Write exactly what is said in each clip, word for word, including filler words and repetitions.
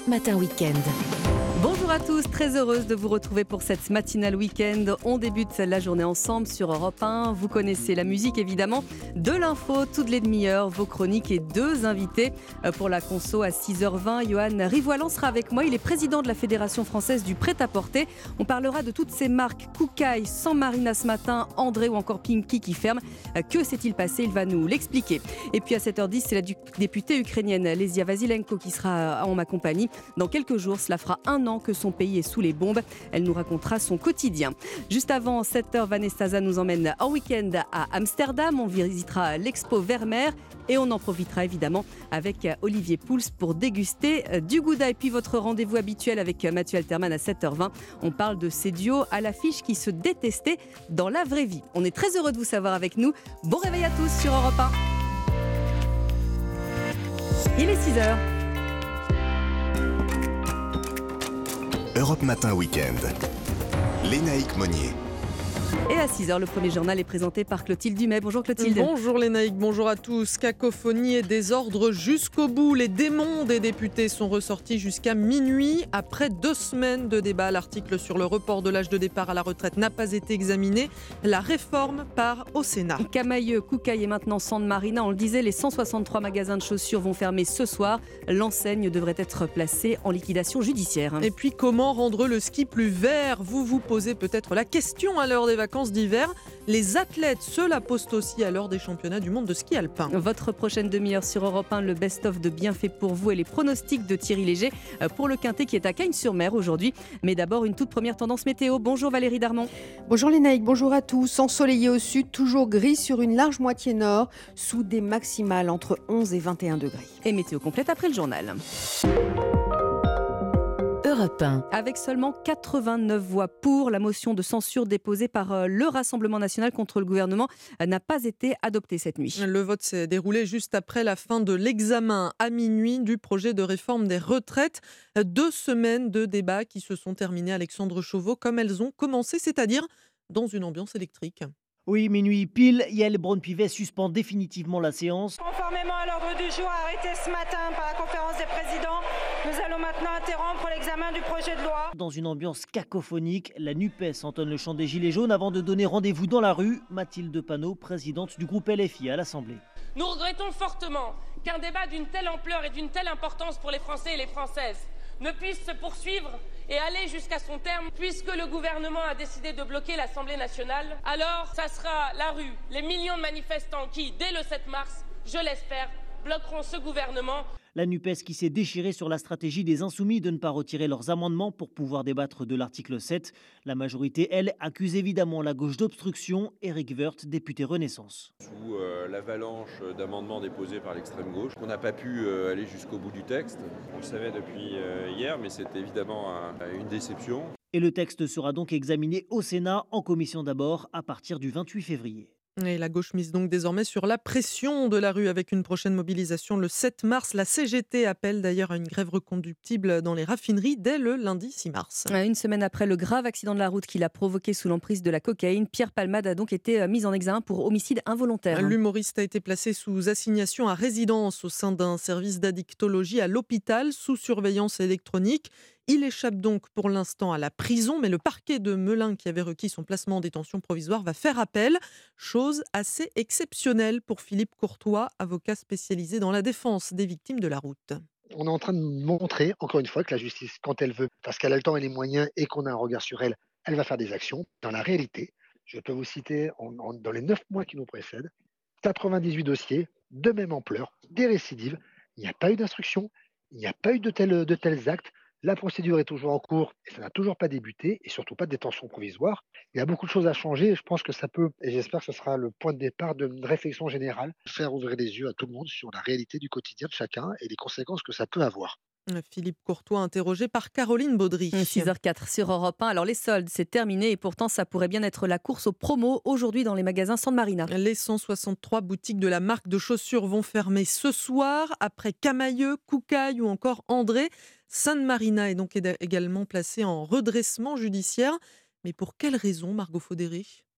Europe Matin Week-end. Bonjour à tous, très heureuse de vous retrouver pour cette matinale week-end. On débute la journée ensemble sur Europe un. Vous connaissez la musique évidemment, de l'info toutes les demi-heures, vos chroniques et deux invités. Pour la conso à six heures vingt, Johan Rivoilan sera avec moi. Il est président de la Fédération française du prêt-à-porter. On parlera de toutes ces marques, Koukaï, San Marina ce matin, André ou encore Pinky qui ferment. Que s'est-il passé? Il va nous l'expliquer. Et puis à sept heures dix, c'est la députée ukrainienne Lesia Vasilenko qui sera en ma compagnie. Dans quelques jours, cela fera un an que son pays est sous les bombes. Elle nous racontera son quotidien. Juste avant sept heures, Vanessa Zaza nous emmène en week-end à Amsterdam. On visitera l'expo Vermeer et on en profitera évidemment avec Olivier Pouls pour déguster du gouda. Et puis votre rendez-vous habituel avec Mathieu Alterman à sept heures vingt. On parle de ces duos à l'affiche qui se détestaient dans la vraie vie. On est très heureux de vous savoir avec nous. Bon réveil à tous sur Europe un. Il est six heures. Europe Matin Week-end. Lénaïque Monnier. Et à six heures, le premier journal est présenté par Clotilde Dumais. Bonjour Clotilde. Bonjour Lénaïque, bonjour à tous. Cacophonie et désordre jusqu'au bout. Les démons des députés sont ressortis jusqu'à minuit. Après deux semaines de débat, l'article sur le report de l'âge de départ à la retraite n'a pas été examiné. La réforme part au Sénat. Camailleux, Koukaï et maintenant San Marina. On le disait, les cent soixante-trois magasins de chaussures vont fermer ce soir. L'enseigne devrait être placée en liquidation judiciaire. Et puis comment rendre le ski plus vert? Vous vous posez peut-être la question à l'heure des vacances d'hiver. Les athlètes se la posent aussi à l'heure des championnats du monde de ski alpin. Votre prochaine demi-heure sur Europe un, le best-of de Bienfait pour vous et les pronostics de Thierry Léger pour le Quintet qui est à Cagnes-sur-Mer aujourd'hui. Mais d'abord, une toute première tendance météo. Bonjour Valérie Darmon. Bonjour Lénaïque, bonjour à tous. Ensoleillé au sud, toujours gris sur une large moitié nord, sous des maximales entre onze et vingt et un degrés. Et météo complète après le journal. Europe un. Avec seulement quatre-vingt-neuf voix pour, la motion de censure déposée par le Rassemblement national contre le gouvernement n'a pas été adoptée cette nuit. Le vote s'est déroulé juste après la fin de l'examen à minuit du projet de réforme des retraites. Deux semaines de débats qui se sont terminées, Alexandre Chauveau, comme elles ont commencé, c'est-à-dire dans une ambiance électrique. Oui, minuit pile, Yael Braun-Pivet suspend définitivement la séance. Conformément à l'ordre du jour arrêté ce matin par la conférence des présidents, nous allons maintenant interrompre l'examen du projet de loi. Dans une ambiance cacophonique, la NUPES entonne le chant des Gilets jaunes avant de donner rendez-vous dans la rue. Mathilde Panot, présidente du groupe L F I à l'Assemblée. Nous regrettons fortement qu'un débat d'une telle ampleur et d'une telle importance pour les Français et les Françaises ne puisse se poursuivre et aller jusqu'à son terme, puisque le gouvernement a décidé de bloquer l'Assemblée nationale. Alors, ça sera la rue, les millions de manifestants qui, dès le sept mars, je l'espère, bloqueront ce gouvernement. La NUPES qui s'est déchirée sur la stratégie des Insoumis de ne pas retirer leurs amendements pour pouvoir débattre de l'article sept. La majorité, elle, accuse évidemment la gauche d'obstruction. Éric Woerth, député Renaissance. Sous euh, l'avalanche d'amendements déposés par l'extrême gauche, on n'a pas pu euh, aller jusqu'au bout du texte. On le savait depuis euh, hier, mais c'était évidemment un, une déception. Et le texte sera donc examiné au Sénat, en commission d'abord, à partir du vingt-huit février. Et la gauche mise donc désormais sur la pression de la rue avec une prochaine mobilisation le sept mars. La C G T appelle d'ailleurs à une grève reconductible dans les raffineries dès le lundi six mars. Une semaine après le grave accident de la route qu'il a provoqué sous l'emprise de la cocaïne, Pierre Palmade a donc été mis en examen pour homicide involontaire. L'humoriste a été placé sous assignation à résidence au sein d'un service d'addictologie à l'hôpital sous surveillance électronique. Il échappe donc pour l'instant à la prison, mais le parquet de Melun qui avait requis son placement en détention provisoire va faire appel. Chose assez exceptionnelle pour Philippe Courtois, avocat spécialisé dans la défense des victimes de la route. On est en train de montrer, encore une fois, que la justice, quand elle veut, parce qu'elle a le temps et les moyens et qu'on a un regard sur elle, elle va faire des actions. Dans la réalité, je peux vous citer, en, en, dans les neuf mois qui nous précèdent, quatre-vingt-dix-huit dossiers de même ampleur, des récidives. Il n'y a pas eu d'instruction, il n'y a pas eu de tels, de tels actes. La procédure est toujours en cours et ça n'a toujours pas débuté et surtout pas de détention provisoire. Il y a beaucoup de choses à changer et je pense que ça peut, et j'espère que ce sera le point de départ d'une réflexion générale, faire ouvrir les yeux à tout le monde sur la réalité du quotidien de chacun et les conséquences que ça peut avoir. Philippe Courtois interrogé par Caroline Baudry. six heures quatre sur Europe un. Alors les soldes, c'est terminé et pourtant ça pourrait bien être la course aux promos aujourd'hui dans les magasins San Marina. Les cent soixante-trois boutiques de la marque de chaussures vont fermer ce soir. Après Camailleux, Koukaï ou encore André, San Marina est donc également placé en redressement judiciaire. Mais pour quelle raison, Margot Faudéry ?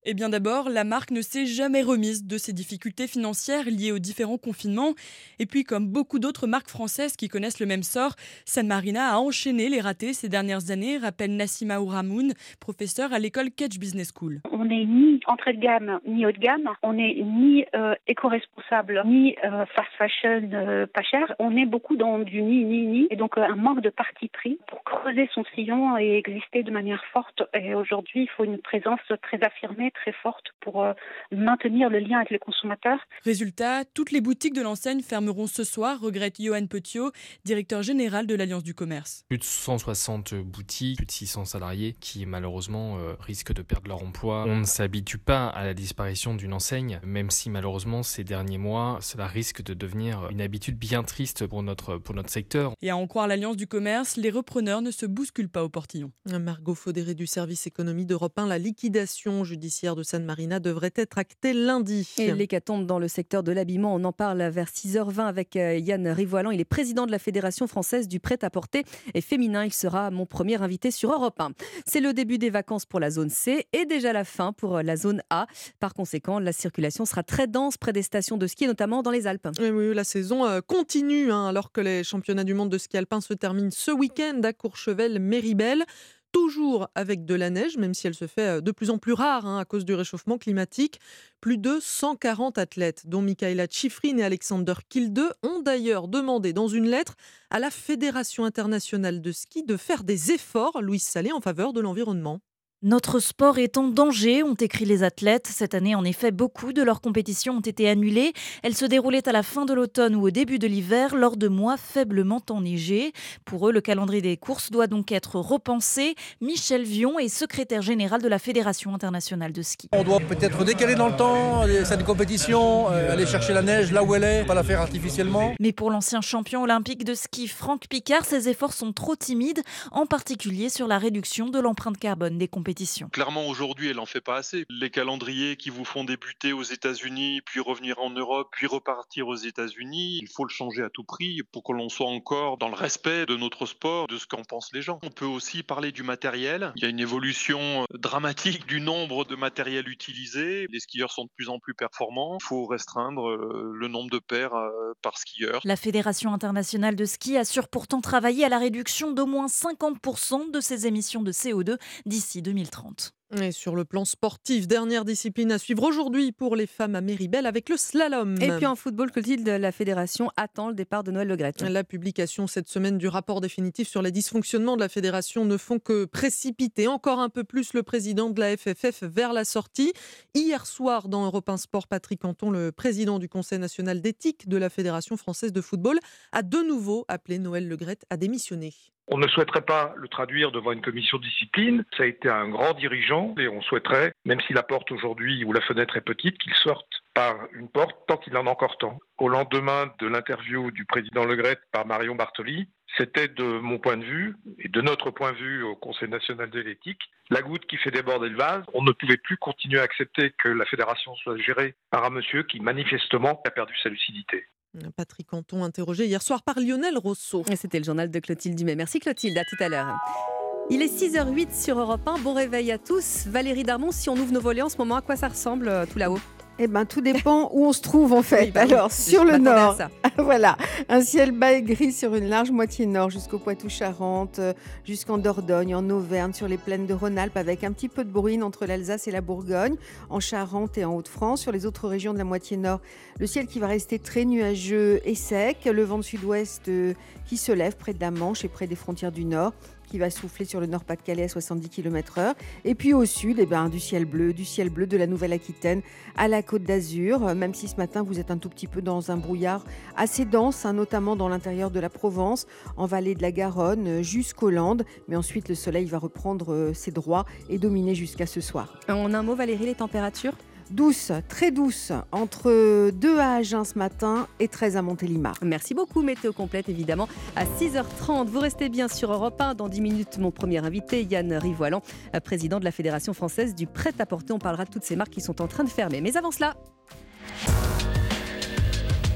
Eh bien d'abord, la marque ne s'est jamais remise de ses difficultés financières liées aux différents confinements. Et puis comme beaucoup d'autres marques françaises qui connaissent le même sort, San Marina a enchaîné les ratés ces dernières années, rappelle Nassima Ouramoun, professeure à l'école Catch Business School. On n'est ni entrée de gamme, ni haut de gamme. On n'est ni euh, éco-responsable, ni euh, fast fashion euh, pas cher. On est beaucoup dans du ni, ni, ni. Et donc euh, un manque de parti pris pour creuser son sillon et exister de manière forte. Et aujourd'hui, il faut une présence très affirmée, très forte pour euh, maintenir le lien avec les consommateurs. Résultat, toutes les boutiques de l'enseigne fermeront ce soir, regrette Johan Petiot, directeur général de l'Alliance du commerce. Plus de cent soixante boutiques, plus de six cents salariés qui malheureusement euh, risquent de perdre leur emploi. On ne s'habitue pas à la disparition d'une enseigne, même si malheureusement ces derniers mois, cela risque de devenir une habitude bien triste pour notre, pour notre secteur. Et à en croire l'Alliance du commerce, les repreneurs ne se bousculent pas au portillon. Margot Faudéré du service économie d'Europe un, la liquidation judiciaire de San Marina devrait être actée lundi. Et l'hécatombe dans le secteur de l'habillement, on en parle vers six heures vingt avec Yann Rivoilan. Il est président de la Fédération française du prêt-à-porter et féminin. Il sera mon premier invité sur Europe un. C'est le début des vacances pour la zone C et déjà la fin pour la zone A. Par conséquent, la circulation sera très dense près des stations de ski, notamment dans les Alpes. Oui, oui, la saison continue hein, alors que les championnats du monde de ski alpin se terminent ce week-end à Courchevel-Méribel. Toujours avec de la neige, même si elle se fait de plus en plus rare hein, à cause du réchauffement climatique. Plus de cent quarante athlètes, dont Michaela Schifrin et Alexander Kilde, ont d'ailleurs demandé dans une lettre à la Fédération internationale de ski de faire des efforts, Louise Salé, en faveur de l'environnement. Notre sport est en danger, ont écrit les athlètes. Cette année, en effet, beaucoup de leurs compétitions ont été annulées. Elles se déroulaient à la fin de l'automne ou au début de l'hiver, lors de mois faiblement enneigés. Pour eux, le calendrier des courses doit donc être repensé. Michel Vion est secrétaire général de la Fédération internationale de ski. On doit peut-être décaler dans le temps cette compétition, euh, aller chercher la neige là où elle est, pas la faire artificiellement. Mais pour l'ancien champion olympique de ski Franck Picard, ces efforts sont trop timides, en particulier sur la réduction de l'empreinte carbone des compétitions. Clairement, aujourd'hui, elle n'en fait pas assez. Les calendriers qui vous font débuter aux États-Unis, puis revenir en Europe, puis repartir aux États-Unis, il faut le changer à tout prix pour que l'on soit encore dans le respect de notre sport, de ce qu'en pensent les gens. On peut aussi parler du matériel. Il y a une évolution dramatique du nombre de matériel utilisé. Les skieurs sont de plus en plus performants. Il faut restreindre le nombre de paires par skieur. La Fédération internationale de ski assure pourtant travailler à la réduction d'au moins cinquante pour cent de ses émissions de C O deux d'ici deux mille trente. Et sur le plan sportif, dernière discipline à suivre aujourd'hui pour les femmes à Méribel avec le slalom. Et puis en football, Clotilde, la fédération attend le départ de Noël Le Graët. La publication cette semaine du rapport définitif sur les dysfonctionnements de la fédération ne font que précipiter encore un peu plus le président de la F F F vers la sortie. Hier soir, dans Europe un Sport, Patrick Canton, le président du Conseil national d'éthique de la Fédération française de football, a de nouveau appelé Noël Le Graët à démissionner. On ne souhaiterait pas le traduire devant une commission de discipline. Ça a été un grand dirigeant et on souhaiterait, même si la porte aujourd'hui ou la fenêtre est petite, qu'il sorte par une porte tant qu'il en a encore temps. Au lendemain de l'interview du président Le Graët par Marion Bartoli, c'était de mon point de vue et de notre point de vue au Conseil national de l'éthique, la goutte qui fait déborder le vase. On ne pouvait plus continuer à accepter que la fédération soit gérée par un monsieur qui manifestement a perdu sa lucidité. Patrick Canton, interrogé hier soir par Lionel Rousseau. Et c'était le journal de Clotilde Dumais. Merci Clotilde, à tout à l'heure. Il est six heures huit sur Europe un. Bon réveil à tous. Valérie Darmon, si on ouvre nos volets en ce moment, à quoi ça ressemble tout là-haut ? Eh ben, tout dépend où on se trouve en fait. Oui, bah Alors, oui, sur le nord, voilà, un ciel bas et gris sur une large moitié nord jusqu'au Poitou-Charentes, jusqu'en Dordogne, en Auvergne, sur les plaines de Rhône-Alpes, avec un petit peu de bruine entre l'Alsace et la Bourgogne, en Charente et en Hauts-de-France. Sur les autres régions de la moitié nord, le ciel qui va rester très nuageux et sec, le vent de sud-ouest qui se lève près de la Manche et près des frontières du nord, qui va souffler sur le Nord-Pas-de-Calais à soixante-dix kilomètres heure. Et puis au sud, eh ben, du ciel bleu, du ciel bleu de la Nouvelle-Aquitaine à la Côte d'Azur, même si ce matin vous êtes un tout petit peu dans un brouillard assez dense, hein, notamment dans l'intérieur de la Provence, en vallée de la Garonne, jusqu'aux Landes. Mais ensuite, le soleil va reprendre euh, ses droits et dominer jusqu'à ce soir. En un mot, Valérie, les températures ? Douce, très douce, entre deux à Agen ce matin et treize à Montélimar. Merci beaucoup, météo complète évidemment à six heures trente. Vous restez bien sur Europe un. Dans dix minutes, mon premier invité, Yann Rivoilan, président de la Fédération française du prêt-à-porter. On parlera de toutes ces marques qui sont en train de fermer. Mais avant cela...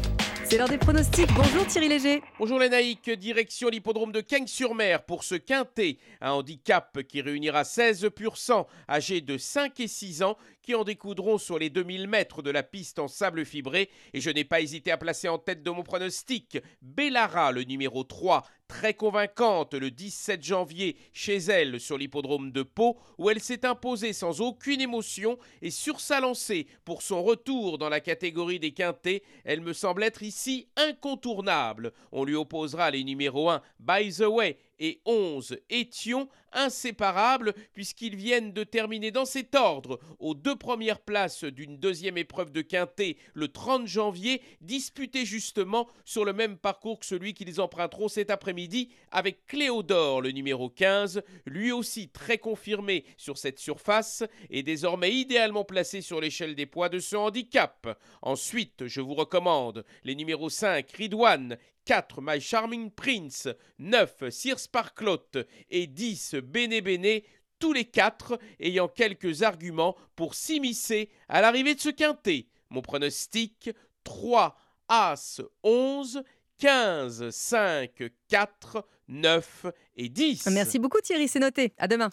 C'est l'heure des pronostics. Bonjour Thierry Léger. Bonjour les naïcs, direction l'hippodrome de Cagnes-sur-Mer pour ce quintet. Un handicap qui réunira seize pur sang âgés de cinq et six ans qui en découdront sur les deux mille mètres de la piste en sable fibré. Et je n'ai pas hésité à placer en tête de mon pronostic Bellara, le numéro trois, très convaincante le dix-sept janvier chez elle sur l'hippodrome de Pau, où elle s'est imposée sans aucune émotion et sur sa lancée pour son retour dans la catégorie des quintets. Elle me semble être ici incontournable. On lui opposera les numéros un By the Way et onze Étion, inséparables puisqu'ils viennent de terminer dans cet ordre aux deux premières places d'une deuxième épreuve de quintet le trente janvier, disputée justement sur le même parcours que celui qu'ils emprunteront cet après-midi avec Cléodore, le numéro quinze, lui aussi très confirmé sur cette surface et désormais idéalement placé sur l'échelle des poids de ce handicap. Ensuite, je vous recommande les numéros cinq Ridwan, quatre My Charming Prince, neuf Sir Sparklot et dix Bene Bene, tous les quatre ayant quelques arguments pour s'immiscer à l'arrivée de ce quintet. Mon pronostic, trois, As, onze, quinze, cinq, quatre, neuf et dix. Merci beaucoup Thierry, c'est noté. À demain.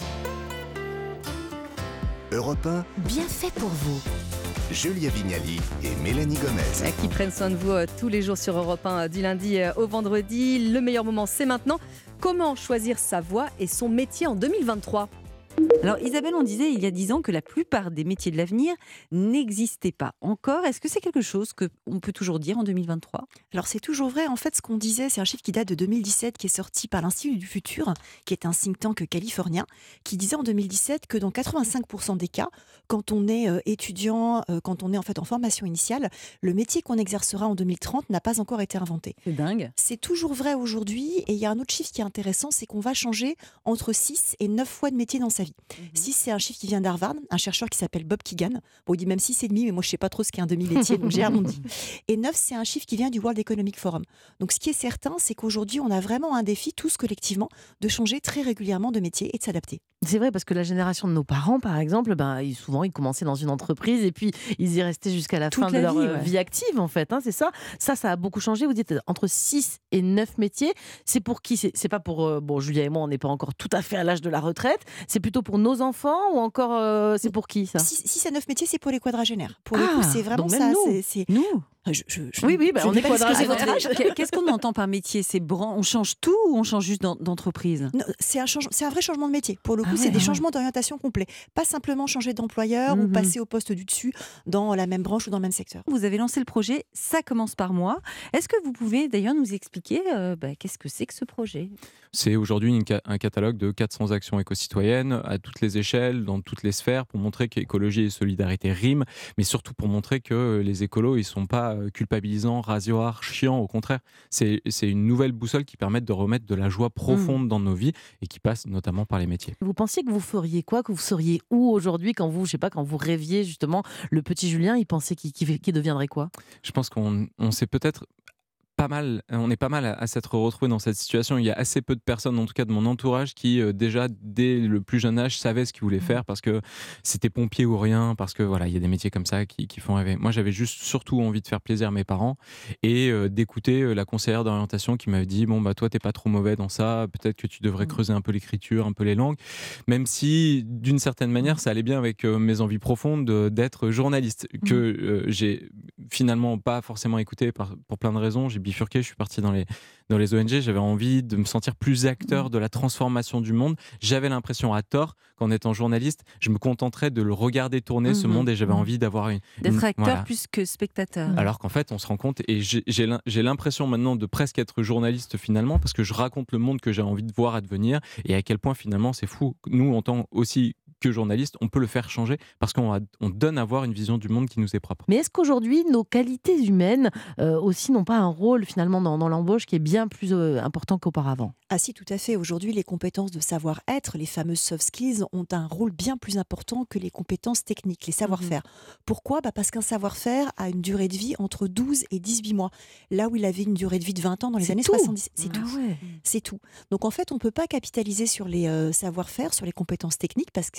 Europe un, bien fait pour vous. Julia Vignali et Mélanie Gomez. Qui prennent soin de vous euh, tous les jours sur Europe un, euh, du lundi euh, au vendredi. Le meilleur moment, c'est maintenant. Comment choisir sa voie et son métier en deux mille vingt-trois ? Alors Isabelle, on disait il y a dix ans que la plupart des métiers de l'avenir n'existaient pas encore. Est-ce que c'est quelque chose qu'on peut toujours dire en deux mille vingt-trois ? Alors c'est toujours vrai. En fait, ce qu'on disait, c'est un chiffre qui date de deux mille dix-sept, qui est sorti par l'Institut du Futur, qui est un think tank californien, qui disait en deux mille dix-sept que dans quatre-vingt-cinq pour cent des cas, quand on est euh, étudiant, euh, quand on est en fait en formation initiale, le métier qu'on exercera en deux mille trente n'a pas encore été inventé. C'est dingue. C'est toujours vrai aujourd'hui. Et il y a un autre chiffre qui est intéressant, c'est qu'on va changer entre six et neuf fois de métier dans sa vie. six, c'est un chiffre qui vient d'Harvard, un chercheur qui s'appelle Bob Keegan. Bon, il dit même six et demi, mais moi je sais pas trop ce qu'est un demi-métier, donc j'ai arrondi. Et neuf, c'est un chiffre qui vient du World Economic Forum. Donc ce qui est certain, c'est qu'aujourd'hui, on a vraiment un défi, tous collectivement, de changer très régulièrement de métier et de s'adapter. C'est vrai, parce que la génération de nos parents, par exemple, ben, ils, souvent ils commençaient dans une entreprise et puis ils y restaient jusqu'à la Toute fin la de leur vie, euh, ouais. vie active, en fait. Hein, c'est ça. Ça, ça a beaucoup changé. Vous dites entre six et neuf métiers. C'est pour qui ? C'est, c'est pas pour... Euh, bon, Julia et moi, on n'est pas encore tout à fait à l'âge de la retraite. C'est plutôt pour nos enfants ou encore... Euh, c'est pour qui, ça ? six à neuf métiers, c'est pour les quadragénaires. Pour le Ah, coup, c'est vraiment donc même ça. nous. C'est, c'est... Nous Je, je, je, Oui, oui, bah, je on n'ai est pas discuté votre quadragénaire. âge. Qu'est-ce qu'on entend par métier ? C'est bran- On change tout ou on change juste d'en- d'entreprise ? Non, c'est, un change... c'est un vrai changement de métier. Pour le coup, Ah ouais, c'est des ah ouais. changements d'orientation complets. Pas simplement changer d'employeur ou Mhm. passer au poste du dessus dans la même branche ou dans le même secteur. Vous avez lancé le projet Ça commence par moi. Est-ce que vous pouvez d'ailleurs nous expliquer euh, bah, qu'est-ce que c'est que ce projet ? C'est aujourd'hui une ca- un catalogue de quatre cents actions éco-citoyennes à toutes les échelles, dans toutes les sphères, pour montrer qu'écologie et solidarité riment, mais surtout pour montrer que les écolos, ils ne sont pas culpabilisants, rasoirs, chiants. Au contraire, c'est, c'est une nouvelle boussole qui permet de remettre de la joie profonde mmh. dans nos vies et qui passe notamment par les métiers. Vous pensiez que vous feriez quoi ? Que vous seriez où aujourd'hui quand vous, je sais pas, quand vous rêviez justement le petit Julien, il pensait qu'il, qu'il, qu'il deviendrait quoi ? Je pense qu'on on s'est peut-être pas mal, on est pas mal à, à s'être retrouvé dans cette situation. Il y a assez peu de personnes, en tout cas de mon entourage, qui euh, déjà dès le plus jeune âge savaient ce qu'ils voulaient faire parce que c'était pompier ou rien, parce que voilà, il y a des métiers comme ça qui, qui font rêver. Moi, j'avais juste surtout envie de faire plaisir à mes parents et euh, d'écouter euh, la conseillère d'orientation qui m'avait dit bon bah toi t'es pas trop mauvais dans ça, peut-être que tu devrais mmh. creuser un peu l'écriture, un peu les langues, même si d'une certaine manière ça allait bien avec euh, mes envies profondes de, d'être journaliste que euh, j'ai finalement pas forcément écouté par, pour plein de raisons. J'ai bifurqué, je suis parti dans les, dans les O N G, j'avais envie de me sentir plus acteur de la transformation du monde. J'avais l'impression à tort qu'en étant journaliste, je me contenterais de le regarder tourner mmh. ce monde et j'avais mmh. envie d'avoir une... D'être une, acteur voilà. plus que spectateur. Alors qu'en fait, on se rend compte, et j'ai, j'ai, j'ai l'impression maintenant de presque être journaliste finalement, parce que je raconte le monde que j'ai envie de voir advenir et à quel point finalement c'est fou. Nous, en tant aussi que journaliste, on peut le faire changer parce qu'on a, on donne à voir une vision du monde qui nous est propre. Mais est-ce qu'aujourd'hui, nos qualités humaines euh, aussi n'ont pas un rôle finalement dans, dans l'embauche qui est bien plus euh, important qu'auparavant ? Ah si, tout à fait. Aujourd'hui, les compétences de savoir-être, les fameuses soft skills, ont un rôle bien plus important que les compétences techniques, les savoir-faire. Mmh. Pourquoi ? Bah parce qu'un savoir-faire a une durée de vie entre douze et dix-huit mois. Là où il avait une durée de vie de vingt ans dans les c'est années tout. soixante-dix. C'est ah tout. Ouais. C'est tout. Donc en fait, on ne peut pas capitaliser sur les euh, savoir-faire, sur les compétences techniques, parce que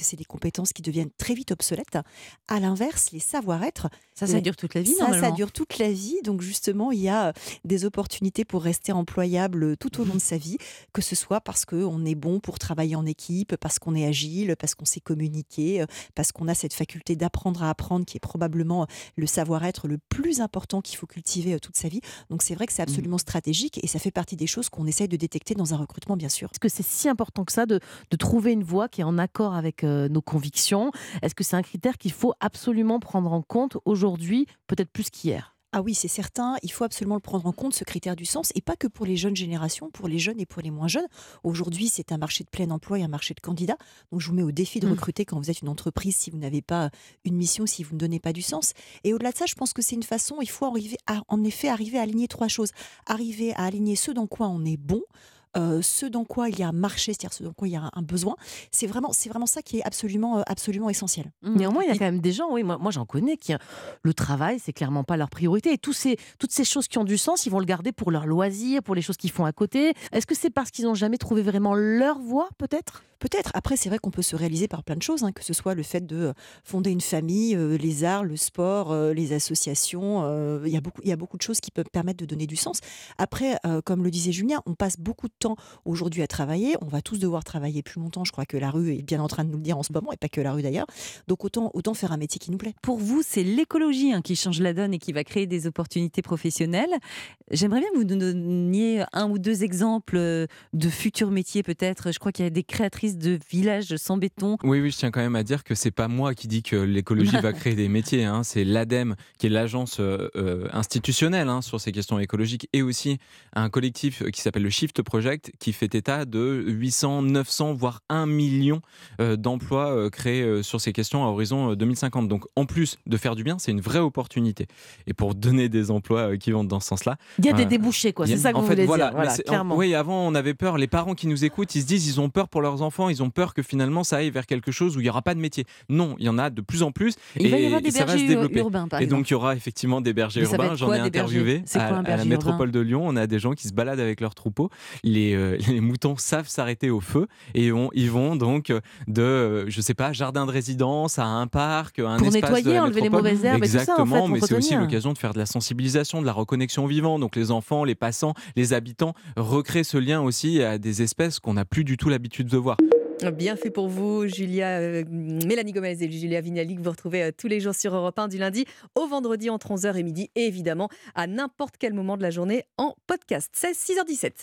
c'est des compétences qui deviennent très vite obsolètes. À l'inverse, les savoir-être, Ça, ça dure toute la vie, ça, ça normalement. dure toute la vie. Donc justement, il y a des opportunités pour rester employable tout au long de sa vie, que ce soit parce qu'on est bon pour travailler en équipe, parce qu'on est agile, parce qu'on sait communiquer, parce qu'on a cette faculté d'apprendre à apprendre qui est probablement le savoir-être le plus important qu'il faut cultiver toute sa vie. Donc c'est vrai que c'est absolument stratégique et ça fait partie des choses qu'on essaye de détecter dans un recrutement, bien sûr. Est-ce que c'est si important que ça de, de trouver une voie qui est en accord avec euh, nos convictions? Est-ce que c'est un critère qu'il faut absolument prendre en compte aujourd'hui, peut-être plus qu'hier? Ah oui, c'est certain, il faut absolument le prendre en compte, ce critère du sens, et pas que pour les jeunes générations, pour les jeunes et pour les moins jeunes. Aujourd'hui, c'est un marché de plein emploi et un marché de candidats. Donc, je vous mets au défi de Mmh. recruter quand vous êtes une entreprise, si vous n'avez pas une mission, si vous ne donnez pas du sens. Et au-delà de ça, je pense que c'est une façon, il faut arriver à, en effet arriver à aligner trois choses. Arriver à aligner ce dans quoi on est bon, Euh, ce dans quoi il y a un marché, c'est-à-dire ce dans quoi il y a un, un besoin. C'est vraiment, c'est vraiment ça qui est absolument, euh, absolument essentiel. Néanmoins, il y a quand même des gens, oui, moi, moi j'en connais, qui le travail, c'est clairement pas leur priorité. Et tous ces, toutes ces choses qui ont du sens, ils vont le garder pour leurs loisirs, pour les choses qu'ils font à côté. Est-ce que c'est parce qu'ils n'ont jamais trouvé vraiment leur voie, peut-être? Peut-être. Après, c'est vrai qu'on peut se réaliser par plein de choses, hein, que ce soit le fait de fonder une famille, euh, les arts, le sport, euh, les associations. euh, Il y a beaucoup, il y a beaucoup de choses qui peuvent permettre de donner du sens. Après, euh, comme le disait Julien, on passe beaucoup de temps aujourd'hui à travailler. On va tous devoir travailler plus longtemps. Je crois que la rue est bien en train de nous le dire en ce moment, et pas que la rue d'ailleurs. Donc autant, autant faire un métier qui nous plaît. Pour vous, c'est l'écologie hein, qui change la donne et qui va créer des opportunités professionnelles. J'aimerais bien que vous nous donniez un ou deux exemples de futurs métiers peut-être. Je crois qu'il y a des créatrices de villages sans béton. Oui, oui, je tiens quand même à dire que c'est pas moi qui dis que l'écologie va créer des métiers. Hein. C'est l'ADEME, qui est l'agence euh, euh, institutionnelle hein, sur ces questions écologiques, et aussi un collectif qui s'appelle le Shift Project, qui fait état de huit cents, neuf cents, voire un million euh, d'emplois euh, créés euh, sur ces questions à horizon euh, deux mille cinquante. Donc, en plus de faire du bien, c'est une vraie opportunité. Et pour donner des emplois euh, qui vont dans ce sens-là... Il y a des euh, débouchés, quoi. il y a- C'est ça que en vous fait, voulez voilà, dire. Voilà, mais c'est- clairement. Oui, avant, on avait peur. Les parents qui nous écoutent, ils se disent ils ont peur pour leurs enfants, ils ont peur que finalement ça aille vers quelque chose où il n'y aura pas de métier. Non, il y en a de plus en plus. Il et va y avoir des ça va se bergers développer. urbains, par Et donc, exemple. il y aura effectivement des bergers Mais ça va urbains. être J'en quoi, ai des bergers? interviewé C'est quoi à, un à la berger urbain? métropole de Lyon. On a des gens qui se baladent avec leurs troupeaux. Les, euh, les moutons savent s'arrêter au feu et on, ils vont donc de, euh, je sais pas, jardin de résidence à un parc, un Pour espace nettoyer, de la enlever les métropole. mauvaises herbes et tout ça, en fait, Exactement, mais c'est aussi entretenir. l'occasion de faire de la sensibilisation, de la reconnexion au vivant. Donc les enfants, les passants, les habitants recréent ce lien aussi à des espèces qu'on n'a plus du tout l'habitude de voir. Bien fait pour vous, Julia, euh, Mélanie Gomez et Julia Vignali, que vous retrouvez euh, tous les jours sur Europe un du lundi au vendredi entre onze heures et midi, et évidemment à n'importe quel moment de la journée en podcast. C'est six heures dix-sept.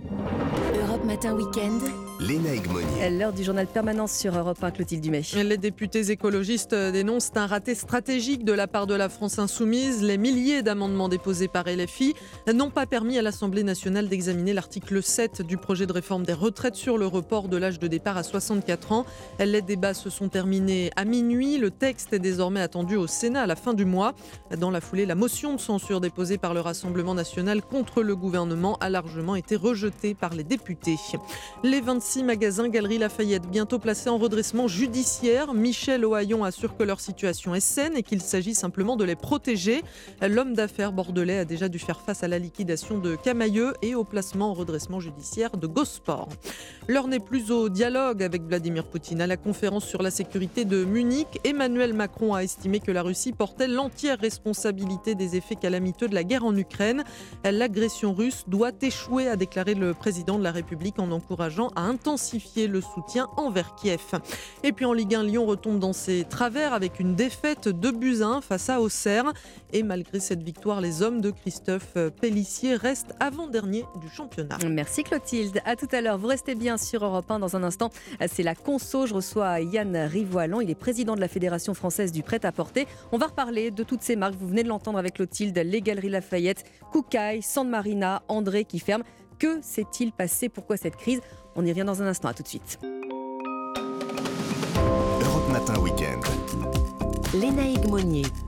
Europe Matin Week-end. Léna Egmonier. L'heure du journal permanence sur Europe un, Clotilde Dumais. Les députés écologistes dénoncent un raté stratégique de la part de la France insoumise. Les milliers d'amendements déposés par L F I n'ont pas permis à l'Assemblée nationale d'examiner l'article sept du projet de réforme des retraites sur le report de l'âge de départ à soixante-quatre ans. Les débats se sont terminés à minuit. Le texte est désormais attendu au Sénat à la fin du mois. Dans la foulée, la motion de censure déposée par le Rassemblement national contre le gouvernement a largement été rejetée par les députés. Les vingt-six magasins Galeries Lafayette bientôt placés en redressement judiciaire. Michel Ohaillon assure que leur situation est saine et qu'il s'agit simplement de les protéger. L'homme d'affaires bordelais a déjà dû faire face à la liquidation de Camailleux et au placement en redressement judiciaire de Gosport. L'heure n'est plus au dialogue avec Vladimir Poutine. À la conférence sur la sécurité de Munich, Emmanuel Macron a estimé que la Russie portait l'entière responsabilité des effets calamiteux de la guerre en Ukraine. L'agression russe doit échouer, a déclaré le président de la République en encourageant à intensifier le soutien envers Kiev. Et puis en Ligue un, Lyon retombe dans ses travers avec une défaite deux buts à un face à Auxerre. Et malgré cette victoire, les hommes de Christophe Pélissier restent avant-dernier du championnat. Merci Clotilde. À tout à l'heure. Vous restez bien sur Europe un. Dans un instant, c'est la conso. Je reçois Yann Rivoalan. Il est président de la Fédération française du prêt-à-porter. On va reparler de toutes ces marques. Vous venez de l'entendre avec Clotilde. Les Galeries Lafayette, Koukaï, San Marina, André qui ferment. Que s'est-il passé? Pourquoi cette crise? On y revient dans un instant. À tout de suite. Europe Matin Week-end. Léna Egmonier.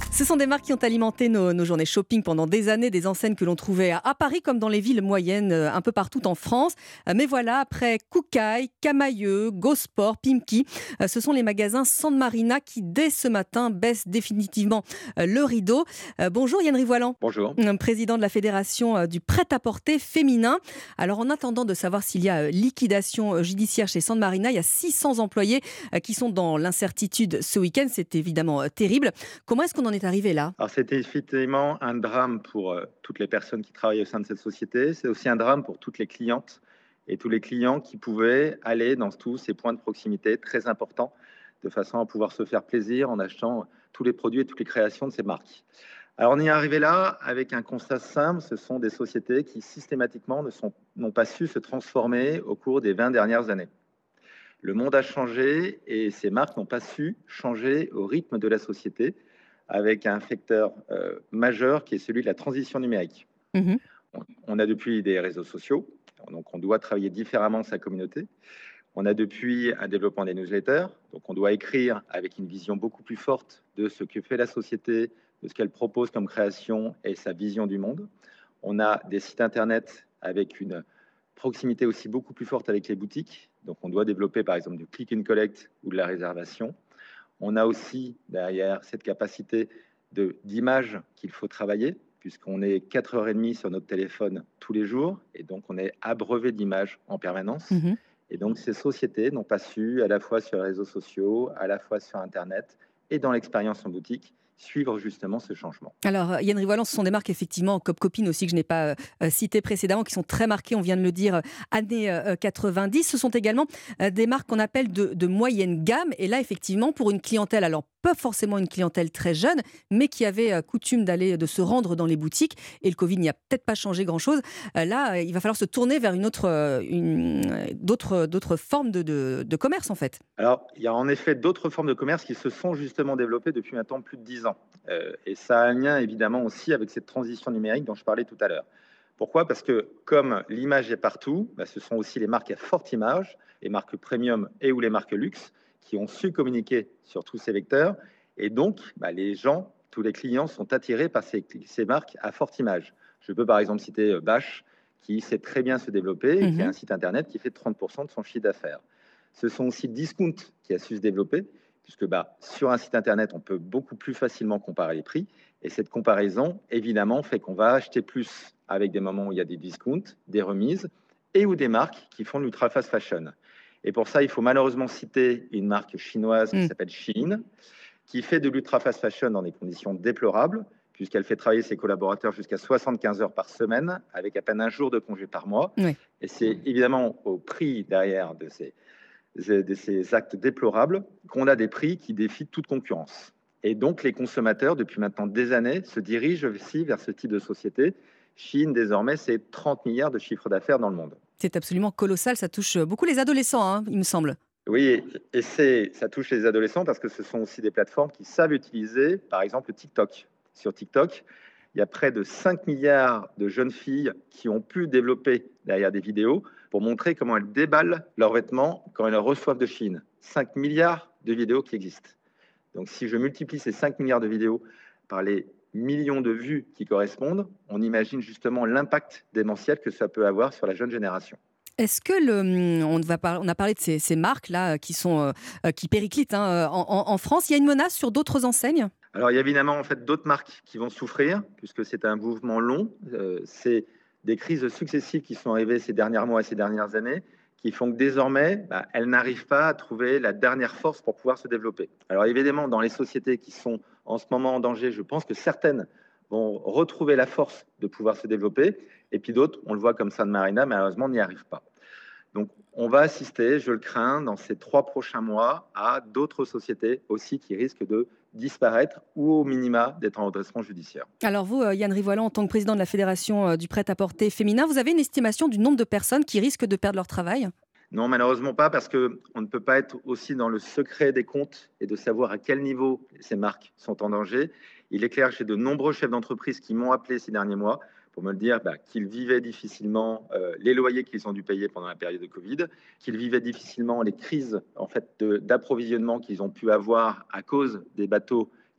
Ce sont des marques qui ont alimenté nos, nos journées shopping pendant des années, des enseignes que l'on trouvait à, à Paris comme dans les villes moyennes, euh, un peu partout en France. Euh, mais voilà, après Koukaï, Camailleux, Go Sport, Pimki, euh, ce sont les magasins San Marina qui, dès ce matin, baissent définitivement euh, le rideau. Euh, bonjour Yann Rivoilan. Bonjour. Euh, président de la Fédération euh, du prêt-à-porter féminin. Alors en attendant de savoir s'il y a euh, liquidation euh, judiciaire chez San Marina, il y a six cents employés euh, qui sont dans l'incertitude ce week-end. C'est évidemment euh, terrible. Comment est-ce qu'on en est arrivé là ? Alors c'était effectivement un drame pour euh, toutes les personnes qui travaillent au sein de cette société. C'est aussi un drame pour toutes les clientes et tous les clients qui pouvaient aller dans tous ces points de proximité très importants de façon à pouvoir se faire plaisir en achetant tous les produits et toutes les créations de ces marques. Alors on y est arrivé là avec un constat simple, ce sont des sociétés qui systématiquement ne sont, n'ont pas su se transformer au cours des vingt dernières années. Le monde a changé et ces marques n'ont pas su changer au rythme de la société avec un facteur euh, majeur qui est celui de la transition numérique. Mmh. On, on a depuis des réseaux sociaux, donc on doit travailler différemment sa communauté. On a depuis un développement des newsletters, donc on doit écrire avec une vision beaucoup plus forte de ce que fait la société, de ce qu'elle propose comme création et sa vision du monde. On a des sites internet avec une proximité aussi beaucoup plus forte avec les boutiques, donc on doit développer par exemple du click and collect ou de la réservation. On a aussi derrière cette capacité de, d'image qu'il faut travailler, puisqu'on est quatre heures trente sur notre téléphone tous les jours, et donc on est abreuvé d'images en permanence. Mmh. Et donc ces sociétés n'ont pas su, à la fois sur les réseaux sociaux, à la fois sur Internet et dans l'expérience en boutique, suivre justement ce changement. Alors Yann Rivoilan, ce sont des marques effectivement, Cop Copine aussi que je n'ai pas euh, citées précédemment, qui sont très marquées, on vient de le dire, euh, années euh, quatre-vingt-dix. Ce sont également euh, des marques qu'on appelle de, de moyenne gamme. Et là effectivement pour une clientèle, alors pas forcément une clientèle très jeune, mais qui avait euh, coutume d'aller, de se rendre dans les boutiques. Et le Covid n'y a peut-être pas changé grand-chose. Euh, là, euh, il va falloir se tourner vers une autre, euh, une, d'autres, d'autres formes de, de, de commerce en fait. Alors il y a en effet d'autres formes de commerce qui se sont justement développées depuis maintenant plus de dix ans. Euh, et ça a un lien évidemment aussi avec cette transition numérique dont je parlais tout à l'heure. Pourquoi ? Parce que comme l'image est partout, bah, ce sont aussi les marques à forte image, les marques premium et ou les marques luxe qui ont su communiquer sur tous ces vecteurs. Et donc, bah, les gens, tous les clients sont attirés par ces, ces marques à forte image. Je peux par exemple citer Bache, qui sait très bien se développer, et mmh. qui a un site internet qui fait trente pour cent de son chiffre d'affaires. Ce sont aussi Discount qui a su se développer, puisque bah, sur un site internet, on peut beaucoup plus facilement comparer les prix. Et cette comparaison, évidemment, fait qu'on va acheter plus avec des moments où il y a des discounts, des remises, et ou des marques qui font de l'ultra fast fashion. Et pour ça, il faut malheureusement citer une marque chinoise qui mmh. s'appelle Shein, qui fait de l'ultra fast fashion dans des conditions déplorables, puisqu'elle fait travailler ses collaborateurs jusqu'à soixante-quinze heures par semaine, avec à peine un jour de congé par mois. Oui. Et c'est évidemment au prix derrière de ces... de ces actes déplorables, qu'on a des prix qui défient toute concurrence. Et donc, les consommateurs, depuis maintenant des années, se dirigent aussi vers ce type de société. Chine, désormais, c'est trente milliards de chiffre d'affaires dans le monde. C'est absolument colossal, ça touche beaucoup les adolescents, hein, il me semble. Oui, et c'est, ça touche les adolescents parce que ce sont aussi des plateformes qui savent utiliser, par exemple, TikTok. Sur TikTok, il y a près de cinq milliards de jeunes filles qui ont pu développer derrière des vidéos pour montrer comment elles déballent leurs vêtements quand elles reçoivent de Chine. cinq milliards de vidéos qui existent. Donc si je multiplie ces cinq milliards de vidéos par les millions de vues qui correspondent, on imagine justement l'impact démentiel que ça peut avoir sur la jeune génération. Est-ce que le, on, va par, on a parlé de ces, ces marques-là qui, sont, euh, qui périclitent hein, en, en, en France. Il y a une menace sur d'autres enseignes ? Alors, il y a évidemment en fait, d'autres marques qui vont souffrir, puisque c'est un mouvement long. Euh, c'est des crises successives qui sont arrivées ces derniers mois et ces dernières années, qui font que désormais, bah, elles n'arrivent pas à trouver la dernière force pour pouvoir se développer. Alors évidemment, dans les sociétés qui sont en ce moment en danger, je pense que certaines vont retrouver la force de pouvoir se développer, et puis d'autres, on le voit comme San Marina, malheureusement, n'y arrivent pas. Donc, on va assister, je le crains, dans ces trois prochains mois, à d'autres sociétés aussi qui risquent de disparaître ou au minima d'être en redressement judiciaire. Alors vous, Yann Rivoilan, en tant que président de la Fédération du prêt-à-porter féminin, vous avez une estimation du nombre de personnes qui risquent de perdre leur travail ? Non, malheureusement pas, parce qu'on ne peut pas être aussi dans le secret des comptes et de savoir à quel niveau ces marques sont en danger. Il est clair que j'ai de nombreux chefs d'entreprise qui m'ont appelé ces derniers mois pour me le dire, bah, qu'ils vivaient difficilement euh, les loyers qu'ils ont dû payer pendant la période de Covid, qu'ils vivaient difficilement les crises en fait, de, d'approvisionnement qu'ils ont pu avoir à cause des bateaux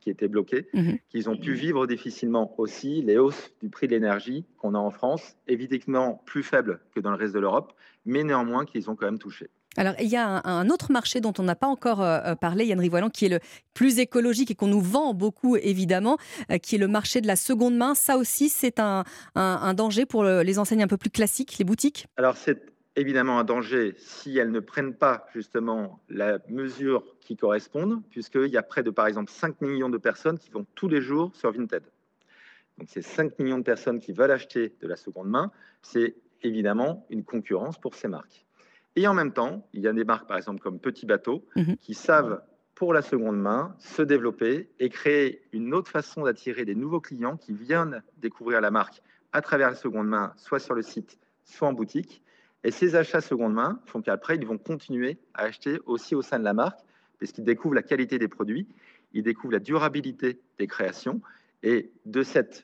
qui étaient bloqués, mmh. qu'ils ont pu vivre difficilement aussi les hausses du prix de l'énergie qu'on a en France, évidemment plus faibles que dans le reste de l'Europe, mais néanmoins qu'ils ont quand même touché. Alors, il y a un, un autre marché dont on n'a pas encore euh, parlé, Yann Rivoilan, qui est le plus écologique et qu'on nous vend beaucoup, évidemment, euh, qui est le marché de la seconde main. Ça aussi, c'est un, un, un danger pour le, les enseignes un peu plus classiques, les boutiques ? Alors, c'est évidemment un danger si elles ne prennent pas, justement, la mesure qui corresponde, puisqu'il y a près de, par exemple, cinq millions de personnes qui vont tous les jours sur Vinted. Donc, ces cinq millions de personnes qui veulent acheter de la seconde main, c'est évidemment une concurrence pour ces marques. Et en même temps, il y a des marques, par exemple, comme Petit Bateau, mmh. qui savent, pour la seconde main, se développer et créer une autre façon d'attirer des nouveaux clients qui viennent découvrir la marque à travers la seconde main, soit sur le site, soit en boutique. Et ces achats seconde main font qu'après, ils vont continuer à acheter aussi au sein de la marque, parce qu'ils découvrent la qualité des produits, ils découvrent la durabilité des créations. Et de cette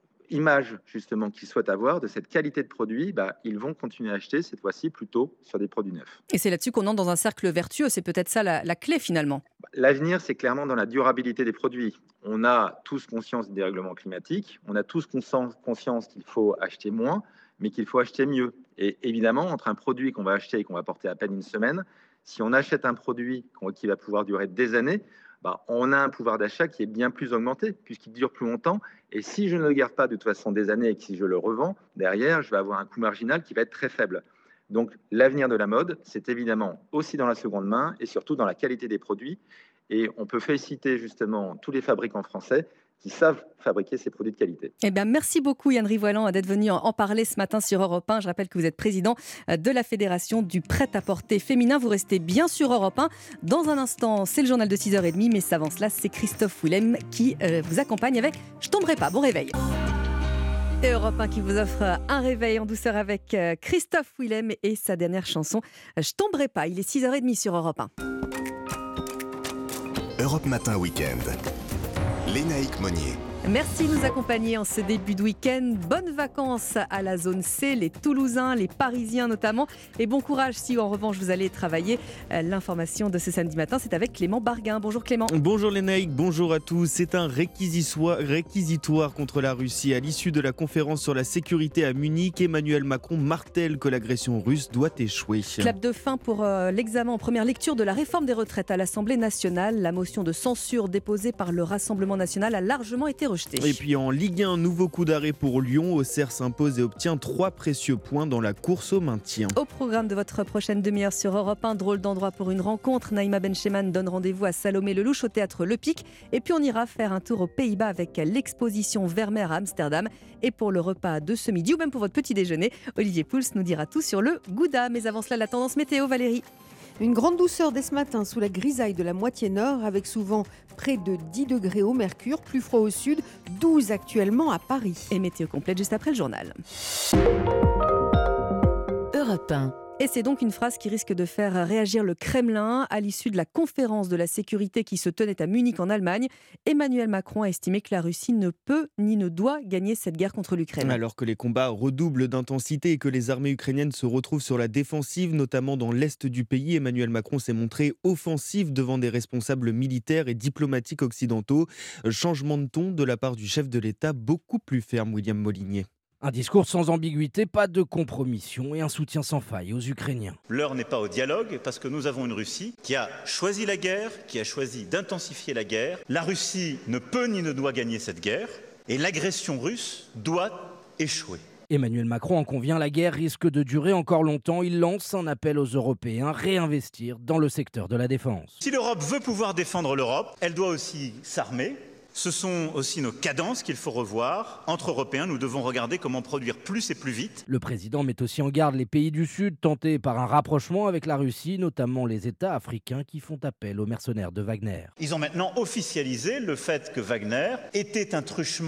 image justement qu'ils souhaitent avoir, de cette qualité de produit, bah, ils vont continuer à acheter cette fois-ci plutôt sur des produits neufs. Et c'est là-dessus qu'on entre dans un cercle vertueux, c'est peut-être ça la, la clé finalement. L'avenir, c'est clairement dans la durabilité des produits. On a tous conscience des dérèglements climatiques, on a tous conscience qu'il faut acheter moins, mais qu'il faut acheter mieux. Et évidemment, entre un produit qu'on va acheter et qu'on va porter à peine une semaine, si on achète un produit qui va pouvoir durer des années, bah, on a un pouvoir d'achat qui est bien plus augmenté, puisqu'il dure plus longtemps. Et si je ne le garde pas de toute façon des années et que si je le revends, derrière, je vais avoir un coût marginal qui va être très faible. Donc, l'avenir de la mode, c'est évidemment aussi dans la seconde main et surtout dans la qualité des produits. Et on peut féliciter justement tous les fabricants français qui savent fabriquer ces produits de qualité. Eh bien, merci beaucoup Yann Rivoilan d'être venu en parler ce matin sur Europe un. Je rappelle que vous êtes président de la Fédération du prêt-à-porter féminin. Vous restez bien sur Europe un. Dans un instant, c'est le journal de six heures trente, mais avant cela, c'est Christophe Willem qui euh, vous accompagne avec « Je tomberai pas ». Bon réveil. Et Europe un qui vous offre un réveil en douceur avec Christophe Willem et sa dernière chanson « Je tomberai pas ». Il est six heures trente sur Europe un. Europe Matin Week-end. Lénaïque Monnier. Merci de nous accompagner en ce début de week-end. Bonnes vacances à la zone C, les Toulousains, les Parisiens notamment. Et bon courage si en revanche vous allez travailler. L'information de ce samedi matin, c'est avec Clément Barguin. Bonjour Clément. Bonjour Lénaïque, bonjour à tous. C'est un réquisitoire, réquisitoire contre la Russie. À l'issue de la conférence sur la sécurité à Munich, Emmanuel Macron martèle que l'agression russe doit échouer. Clap de fin pour euh, l'examen en première lecture de la réforme des retraites à l'Assemblée nationale. La motion de censure déposée par le Rassemblement national a largement été rejetée. Et puis en Ligue un, nouveau coup d'arrêt pour Lyon. Auxerre s'impose et obtient trois précieux points dans la course au maintien. Au programme de votre prochaine demi-heure sur Europe un, drôle d'endroit pour une rencontre. Naïma Bencheman donne rendez-vous à Salomé Lelouch au théâtre Le Pic. Et puis on ira faire un tour aux Pays-Bas avec l'exposition Vermeer à Amsterdam. Et pour le repas de ce midi ou même pour votre petit déjeuner, Olivier Pouls nous dira tout sur le Gouda. Mais avant cela, la tendance météo, Valérie. Une grande douceur dès ce matin sous la grisaille de la moitié nord, avec souvent près de dix degrés au mercure, plus froid au sud, douze actuellement à Paris. Et météo complète juste après le journal. Europe un. Et c'est donc une phrase qui risque de faire réagir le Kremlin. À l'issue de la conférence de la sécurité qui se tenait à Munich en Allemagne, Emmanuel Macron a estimé que la Russie ne peut ni ne doit gagner cette guerre contre l'Ukraine. Alors que les combats redoublent d'intensité et que les armées ukrainiennes se retrouvent sur la défensive, notamment dans l'est du pays, Emmanuel Macron s'est montré offensif devant des responsables militaires et diplomatiques occidentaux. Changement de ton de la part du chef de l'État, beaucoup plus ferme, William Molinier. Un discours sans ambiguïté, pas de compromission et un soutien sans faille aux Ukrainiens. L'heure n'est pas au dialogue parce que nous avons une Russie qui a choisi la guerre, qui a choisi d'intensifier la guerre. La Russie ne peut ni ne doit gagner cette guerre et l'agression russe doit échouer. Emmanuel Macron en convient, la guerre risque de durer encore longtemps. Il lance un appel aux Européens à réinvestir dans le secteur de la défense. Si l'Europe veut pouvoir défendre l'Europe, elle doit aussi s'armer. Ce sont aussi nos cadences qu'il faut revoir. Entre Européens, nous devons regarder comment produire plus et plus vite. Le président met aussi en garde les pays du Sud tentés par un rapprochement avec la Russie, notamment les États africains qui font appel aux mercenaires de Wagner. Ils ont maintenant officialisé le fait que Wagner était un truchement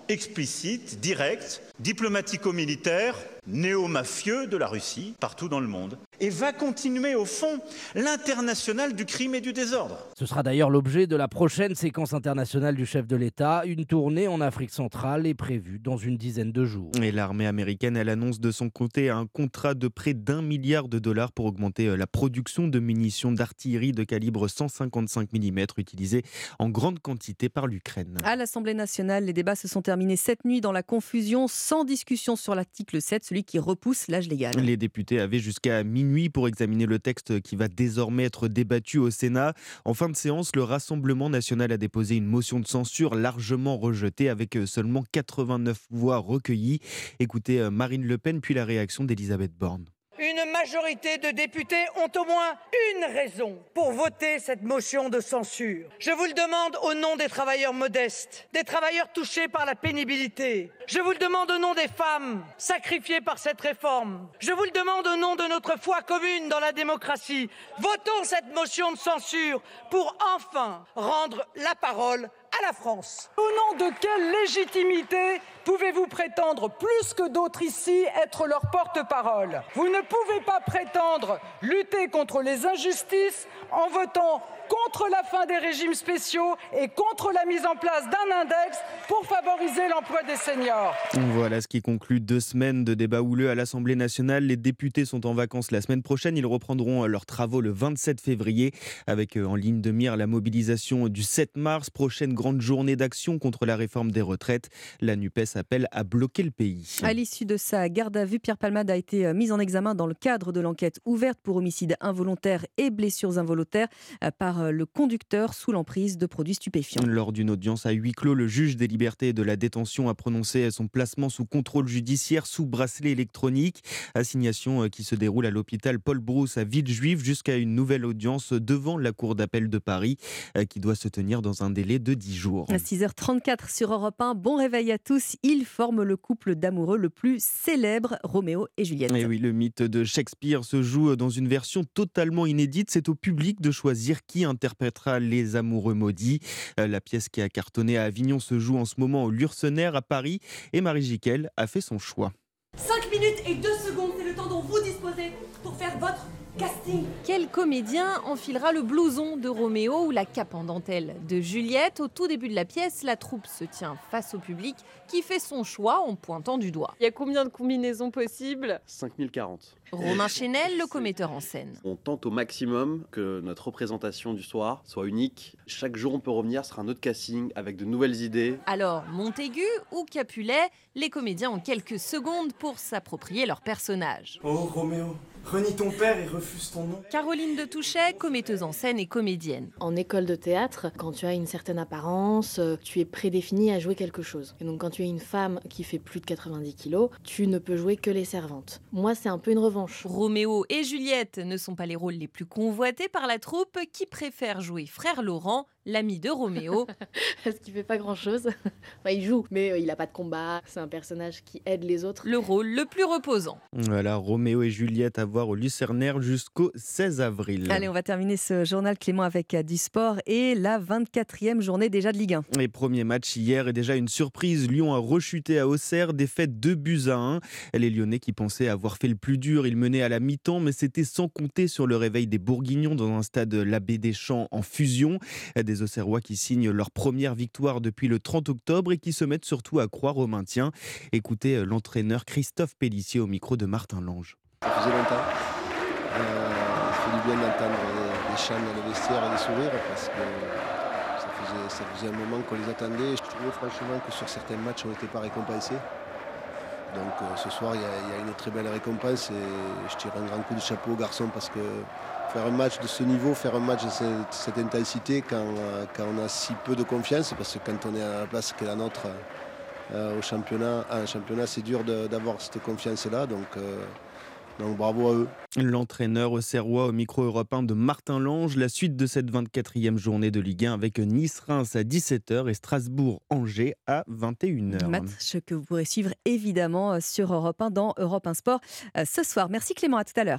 explicite, direct, diplomatico-militaire, néo-mafieux de la Russie, partout dans le monde. Et va continuer, au fond, l'international du crime et du désordre. Ce sera d'ailleurs l'objet de la prochaine séquence internationale du chef de l'État. Une tournée en Afrique centrale est prévue dans une dizaine de jours. Et l'armée américaine, elle annonce de son côté un contrat de près d'un milliard de dollars pour augmenter la production de munitions d'artillerie de calibre cent cinquante-cinq millimètres utilisées en grande quantité par l'Ukraine. À l'Assemblée nationale, les débats se sont terminés cette nuit dans la confusion, sans discussion sur l'article sept, celui qui repousse l'âge légal. Les députés avaient jusqu'à minuit pour examiner le texte qui va désormais être débattu au Sénat. En fin de séance, le Rassemblement national a déposé une motion de censure largement rejetée avec seulement quatre-vingt-neuf voix recueillies. Écoutez Marine Le Pen puis la réaction d'Elisabeth Borne. Une majorité de députés ont au moins une raison pour voter cette motion de censure. Je vous le demande au nom des travailleurs modestes, des travailleurs touchés par la pénibilité. Je vous le demande au nom des femmes sacrifiées par cette réforme. Je vous le demande au nom de notre foi commune dans la démocratie. Votons cette motion de censure pour enfin rendre la parole à la France. Au nom de quelle légitimité pouvez-vous prétendre, plus que d'autres ici, être leur porte-parole ? Vous ne pouvez pas prétendre lutter contre les injustices en votant contre la fin des régimes spéciaux et contre la mise en place d'un index pour favoriser l'emploi des seniors. Voilà ce qui conclut deux semaines de débats houleux à l'Assemblée nationale. Les députés sont en vacances la semaine prochaine. Ils reprendront leurs travaux le vingt-sept février avec en ligne de mire la mobilisation du sept mars. Prochaine grande journée d'action contre la réforme des retraites. La NUPES appelle à bloquer le pays. À l'issue de sa garde à vue, Pierre Palmade a été mis en examen dans le cadre de l'enquête ouverte pour homicide involontaire et blessures involontaires par le conducteur sous l'emprise de produits stupéfiants. Lors d'une audience à huis clos, le juge des libertés et de la détention a prononcé son placement sous contrôle judiciaire sous bracelet électronique. Assignation qui se déroule à l'hôpital Paul Brousse à Villejuif jusqu'à une nouvelle audience devant la cour d'appel de Paris qui doit se tenir dans un délai de dix jours. À six heures trente-quatre sur Europe un, bon réveil à tous. Ils forment le couple d'amoureux le plus célèbre, Roméo et Juliette. Et oui, le mythe de Shakespeare se joue dans une version totalement inédite. C'est au public de choisir qui interprétera Les Amoureux maudits. La pièce qui a cartonné à Avignon se joue en ce moment au Lursenaire à Paris et Marie Jiquel a fait son choix. cinq minutes et deux secondes, c'est le temps dont vous disposez pour faire votre casting. Quel comédien enfilera le blouson de Roméo ou la cape en dentelle de Juliette ? Au tout début de la pièce, la troupe se tient face au public qui fait son choix en pointant du doigt. Il y a combien de combinaisons possibles ? cinq mille quarante. Romain Chénel, le commetteur en scène. On tente au maximum que notre représentation du soir soit unique. Chaque jour, on peut revenir sur un autre casting avec de nouvelles idées. Alors, Montaigu ou Capulet, les comédiens ont quelques secondes pour s'approprier leur personnage. Oh Roméo, renie ton père et refuse ton nom. Caroline de Touchet, cometteuse en scène et comédienne. En école de théâtre, quand tu as une certaine apparence, tu es prédéfinie à jouer quelque chose. Et donc quand tu es une femme qui fait plus de quatre-vingt-dix kilos, tu ne peux jouer que les servantes. Moi, c'est un peu une revanche. Roméo et Juliette ne sont pas les rôles les plus convoités par la troupe qui préfère jouer frère Laurent, l'ami de Roméo. Parce qu'il fait pas grand-chose. Enfin, il joue, mais euh, il a pas de combat. C'est un personnage qui aide les autres. Le rôle le plus reposant. Voilà, Roméo et Juliette à voir au Lucernaire jusqu'au seize avril. Allez, on va terminer ce journal, Clément, avec du sport et la vingt-quatrième journée déjà de Ligue un. Les premiers matchs hier et déjà une surprise. Lyon a rechuté à Auxerre, défaite deux buts à un. Les Lyonnais qui pensaient avoir fait le plus dur, ils menaient à la mi-temps, mais c'était sans compter sur le réveil des Bourguignons dans un stade L'Abbé Deschamps en fusion. Des Auxerrois qui signent leur première victoire depuis le trente octobre et qui se mettent surtout à croire au maintien. Écoutez l'entraîneur Christophe Pélissier au micro de Martin Lange. Ça faisait longtemps. Euh, ça fait du bien d'entendre des chants dans le vestiaire et des sourires parce que ça faisait, ça faisait un moment qu'on les attendait. Je trouvais franchement que sur certains matchs on n'était pas récompensés. Donc euh, ce soir il y, y a une très belle récompense et je tire un grand coup de chapeau aux garçons parce que faire un match de ce niveau, faire un match de cette, cette intensité quand, euh, quand on a si peu de confiance, parce que quand on est à la place qui est la nôtre euh, au championnat, un championnat c'est dur de, d'avoir cette confiance-là, donc, euh, donc bravo à eux. L'entraîneur auxerrois au micro Europe un de Martin Lange. La suite de cette vingt-quatrième journée de Ligue un avec Nice-Reims à dix-sept heures et Strasbourg-Angers à vingt et une heures. Match que vous pourrez suivre évidemment sur Europe un dans Europe un Sport ce soir. Merci Clément, à tout à l'heure.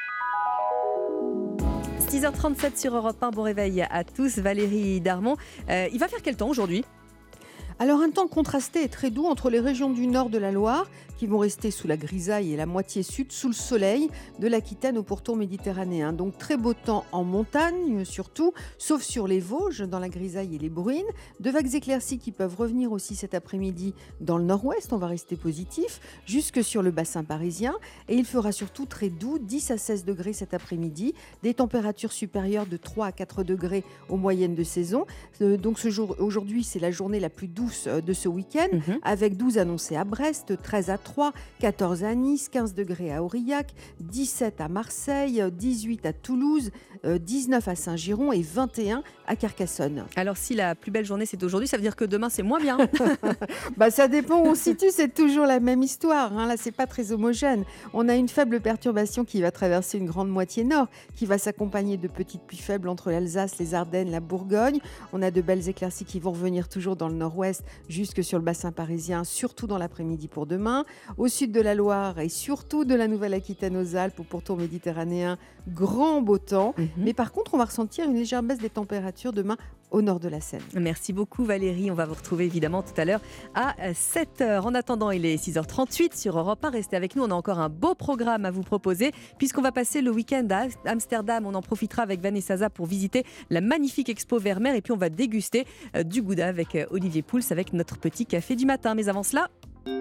six heures trente-sept sur Europe un, bon réveil à tous. Valérie Darmon, euh, il va faire quel temps aujourd'hui ? Alors un temps contrasté et très doux entre les régions du nord de la Loire, qui vont rester sous la grisaille, et la moitié sud sous le soleil, de l'Aquitaine au pourtour méditerranéen. Donc très beau temps en montagne surtout, sauf sur les Vosges, dans la grisaille et les bruines. De vagues éclaircies qui peuvent revenir aussi cet après-midi dans le nord-ouest, on va rester positif, jusque sur le bassin parisien. Et il fera surtout très doux, dix à seize degrés cet après-midi, des températures supérieures de trois à quatre degrés aux moyennes de saison. Euh, donc ce jour, aujourd'hui, c'est la journée la plus douce de ce week-end, mmh. avec douze annoncés à Brest, treize à Troyes, quatorze à Nice, quinze degrés à Aurillac, dix-sept à Marseille, dix-huit à Toulouse, dix-neuf à Saint-Giron et vingt et un à Carcassonne. Alors si la plus belle journée c'est aujourd'hui, ça veut dire que demain c'est moins bien. Bah, ça dépend où on se situe, c'est toujours la même histoire. Hein. Là, c'est pas très homogène. On a une faible perturbation qui va traverser une grande moitié nord, qui va s'accompagner de petites pluies faibles entre l'Alsace, les Ardennes, la Bourgogne. On a de belles éclaircies qui vont revenir toujours dans le nord-ouest, jusque sur le bassin parisien, surtout dans l'après-midi pour demain. Au sud de la Loire et surtout de la Nouvelle-Aquitaine aux Alpes, au pourtour méditerranéen, grand beau temps. Mmh. Mais par contre, on va ressentir une légère baisse des températures demain au nord de la Seine. Merci beaucoup Valérie, on va vous retrouver évidemment tout à l'heure à sept heures. En attendant, il est six heures trente-huit sur Europe un, restez avec nous, on a encore un beau programme à vous proposer puisqu'on va passer le week-end à Amsterdam. On en profitera avec Vanessa Zaza pour visiter la magnifique expo Vermeer et puis on va déguster du gouda avec Olivier Pouls avec notre petit café du matin. Mais avant cela...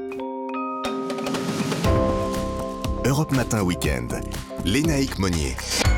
Europe Matin Week-end, Lénaïque Monnier.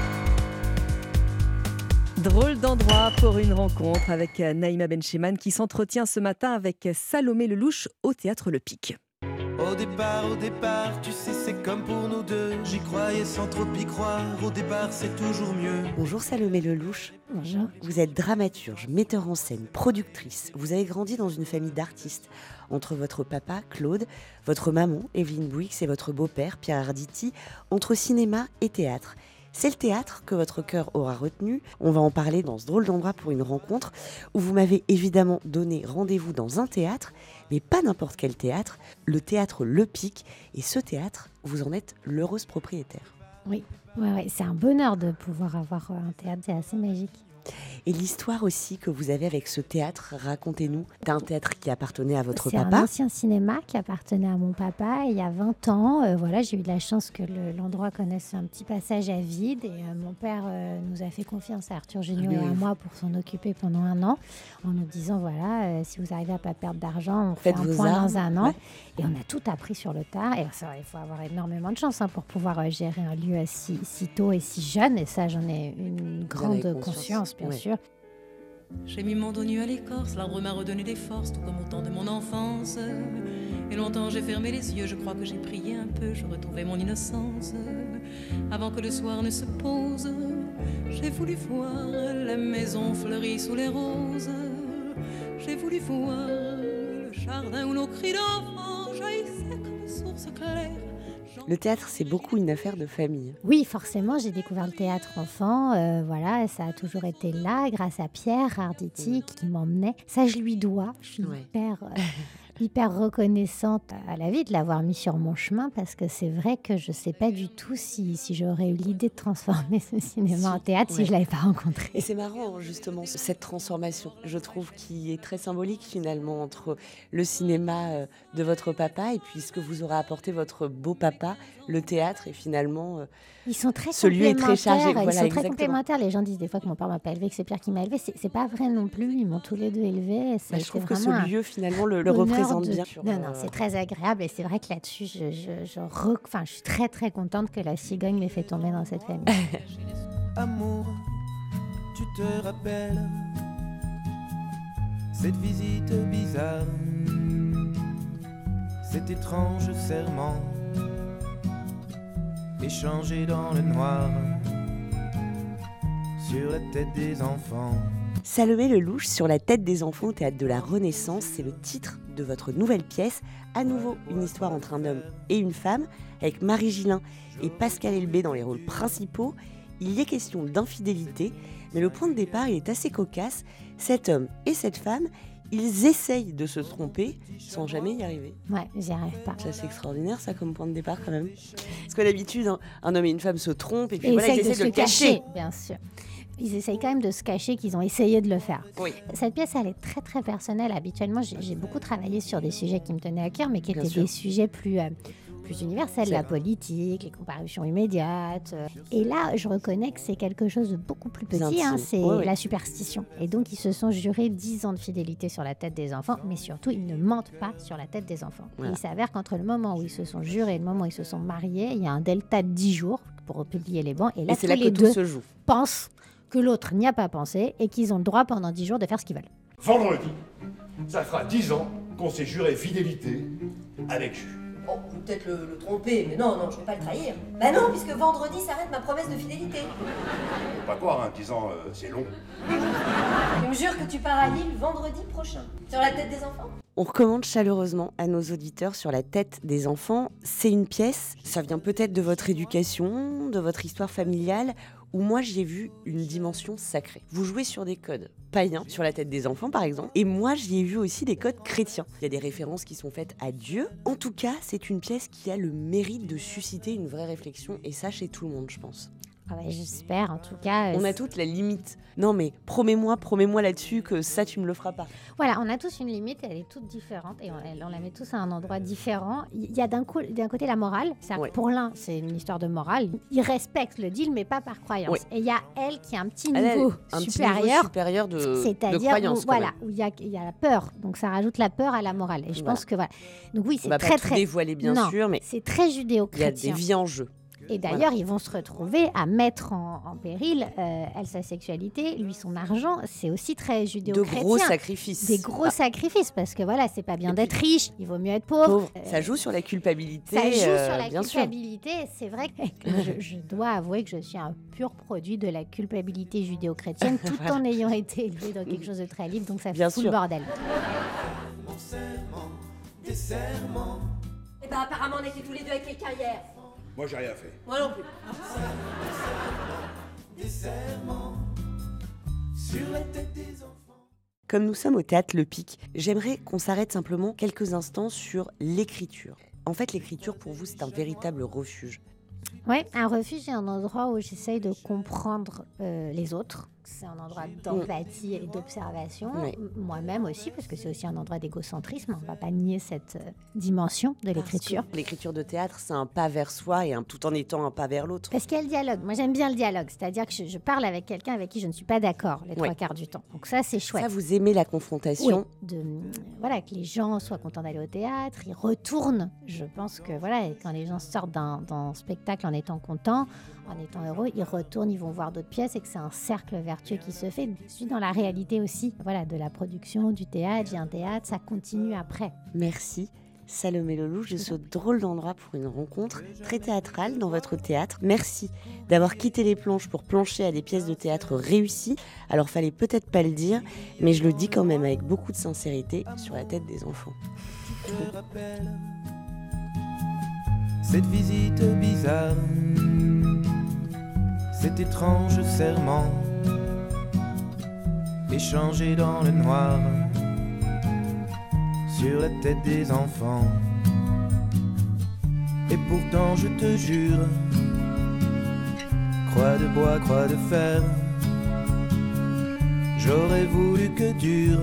Drôle d'endroit pour une rencontre avec Naïma Bencheman qui s'entretient ce matin avec Salomé Lelouch au Théâtre Le Pic. Au départ, au départ, tu sais, c'est comme pour nous deux. J'y croyais sans trop y croire. Au départ, c'est toujours mieux. Bonjour Salomé Lelouch. Bonjour. Vous êtes dramaturge, metteur en scène, productrice. Vous avez grandi dans une famille d'artistes. Entre votre papa, Claude, votre maman, Evelyne Bouix, et votre beau-père, Pierre Arditi, entre cinéma et théâtre. C'est le théâtre que votre cœur aura retenu. On va en parler dans ce drôle d'endroit pour une rencontre où vous m'avez évidemment donné rendez-vous dans un théâtre, mais pas n'importe quel théâtre, le théâtre Le Pic. Et ce théâtre, vous en êtes l'heureuse propriétaire. Oui, ouais, ouais, c'est un bonheur de pouvoir avoir un théâtre, c'est assez magique. Et l'histoire aussi que vous avez avec ce théâtre, racontez-nous. C'est un théâtre qui appartenait à votre c'est papa. C'est un ancien cinéma qui appartenait à mon papa il y a vingt ans. Euh, voilà, j'ai eu de la chance que le, l'endroit connaisse un petit passage à vide. Et euh, mon père euh, nous a fait confiance à Arthur Géniaud oui, et à oui. moi pour s'en occuper pendant un an, en nous disant, voilà, euh, si vous arrivez à ne pas perdre d'argent, on Faites fait un point armes. dans un an. Ouais. Et on a tout appris sur le tas. Et ça, il faut avoir énormément de chance hein, pour pouvoir euh, gérer un lieu si, si tôt et si jeune. Et ça, j'en ai une grande conscience. conscience bien ouais. sûr. J'ai mis mon dos nu à l'écorce, l'arbre m'a redonné des forces, tout comme au temps de mon enfance. Et longtemps j'ai fermé les yeux, je crois que j'ai prié un peu, je retrouvais mon innocence. Avant que le soir ne se pose, j'ai voulu voir la maison fleurie sous les roses. J'ai voulu voir le jardin où nos cris d'enfants jaillissaient comme source claire. Le théâtre, c'est beaucoup une affaire de famille. Oui, forcément, j'ai découvert le théâtre enfant. Euh, voilà, ça a toujours été là, grâce à Pierre Arditi, qui m'emmenait. Ça, je lui dois. Je suis ouais. hyper, euh, hyper reconnaissante à la vie de l'avoir mis sur mon chemin, parce que c'est vrai que je ne sais pas du tout si, si j'aurais eu l'idée de transformer ce cinéma en théâtre ouais. si je ne l'avais pas rencontré. Et c'est marrant, justement, cette transformation, je trouve, qui est très symbolique, finalement, entre le cinéma de votre papa et puis ce que vous aura apporté votre beau-papa, le théâtre, et finalement, ils sont très ce lieu est très chargé. Ils voilà, sont très exactement. complémentaires. Les gens disent des fois que mon père m'a pas élevé, que c'est Pierre qui m'a élevé. C'est, c'est pas vrai non plus. Ils m'ont tous les deux élevé. C'est, bah, je trouve que ce lieu, finalement, le, le représente de... bien. Non, non, c'est très agréable. Et c'est vrai que là-dessus, je, je, je, re... enfin, je suis très, très contente que la cigogne m'ait fait tomber dans cette famille. Amour, tu te rappelles cette visite bizarre, cet étrange serment échangé dans le noir sur la tête des enfants. Salomé Lelouch sur la tête des enfants au Théâtre de la Renaissance, c'est le titre de votre nouvelle pièce. À nouveau, une histoire entre un homme et une femme, avec Marie Gillin et Pascal Elbé dans les rôles principaux. Il y est question d'infidélité, mais le point de départ il est assez cocasse. Cet homme et cette femme, ils essayent de se tromper sans jamais y arriver. Ouais, j'y arrive pas. Ça, c'est extraordinaire, ça, comme point de départ, quand même. Parce que d'habitude, un, un homme et une femme se trompent et puis et voilà, ils essaient essaient de, de le cacher. cacher. Bien sûr. Ils essayent quand même de se cacher qu'ils ont essayé de le faire. Oui. Cette pièce, elle est très très personnelle. Habituellement, j'ai, j'ai beaucoup travaillé sur des sujets qui me tenaient à cœur, mais qui Bien étaient sûr. des sujets plus, euh, plus universels, C'est la vrai. politique, les comparutions immédiates. euh. Et là, je reconnais que c'est quelque chose de beaucoup plus petit, Intime. hein, c'est Ouais, ouais. la superstition. Et donc, ils se sont jurés dix ans de fidélité sur la tête des enfants, mais surtout, ils ne mentent pas sur la tête des enfants. Voilà. Et il s'avère qu'entre le moment où ils se sont jurés et le moment où ils se sont mariés, il y a un delta de dix jours pour publier les bans. Et là, Et c'est tous là les que tout deux se joue. pensent que l'autre n'y a pas pensé et qu'ils ont le droit pendant dix jours de faire ce qu'ils veulent. Vendredi, ça fera dix ans qu'on s'est juré fidélité avec Jules. Oh, vous pouvez peut-être le, le tromper, mais non, non, je vais pas le trahir. Bah non, puisque vendredi s'arrête ma promesse de fidélité. Faut pas croire, hein, dix ans, euh, c'est long. Tu me jures que tu pars à Lille vendredi prochain. Sur la tête des enfants. On recommande chaleureusement à nos auditeurs Sur la tête des enfants. C'est une pièce, ça vient peut-être de votre éducation, de votre histoire familiale, où moi j'y ai vu une dimension sacrée. Vous jouez sur des codes païens, Sur la tête des enfants par exemple, et moi j'y ai vu aussi des codes chrétiens. Il y a des références qui sont faites à Dieu. En tout cas, c'est une pièce qui a le mérite de susciter une vraie réflexion, et ça chez tout le monde, je pense. Ah ouais, j'espère, en tout cas. euh, On a toutes la limite. Non mais promets-moi, promets-moi là-dessus que ça tu me le feras pas. Voilà, on a tous une limite, elle est toute différente et on, elle- on la met tous à un endroit différent. Il y a d'un, coup, d'un côté la morale, c'est-à-dire Ouais. que pour l'un, c'est une histoire de morale. Il respecte le deal, mais pas par croyance. Ouais. Et il y a elle qui a un petit Elle a niveau un petit supérieur. niveau supérieur de, de C'est-à-dire croyance, où, quand voilà, même. où il y a, il y a la peur. Donc ça rajoute la peur à la morale. Et je Voilà. pense que voilà. Donc oui, On c'est va très pas tout très. dévoiler, bien Non, sûr, mais c'est très il y a judéo-chrétien. des vies en jeu. Et d'ailleurs, ils vont se retrouver à mettre en, en péril, euh, elle, sa sexualité, lui, son argent. C'est aussi très judéo-chrétien. De gros sacrifices. Des gros Ah. sacrifices, parce que voilà, c'est pas bien d'être riche, il vaut mieux être pauvre. Pauvre. Euh, Ça joue sur la culpabilité. ça joue euh, sur la bien sûr. culpabilité. C'est vrai que je, je dois avouer que je suis un pur produit de la culpabilité judéo-chrétienne, tout en ayant été élevée dans quelque chose de très libre. Donc ça Bien fait tout sûr. le bordel. Mon serment, des serments. Eh ben apparemment on était tous les deux avec quelqu'un hier. Moi, j'ai rien fait. Moi non plus. Des serments sur la tête des enfants. Comme nous sommes au théâtre Le Pic, j'aimerais qu'on s'arrête simplement quelques instants sur l'écriture. En fait, l'écriture, pour vous, c'est un véritable refuge. Oui, un refuge, c'est un endroit où j'essaye de comprendre euh, les autres. C'est un endroit d'empathie et d'observation. Oui. M- Moi-même aussi, parce que c'est aussi un endroit d'égocentrisme. On ne va pas nier cette euh, dimension de l'écriture. Parce que l'écriture de théâtre, c'est un pas vers soi et un, tout en étant un pas vers l'autre. Parce qu'il y a le dialogue. Moi, j'aime bien le dialogue. C'est-à-dire que je, je parle avec quelqu'un avec qui je ne suis pas d'accord les Ouais. trois quarts du temps. Donc ça, c'est chouette. Ça, vous aimez la confrontation. Oui, de, voilà, que les gens soient contents d'aller au théâtre, ils retournent. Je pense que voilà, et quand les gens sortent d'un, d'un spectacle en étant contents, en étant heureux, ils retournent, ils vont voir d'autres pièces et que c'est un cercle vertueux qui se fait. Je suis dans la réalité aussi, voilà, de la production, du théâtre, j'ai un théâtre, ça continue après. Merci. Salomé Lelouch, de ce drôle d'endroit pour une rencontre très théâtrale dans votre théâtre. Merci d'avoir quitté les planches pour plancher à des pièces de théâtre réussies. Alors, fallait peut-être pas le dire, mais je le dis quand même avec beaucoup de sincérité Sur la tête des enfants. Tu te rappelles cette visite bizarre, cet étrange serment échangé dans le noir sur la tête des enfants. Et pourtant je te jure, croix de bois, croix de fer, j'aurais voulu que dure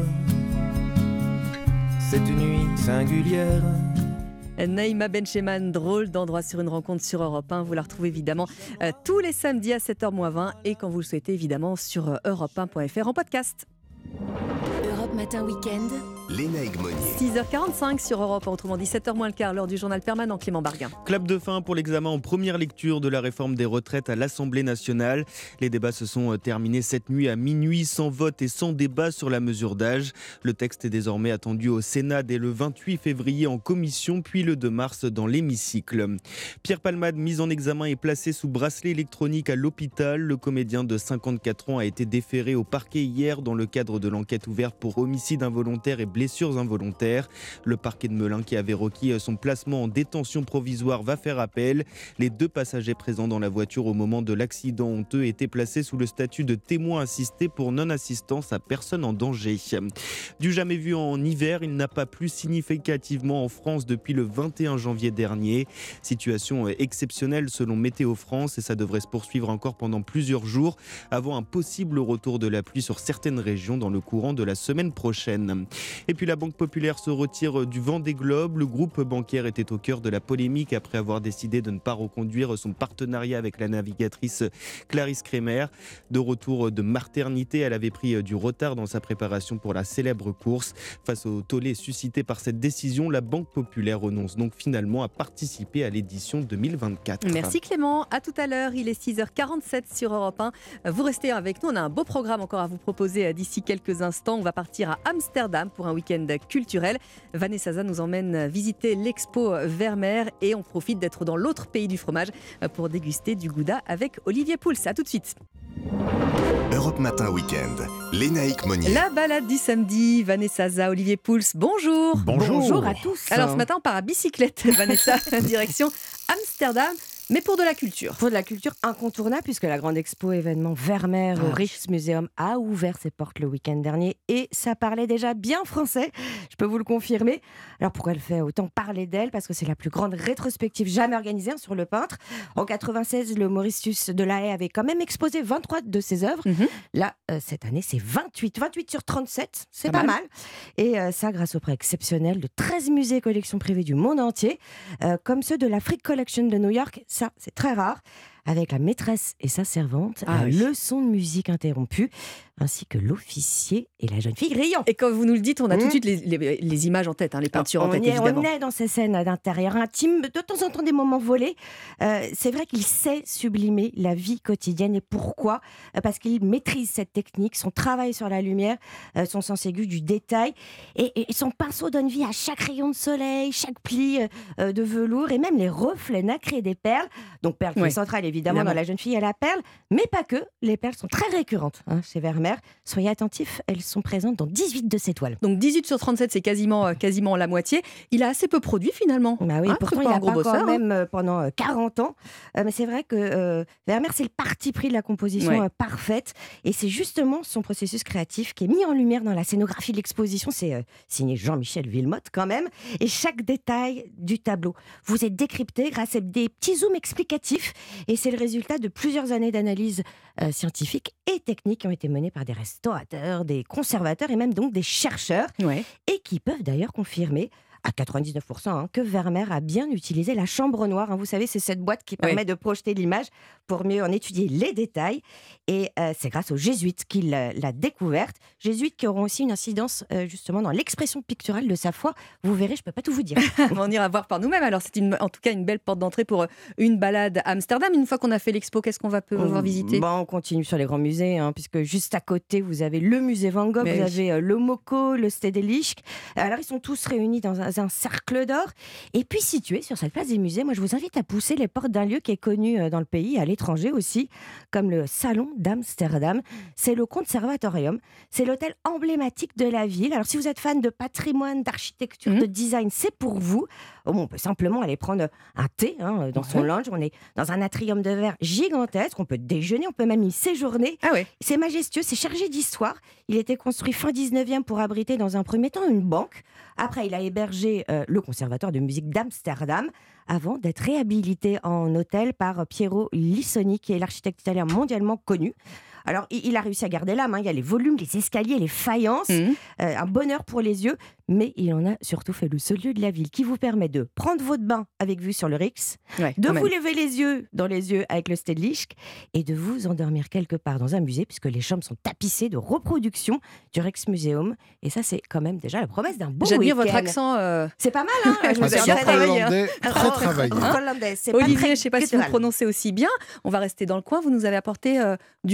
cette nuit singulière. Naïma Bencheman, drôle d'endroit sur une rencontre sur Europe un. Vous la retrouvez évidemment euh, tous les samedis à sept heures moins vingt et quand vous le souhaitez évidemment sur euh, europe un point f r en podcast. Europe Matin Week-end. Lénaïque Monnier. six heures quarante-cinq sur Europe un, autrement dit sept heures moins le quart, l'heure du journal permanent Clément Barguin. Clap de fin pour l'examen en première lecture de la réforme des retraites à l'Assemblée nationale. Les débats se sont terminés cette nuit à minuit, sans vote et sans débat sur la mesure d'âge. Le texte est désormais attendu au Sénat dès le vingt-huit février en commission, puis le deux mars dans l'hémicycle. Pierre Palmade, mis en examen et placé sous bracelet électronique à l'hôpital. Le comédien de cinquante-quatre ans a été déféré au parquet hier dans le cadre de l'enquête ouverte pour homicide involontaire et blessure blessures involontaires. Le parquet de Melun, qui avait requis son placement en détention provisoire, va faire appel. Les deux passagers présents dans la voiture au moment de l'accident ont eux été placés sous le statut de témoins assistés pour non-assistance à personne en danger. Du jamais vu en hiver, il n'a pas plu significativement en France depuis le vingt et un janvier dernier. Situation exceptionnelle selon Météo France et ça devrait se poursuivre encore pendant plusieurs jours avant un possible retour de la pluie sur certaines régions dans le courant de la semaine prochaine. Et puis la Banque Populaire se retire du Vendée Globe. Le groupe bancaire était au cœur de la polémique après avoir décidé de ne pas reconduire son partenariat avec la navigatrice Clarisse Kremer. De retour de maternité, elle avait pris du retard dans sa préparation pour la célèbre course. Face au tollé suscité par cette décision, la Banque Populaire renonce donc finalement à participer à l'édition deux mille vingt-quatre. Merci Clément, à tout à l'heure, il est six heures quarante-sept sur Europe un. Vous restez avec nous, on a un beau programme encore à vous proposer d'ici quelques instants. On va partir à Amsterdam pour un week-end culturel. Vanessa Zaza nous emmène visiter l'expo Vermeer et on profite d'être dans l'autre pays du fromage pour déguster du gouda avec Olivier Pouls. À tout de suite. Europe Matin Week-end, Lénaïque Monnier. La balade du samedi, Vanessa Zaza, Olivier Pouls, bonjour. Bonjour. Bonjour à tous. Alors ce matin on part à bicyclette, Vanessa, direction Amsterdam. Mais pour de la culture. Pour de la culture incontournable, puisque la grande expo événement Vermeer ah. au Rijksmuseum a ouvert ses portes le week-end dernier et ça parlait déjà bien français, je peux vous le confirmer. Alors pourquoi elle fait autant parler d'elle ? Parce que c'est la plus grande rétrospective jamais organisée hein, sur le peintre. En quatre-vingt-seize, le Mauritius de La Haye avait quand même exposé vingt-trois de ses œuvres. Mm-hmm. Là, euh, cette année, c'est vingt-huit. vingt-huit sur trente-sept, c'est pas, pas mal. mal. Et euh, ça, grâce au prêt exceptionnel de treize musées et collections privées du monde entier, euh, comme ceux de la Frick Collection de New York. Ça, c'est très rare, avec la maîtresse et sa servante, ah, la oui. leçon de musique interrompue, ainsi que l'officier et la jeune fille riant. Et quand vous nous le dites, on a mmh. tout de suite les, les, les images en tête, hein, les peintures on en tête, est, évidemment. On est dans ces scènes d'intérieur intime, de temps en temps des moments volés. Euh, c'est vrai qu'il sait sublimer la vie quotidienne. Et pourquoi ? Parce qu'il maîtrise cette technique, son travail sur la lumière, euh, son sens aigu du détail. Et, et son pinceau donne vie à chaque rayon de soleil, chaque pli euh, de velours, et même les reflets nacrés des perles. Donc perles ouais. centrales, évidemment, évidemment, dans la jeune fille et la perle. Mais pas que, les perles sont très récurrentes hein, chez Vermeer. Soyez attentifs, elles sont présentes dans dix-huit de ses toiles. Donc dix-huit sur trente-sept, c'est quasiment, euh, quasiment la moitié. Il a assez peu produit finalement. Bah oui, hein, pourtant il a pas quand hein. même euh, pendant quarante ans. Euh, mais c'est vrai que euh, Vermeer, c'est le parti pris de la composition ouais. euh, parfaite. Et c'est justement son processus créatif qui est mis en lumière dans la scénographie de l'exposition. C'est euh, signé Jean-Michel Villemotte quand même. Et chaque détail du tableau vous est décrypté grâce à des petits zooms explicatifs. Et c'est le résultat de plusieurs années d'analyse euh, scientifique et technique qui ont été menées par des restaurateurs, des conservateurs et même donc des chercheurs ouais. et qui peuvent d'ailleurs confirmer à quatre-vingt-dix-neuf pour cent hein, que Vermeer a bien utilisé la chambre noire. Hein. Vous savez, c'est cette boîte qui permet oui. de projeter l'image pour mieux en étudier les détails. Et euh, c'est grâce aux jésuites qu'il euh, l'a découverte. Jésuites qui auront aussi une incidence euh, justement dans l'expression picturale de sa foi. Vous verrez, je ne peux pas tout vous dire. On ira voir par nous-mêmes. Alors c'est une, en tout cas une belle porte d'entrée pour une balade à Amsterdam. Une fois qu'on a fait l'expo, qu'est-ce qu'on va pouvoir visiter ? Bon, on continue sur les grands musées, hein, puisque juste à côté, vous avez le musée Van Gogh, Mais vous oui. avez euh, le MoCo, le Stedelijk. Alors ils sont tous réunis dans un, un cercle d'or. Et puis situé sur cette place des musées, moi je vous invite à pousser les portes d'un lieu qui est connu dans le pays, à l'étranger aussi, comme le Salon d'Amsterdam. C'est le Conservatorium. C'est l'hôtel emblématique de la ville. Alors si vous êtes fan de patrimoine, d'architecture, mmh. de design, c'est pour vous. Bon, on peut simplement aller prendre un thé hein, dans son ouais. lounge. On est dans un atrium de verre gigantesque. On peut déjeuner, on peut même y séjourner. Ah ouais. C'est majestueux, c'est chargé d'histoire. Il a été construit fin dix-neuvième pour abriter dans un premier temps une banque. Après, il a hébergé euh, le Conservatoire de musique d'Amsterdam avant d'être réhabilité en hôtel par Piero Lissoni, qui est l'architecte italien mondialement connu. Alors, il a réussi à garder l'âme. Hein. Il y a les volumes, les escaliers, les faïences. Mmh. Euh, un bonheur pour les yeux. Mais il en a surtout fait le seul lieu de la ville qui vous permet de prendre votre bain avec vue sur le Rijks, ouais, de vous même. lever les yeux dans les yeux avec le Stedelijk et de vous endormir quelque part dans un musée, puisque les chambres sont tapissées de reproductions du Rijksmuseum. Et ça, c'est quand même déjà la promesse d'un beau J'admire week-end. votre accent. Euh... C'est pas mal, hein. Je me suis bien travaillé. Très travaillé. Hein Olivier, je ne sais pas si vous prononcez aussi bien. On va rester dans le coin. Vous nous avez apporté euh, du gouda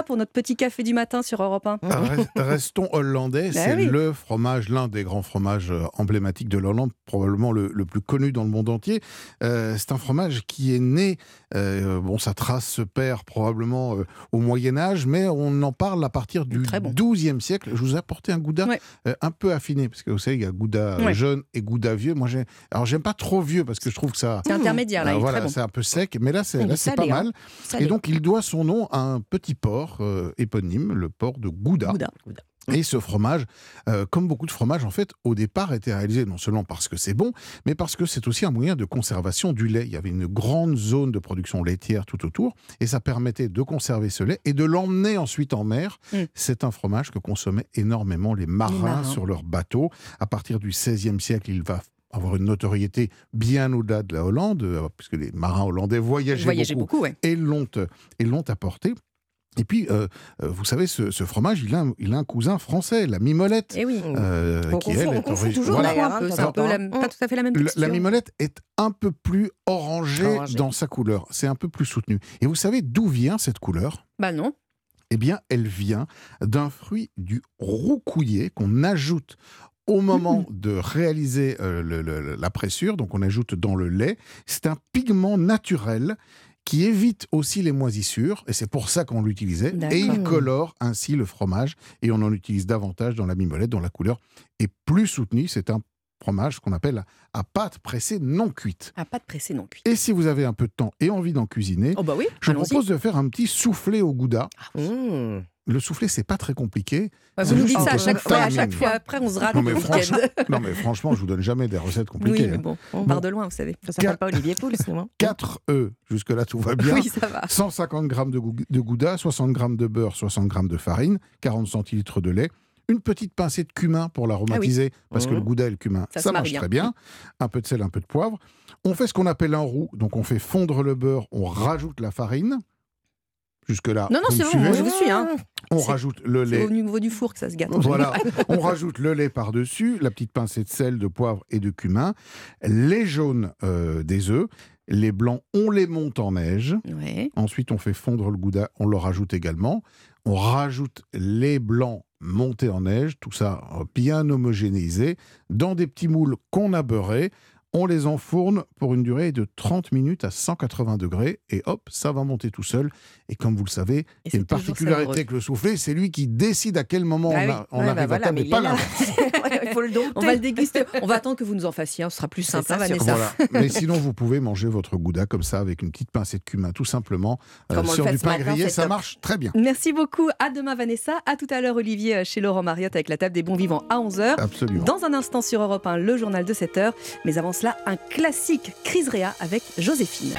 pour notre petit café du matin sur Europe un. Restons hollandais, Bah c'est oui. le fromage, l'un des grands fromages emblématiques de l'Hollande, probablement le, le plus connu dans le monde entier. Euh, c'est un fromage qui est né, euh, bon, sa trace se perd probablement euh, au Moyen-Âge, mais on en parle à partir du douzième siècle. Je vous ai apporté un gouda Ouais. euh, un peu affiné, parce que vous savez, il y a gouda Ouais. jeune et gouda vieux. Moi, j'ai... Alors, j'aime pas trop vieux, parce que je trouve que ça... C'est intermédiaire, là, il est voilà, très bon. c'est un peu sec, mais là, c'est, Il là, est c'est salé, pas hein. mal. Salé. Et donc, il doit son nom à un petit port euh, éponyme, le port de Gouda. Gouda. Et ce fromage, euh, comme beaucoup de fromages, en fait, au départ, était réalisé non seulement parce que c'est bon, mais parce que c'est aussi un moyen de conservation du lait. Il y avait une grande zone de production laitière tout autour, et ça permettait de conserver ce lait et de l'emmener ensuite en mer. Mm. C'est un fromage que consommaient énormément les marins, Les marins. sur leurs bateaux. À partir du seizième siècle, il va avoir une notoriété bien au-delà de la Hollande, euh, puisque les marins hollandais voyageaient, Voyageaient beaucoup, beaucoup, ouais. et l'ont, et l'ont apporté. Et puis, euh, euh, vous savez, ce, ce fromage, il a, un, il a un cousin français, la mimolette. Eh oui. euh, On qui, confond- elle, on est confond origi- toujours voilà. d'ailleurs, hein, c'est un peu la- pas tout à fait la même La- texture. La mimolette est un peu plus orangée, Orangée. dans sa couleur. C'est un peu plus soutenu. Et vous savez d'où vient cette couleur ? Bah non. Eh bien, elle vient d'un fruit du roucouillet qu'on ajoute au moment de réaliser euh, le- le- la pressure. Donc, on ajoute dans le lait. C'est un pigment naturel qui évite aussi les moisissures, et c'est pour ça qu'on l'utilisait, D'accord. et il colore ainsi le fromage, et on en utilise davantage dans la mimolette, dont la couleur est plus soutenue. C'est un fromage qu'on appelle à pâte pressée non cuite. À pâte pressée non cuite. Et si vous avez un peu de temps et envie d'en cuisiner, Oh bah oui, je allons-y. propose de faire un petit soufflé au gouda. Mmh. Le soufflé, c'est pas très compliqué. Bah, C'est vous nous juste dites ça à une chaque question de fois, à chaque timing. fois. Après, on se rate Non, le mais week-end. franchement, non, mais franchement, je vous donne jamais des recettes compliquées. Oui, mais hein. bon, on part de loin, vous savez. Ça s'appelle pas Olivier Pouls, non quatre œufs, jusque-là tout va bien. Oui, ça va. cent cinquante grammes de, gou- de gouda, soixante grammes de beurre, soixante grammes de farine, quarante centilitres de lait, une petite pincée de cumin pour l'aromatiser, parce que Mmh. le gouda et le cumin, Ça ça, se marie marche bien. très bien. Un peu de sel, un peu de poivre. On fait ce qu'on appelle un roux, donc on fait fondre le beurre, on rajoute la farine. Jusque-là, Non, non, vous c'est me bon, moi, suivez je vous suis. Hein. On C'est- rajoute le C'est lait. au niveau du four que ça se gâte. en Voilà, général. on rajoute le lait par-dessus, la petite pincée de sel, de poivre et de cumin, les jaunes euh, des œufs, les blancs, on les monte en neige. Ouais. Ensuite, on fait fondre le gouda, on le rajoute également. On rajoute les blancs montés en neige, tout ça euh, bien homogénéisé, dans des petits moules qu'on a beurrés. On les enfourne pour une durée de trente minutes à cent quatre-vingts degrés et hop, ça va monter tout seul. Et comme vous le savez, il y a une toujours particularité savoureux. avec le soufflé, c'est lui qui décide à quel moment Ah on, oui. a- on Ouais, bah arrive voilà, à table mais et il pas est là. l'inverse. Il faut le dompter. On va le déguster. On va attendre que vous nous en fassiez. hein. Ce sera plus simple, ça, hein, sûr. Vanessa. Voilà. Mais sinon, vous pouvez manger votre gouda comme ça, avec une petite pincée de cumin, tout simplement, euh, Comme on le sur fait du ce pain matin, grillé, c'est ça top. marche très bien. Merci beaucoup. À demain, Vanessa. À tout à l'heure, Olivier, chez Laurent Mariotte avec la table des bons vivants à onze heures. Absolument. Dans un instant sur Europe un, le journal de sept heures. Mais avant cela, un classique, Chris Rea avec Joséphine.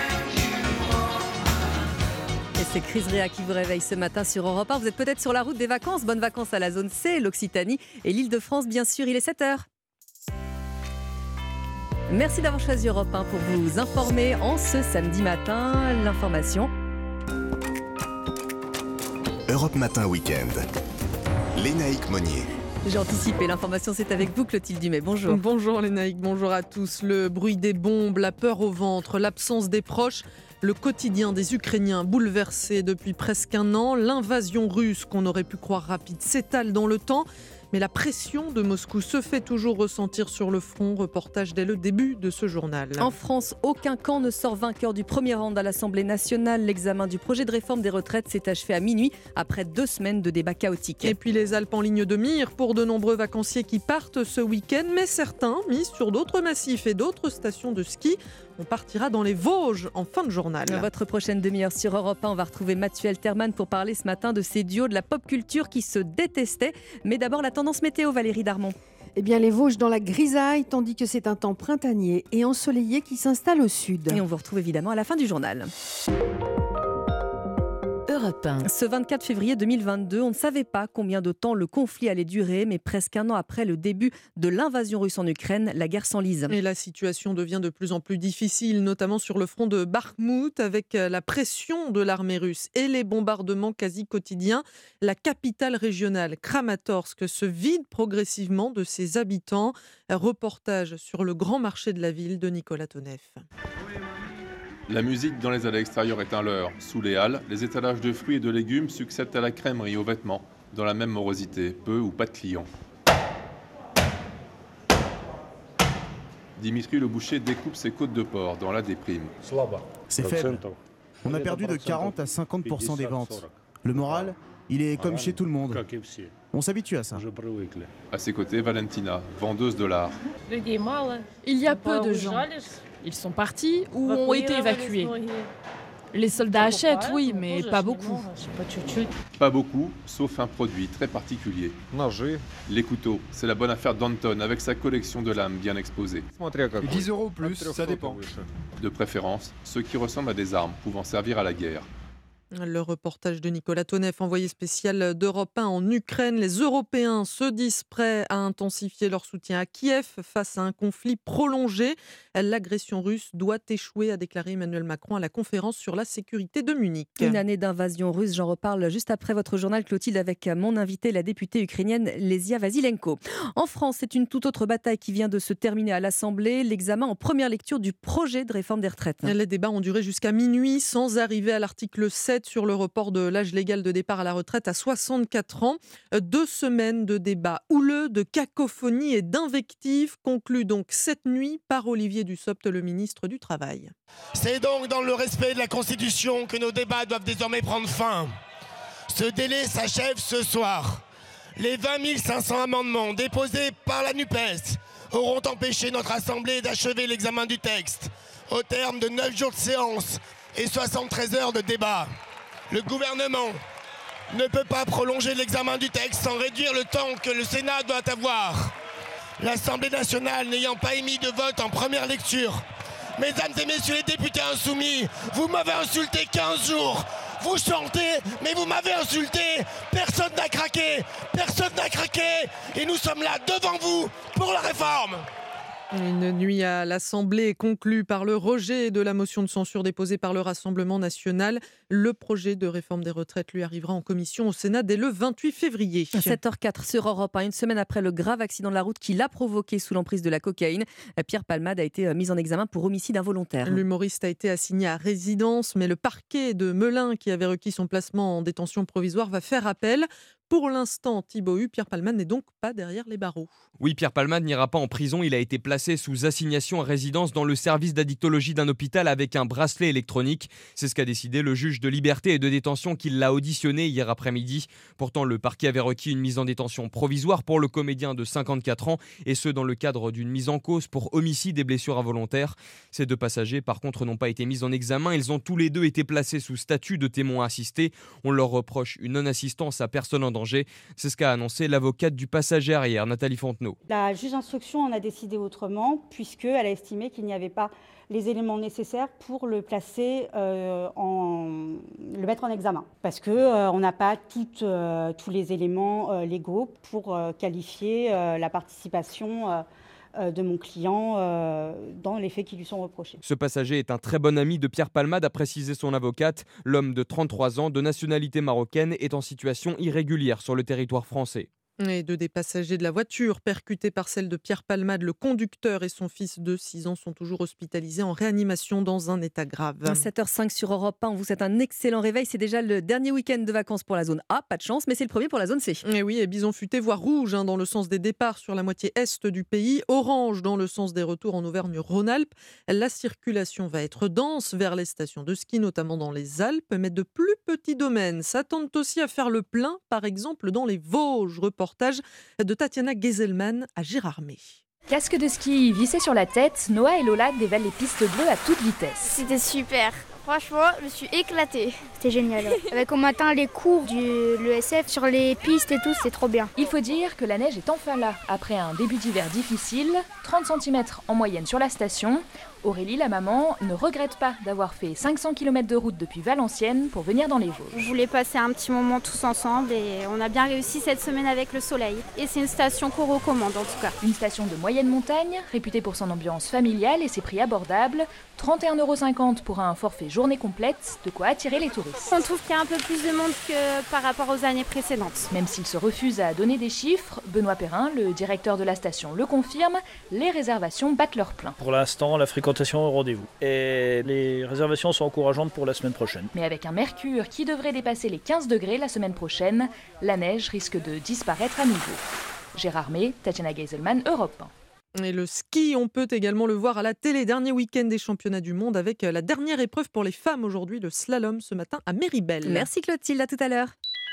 Et c'est Chris Rea qui vous réveille ce matin sur Europe un. Vous êtes peut-être sur la route des vacances. Bonnes vacances à la zone C, l'Occitanie et l'Île-de-France, bien sûr. Il est sept heures. Merci d'avoir choisi Europe un pour vous informer en ce samedi matin. L'information. Europe Matin Week-end. Lénaïque Monnier. J'ai anticipé. L'information, c'est avec vous, Clotilde Dumais. Bonjour. Bonjour Lénaïque, bonjour à tous. Le bruit des bombes, la peur au ventre, l'absence des proches, le quotidien des Ukrainiens bouleversé depuis presque un an. L'invasion russe, qu'on aurait pu croire rapide, s'étale dans le temps. Mais la pression de Moscou se fait toujours ressentir sur le front. Reportage dès le début de ce journal. En France, aucun camp ne sort vainqueur du premier round à l'Assemblée nationale. L'examen du projet de réforme des retraites s'est achevé à minuit après deux semaines de débats chaotiques. Et puis les Alpes en ligne de mire pour de nombreux vacanciers qui partent ce week-end. Mais certains misent sur d'autres massifs et d'autres stations de ski. On partira dans les Vosges en fin de journal. Votre prochaine demi-heure sur Europe un, on va retrouver Mathieu Alterman pour parler ce matin de ces duos de la pop culture qui se détestaient. Mais d'abord la tendance météo, Valérie Darmon. Eh bien, les Vosges dans la grisaille, tandis que c'est un temps printanier et ensoleillé qui s'installe au sud. Et on vous retrouve évidemment à la fin du journal. Europe un. Ce vingt-quatre février deux mille vingt-deux, on ne savait pas combien de temps le conflit allait durer, mais presque un an après le début de l'invasion russe en Ukraine, la guerre s'enlise. Et la situation devient de plus en plus difficile, notamment sur le front de Bakhmout, avec la pression de l'armée russe et les bombardements quasi quotidiens. La capitale régionale, Kramatorsk, se vide progressivement de ses habitants. Un reportage sur le grand marché de la ville de Nicolas Tonev. La musique dans les allées extérieures est un leurre. Sous les halles, les étalages de fruits et de légumes succèdent à la crèmerie, aux vêtements, dans la même morosité, peu ou pas de clients. Dimitri le boucher découpe ses côtes de porc dans la déprime. C'est faible. On a perdu de quarante à cinquante pour cent des ventes. Le moral, il est comme chez tout le monde. On s'habitue à ça. À ses côtés, Valentina, vendeuse de l'art. Il y a peu de gens. Ils sont partis ou ont été évacués. Les soldats achètent, oui, mais pas beaucoup. Pas beaucoup, sauf un produit très particulier. Les couteaux, c'est la bonne affaire d'Anton avec sa collection de lames bien exposée. dix euros ou plus, ça dépend. De préférence, ceux qui ressemblent à des armes pouvant servir à la guerre. Le reportage de Nicolas Tonev, envoyé spécial d'Europe un en Ukraine. Les Européens se disent prêts à intensifier leur soutien à Kiev face à un conflit prolongé. L'agression russe doit échouer, a déclaré Emmanuel Macron à la conférence sur la sécurité de Munich. Une année d'invasion russe, j'en reparle juste après votre journal, Clotilde, avec mon invitée, la députée ukrainienne Lesia Vasilenko. En France, c'est une toute autre bataille qui vient de se terminer à l'Assemblée, l'examen en première lecture du projet de réforme des retraites. Les débats ont duré jusqu'à minuit sans arriver à l'article sept sur le report de l'âge légal de départ à la retraite à soixante-quatre ans. Deux semaines de débats houleux, de cacophonie et d'invectives concluent donc cette nuit par Olivier Dussopt, le ministre du Travail. C'est donc dans le respect de la Constitution que nos débats doivent désormais prendre fin. Ce délai s'achève ce soir. Les vingt mille cinq cents amendements déposés par la NUPES auront empêché notre Assemblée d'achever l'examen du texte au terme de neuf jours de séance et soixante-treize heures de débat. Le gouvernement ne peut pas prolonger l'examen du texte sans réduire le temps que le Sénat doit avoir. L'Assemblée nationale n'ayant pas émis de vote en première lecture. Mesdames et messieurs les députés insoumis, vous m'avez insulté quinze jours. Vous chantez, mais vous m'avez insulté. Personne n'a craqué. Personne n'a craqué. Et nous sommes là devant vous pour la réforme. Une nuit à l'Assemblée conclue par le rejet de la motion de censure déposée par le Rassemblement national. Le projet de réforme des retraites lui arrivera en commission au Sénat dès le vingt-huit février. sept heures quatre sur Europe un, une semaine après le grave accident de la route qu'il a provoqué sous l'emprise de la cocaïne. Pierre Palmade a été mis en examen pour homicide involontaire. L'humoriste a été assigné à résidence, mais le parquet de Melun, qui avait requis son placement en détention provisoire, va faire appel. Pour l'instant, Thibaut Hu, Pierre Palmade n'est donc pas derrière les barreaux. Oui, Pierre Palmade n'ira pas en prison. Il a été placé sous assignation à résidence dans le service d'addictologie d'un hôpital avec un bracelet électronique. C'est ce qu'a décidé le juge de liberté et de détention qui l'a auditionné hier après-midi. Pourtant, le parquet avait requis une mise en détention provisoire pour le comédien de cinquante-quatre ans, et ce dans le cadre d'une mise en cause pour homicide et blessures involontaires. Ces deux passagers, par contre, n'ont pas été mis en examen. Ils ont tous les deux été placés sous statut de témoins assistés. On leur reproche une non-assistance à personne en danger. C'est ce qu'a annoncé l'avocate du passager arrière, Nathalie Fontenot. La juge d'instruction en a décidé autrement, puisqu'elle a estimé qu'il n'y avait pas les éléments nécessaires pour le placer, euh, en, le mettre en examen. Parce qu'on euh, n'a pas toutes, euh, tous les éléments euh, légaux pour euh, qualifier euh, la participation euh, de mon client euh, dans les faits qui lui sont reprochés. Ce passager est un très bon ami de Pierre Palmade, a précisé son avocate. L'homme de trente-trois ans, de nationalité marocaine, est en situation irrégulière sur le territoire français. Et deux des passagers de la voiture percutée par celle de Pierre Palmade, le conducteur et son fils de six ans sont toujours hospitalisés en réanimation dans un état grave. sept heures cinq sur Europe un, on vous souhaite un excellent réveil. C'est déjà le dernier week-end de vacances pour la zone A, pas de chance, mais c'est le premier pour la zone C. Et oui, et bison futé, voire rouge hein, dans le sens des départs sur la moitié est du pays, orange dans le sens des retours en Auvergne-Rhône-Alpes. La circulation va être dense vers les stations de ski, notamment dans les Alpes, mais de plus petits domaines s'attendent aussi à faire le plein, par exemple dans les Vosges. Reportage de Tatiana Gezelman à Gérardmer. Casque de ski vissé sur la tête, Noah et Lola dévalent les pistes bleues à toute vitesse. C'était super. Franchement, je me suis éclatée. C'était génial. Avec au matin les cours du l'E S F sur les pistes et tout, c'est trop bien. Il faut dire que la neige est enfin là. Après un début d'hiver difficile, trente centimètres en moyenne sur la station. Aurélie, la maman, ne regrette pas d'avoir fait cinq cents kilomètres de route depuis Valenciennes pour venir dans les Vosges. On voulait passer un petit moment tous ensemble et on a bien réussi cette semaine avec le soleil. Et c'est une station qu'on recommande en tout cas. Une station de moyenne montagne, réputée pour son ambiance familiale et ses prix abordables. trente et un euros cinquante pour un forfait journée complète, de quoi attirer les touristes. On trouve qu'il y a un peu plus de monde que par rapport aux années précédentes. Même s'il se refuse à donner des chiffres, Benoît Perrin, le directeur de la station, le confirme, les réservations battent leur plein. Pour l'instant, la fréquence fréquentation au rendez-vous. Et les réservations sont encourageantes pour la semaine prochaine. Mais avec un mercure qui devrait dépasser les quinze degrés la semaine prochaine, la neige risque de disparaître à nouveau. Gérard May, Tatiana Geiselman, Europe un. Et le ski, on peut également le voir à la télé. Dernier week-end des championnats du monde avec la dernière épreuve pour les femmes aujourd'hui, le slalom ce matin à Méribel. Merci Clotilde, à tout à l'heure.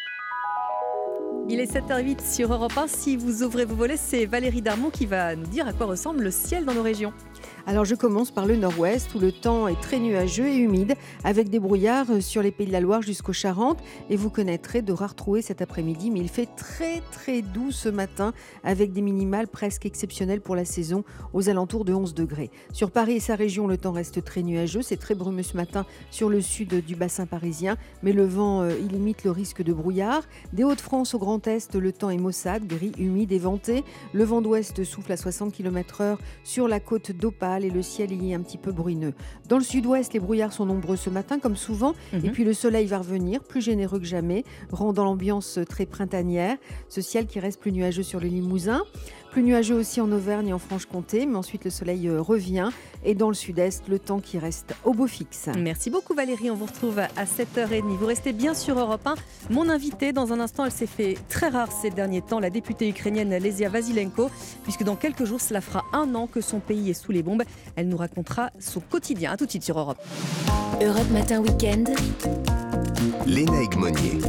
Il est sept heures huit sur Europe un. Si vous ouvrez vos volets, c'est Valérie Darmon qui va nous dire à quoi ressemble le ciel dans nos régions. Alors je commence par le nord-ouest où le temps est très nuageux et humide avec des brouillards sur les Pays de la Loire jusqu'aux Charentes et vous connaîtrez de rares trouées cet après-midi, mais il fait très très doux ce matin avec des minimales presque exceptionnelles pour la saison aux alentours de onze degrés. Sur Paris et sa région, le temps reste très nuageux, c'est très brumeux ce matin sur le sud du bassin parisien, mais le vent euh, il limite le risque de brouillard. Des Hauts-de-France au Grand Est, le temps est maussade, gris, humide et venté. Le vent d'ouest souffle à soixante kilomètres heure sur la côte d'Opale et le ciel y est un petit peu bruneux. Dans le sud-ouest, les brouillards sont nombreux ce matin, comme souvent, mmh. et puis le soleil va revenir, plus généreux que jamais, rendant l'ambiance très printanière. Ce ciel qui reste plus nuageux sur le Limousin, plus nuageux aussi en Auvergne et en Franche-Comté, mais ensuite le soleil revient, et dans le sud-est, le temps qui reste au beau fixe. Merci beaucoup Valérie, on vous retrouve à sept heures trente. Vous restez bien sur Europe un. Mon invitée, dans un instant, elle s'est fait très rare ces derniers temps, la députée ukrainienne Lesia Vasilenko, puisque dans quelques jours, cela fera un an que son pays est sous les bombes. Elle nous racontera son quotidien. À tout de suite sur Europe. Europe Matin Week-end. Lénaïque Monnier.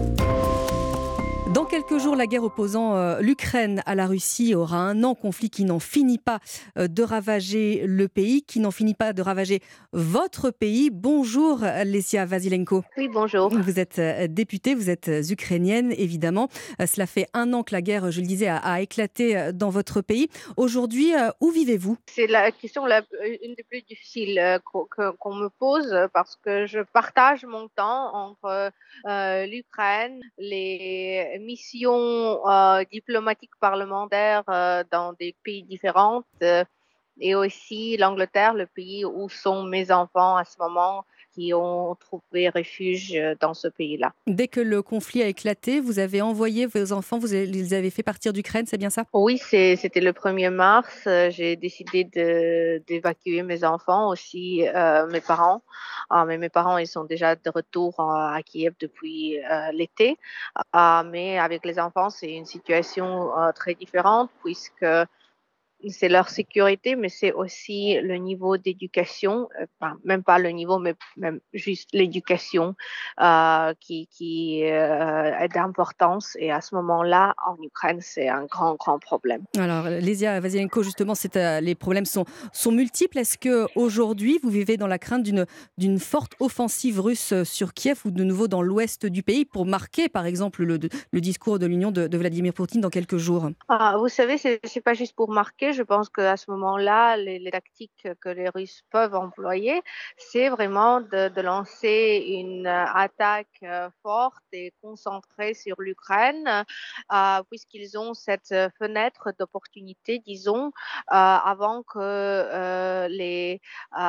Dans quelques jours, la guerre opposant euh, l'Ukraine à la Russie aura un an, conflit qui n'en finit pas euh, de ravager le pays, qui n'en finit pas de ravager votre pays. Bonjour Lesia Vasilenko. Oui, bonjour. Vous êtes euh, députée, vous êtes euh, ukrainienne évidemment. Euh, cela fait un an que la guerre, je le disais, a, a éclaté euh, dans votre pays. Aujourd'hui, euh, où vivez-vous ? C'est la question la, une des plus difficiles euh, qu'on, qu'on me pose parce que je partage mon temps entre euh, l'Ukraine, les missions euh, diplomatiques parlementaires euh, dans des pays différents euh, et aussi l'Angleterre, le pays où sont mes enfants à ce moment qui ont trouvé refuge dans ce pays-là. Dès que le conflit a éclaté, vous avez envoyé vos enfants, vous les avez fait partir d'Ukraine, c'est bien ça ? Oui, c'est, c'était le premier mars. J'ai décidé de, d'évacuer mes enfants, aussi euh, mes parents. Ah, mais mes parents, ils sont déjà de retour à Kiev depuis euh, l'été. Ah, mais avec les enfants, c'est une situation euh, très différente puisque c'est leur sécurité, mais c'est aussi le niveau d'éducation, enfin, même pas le niveau, mais même juste l'éducation euh, qui, qui euh, est d'importance. Et à ce moment-là, en Ukraine, c'est un grand, grand problème. Alors, Lesia Vasilenko, justement, c'est, euh, les problèmes sont, sont multiples. Est-ce qu'aujourd'hui, vous vivez dans la crainte d'une, d'une forte offensive russe sur Kiev ou de nouveau dans l'ouest du pays pour marquer, par exemple, le, le discours de l'Union de, de Vladimir Poutine dans quelques jours ? Ah, vous savez, c'est, c'est pas juste pour marquer. Je pense qu'à ce moment-là, les, les tactiques que les Russes peuvent employer, c'est vraiment de, de lancer une euh, attaque euh, forte et concentrée sur l'Ukraine, euh, puisqu'ils ont cette fenêtre d'opportunité, disons, euh, avant que euh, les,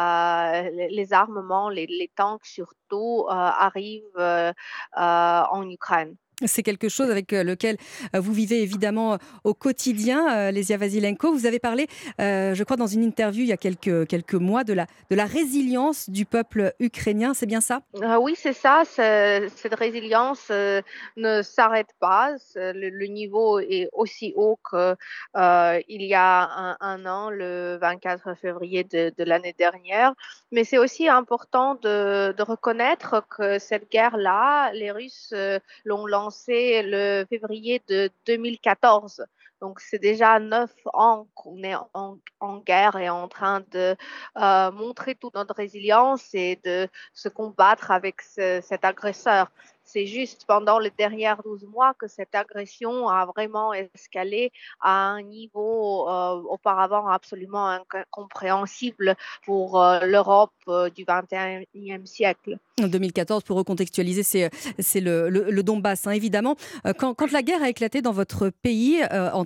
euh, les armements, les, les tanks surtout, euh, arrivent euh, euh, en Ukraine. C'est quelque chose avec lequel vous vivez évidemment au quotidien, Lesia Vasilenko. Vous avez parlé, euh, je crois, dans une interview il y a quelques, quelques mois de la, de la résilience du peuple ukrainien, c'est bien ça ? euh, Oui, c'est ça. C'est, cette résilience euh, ne s'arrête pas. Le, le niveau est aussi haut qu'il euh, y a un, un an, le vingt-quatre février de, de l'année dernière. Mais c'est aussi important de, de reconnaître que cette guerre-là, les Russes euh, l'ont lancée le février de deux mille quatorze. Donc, c'est déjà neuf ans qu'on est en, en guerre et en train de euh, montrer toute notre résilience et de se combattre avec ce, cet agresseur. C'est juste pendant les dernières douze mois que cette agression a vraiment escalé à un niveau euh, auparavant absolument incompréhensible pour euh, l'Europe euh, du vingt et unième siècle. En deux mille quatorze, pour recontextualiser, c'est, c'est le, le, le Donbass, hein, évidemment. Quand, quand la guerre a éclaté dans votre pays, euh, en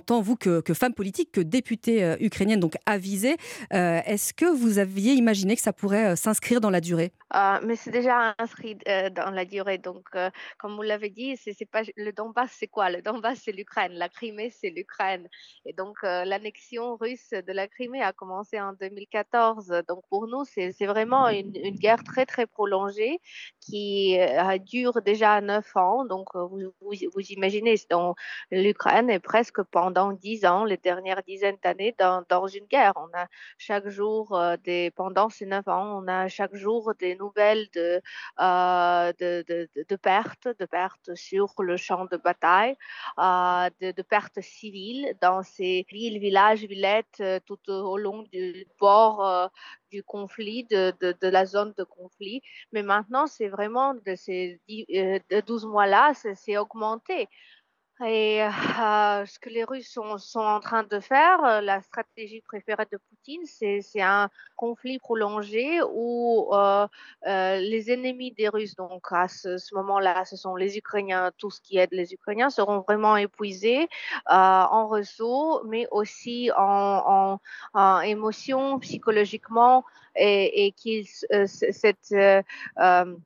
tant vous que, que femme politique, que députée euh, ukrainienne, donc avisée, euh, est-ce que vous aviez imaginé que ça pourrait euh, s'inscrire dans la durée ? Euh, mais c'est déjà inscrit euh, dans la durée. Donc, euh, comme vous l'avez dit, c'est, c'est pas, le Donbass, c'est quoi? Le Donbass, c'est l'Ukraine. La Crimée, c'est l'Ukraine. Et donc, euh, l'annexion russe de la Crimée a commencé en deux mille quatorze. Donc, pour nous, c'est, c'est vraiment une, une guerre très, très prolongée qui euh, dure déjà neuf ans. Donc, euh, vous, vous, vous imaginez, donc, l'Ukraine est presque pendant dix ans, les dernières dizaines d'années, dans, dans une guerre. On a chaque jour, euh, des, pendant ces neuf ans, on a chaque jour des nouvelles de, euh, de, de, de, de pertes, de pertes sur le champ de bataille, euh, de, de pertes civiles dans ces villes, villages, villettes, euh, tout au long du bord euh, du conflit, de, de, de la zone de conflit. Mais maintenant, c'est vraiment de ces euh, de douze mois-là, c'est, c'est augmenté. Et euh, ce que les Russes sont, sont en train de faire, euh, la stratégie préférée de Poutine, c'est, c'est un conflit prolongé où euh, euh, les ennemis des Russes, donc à ce, ce moment-là, ce sont les Ukrainiens, tout ce qui aide les Ukrainiens, seront vraiment épuisés euh, en ressources, mais aussi en, en, en émotions, psychologiquement, et, et qu'ils euh, cette euh, euh,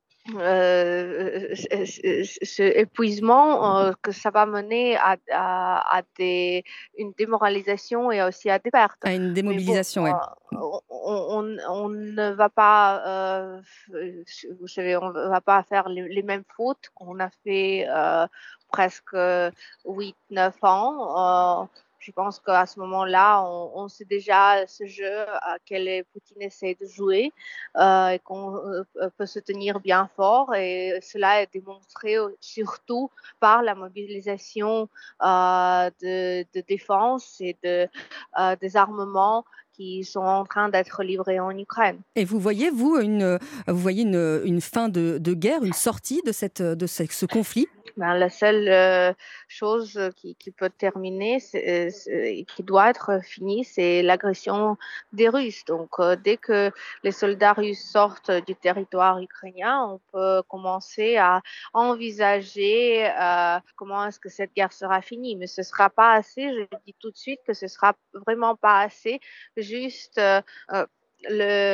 Euh, ce épuisement euh, que ça va mener à, à, à des, une démoralisation et aussi à des pertes. À une démobilisation, oui. Bon, euh, on, on, on ne va pas, euh, vous savez, on ne va pas faire les, les mêmes fautes qu'on a fait euh, presque huit neuf ans. Euh, Je pense qu'à ce moment-là, on, on sait déjà ce jeu à quel Poutine essaie de jouer euh, et qu'on euh, peut se tenir bien fort. Et cela est démontré surtout par la mobilisation euh, de, de défense et de, euh, des armements qui sont en train d'être livrés en Ukraine. Et vous voyez, vous, une, vous voyez une, une fin de, de guerre, une sortie de, cette, de ce, ce conflit ? Ben, la seule euh, chose qui, qui peut terminer, c'est, c'est, qui doit être finie, c'est l'agression des Russes. Donc, euh, dès que les soldats russes sortent du territoire ukrainien, on peut commencer à envisager euh, comment est-ce que cette guerre sera finie. Mais ce ne sera pas assez, je dis tout de suite que ce ne sera vraiment pas assez, juste... Euh, euh, Le,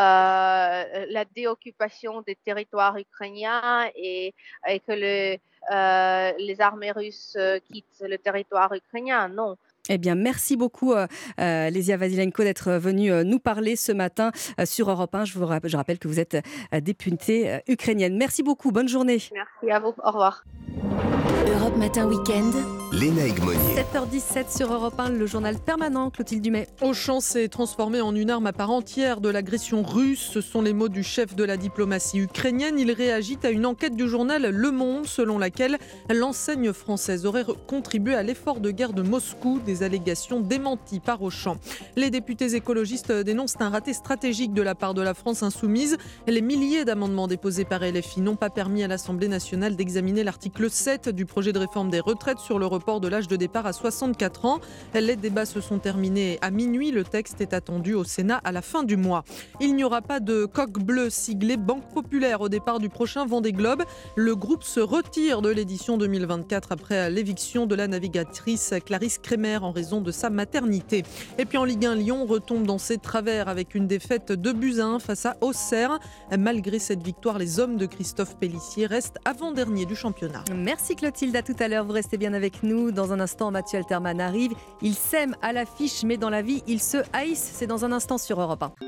euh, la déoccupation des territoires ukrainiens et, et que le, euh, les armées russes quittent le territoire ukrainien. Non. Eh bien, merci beaucoup, euh, euh, Lesia Vasilenko, d'être venue euh, nous parler ce matin euh, sur Europe un. Je vous rappelle, je rappelle que vous êtes euh, députée euh, ukrainienne. Merci beaucoup. Bonne journée. Merci à vous. Au revoir. Europe Matin Week-end. Lénaïque Monnier. sept heures dix-sept sur Europe un, le journal permanent, Clotilde Dumais. Auchan s'est transformé en une arme à part entière de l'agression russe. Ce sont les mots du chef de la diplomatie ukrainienne. Il réagit à une enquête du journal Le Monde, selon laquelle l'enseigne française aurait contribué à l'effort de guerre de Moscou. Des allégations démenties par Auchan. Les députés écologistes dénoncent un raté stratégique de la part de la France insoumise. Les milliers d'amendements déposés par L F I n'ont pas permis à l'Assemblée nationale d'examiner l'article sept du projet de réforme des retraites sur le report de l'âge de départ à soixante-quatre ans. Les débats se sont terminés à minuit. Le texte est attendu au Sénat à la fin du mois. Il n'y aura pas de coq bleu siglé Banque Populaire au départ du prochain Vendée Globe. Le groupe se retire de l'édition deux mille vingt-quatre après l'éviction de la navigatrice Clarisse Kremer en raison de sa maternité. Et puis en Ligue un, Lyon retombe dans ses travers avec une défaite deux buts à un face à Auxerre. Malgré cette victoire, les hommes de Christophe Pélissier restent avant-derniers du championnat. Merci Clotilde, à tout à l'heure. Vous restez bien avec nous. Dans un instant, Mathieu Alterman arrive. Il s'aime à l'affiche, mais dans la vie, il se haïsse. C'est dans un instant sur Europe un.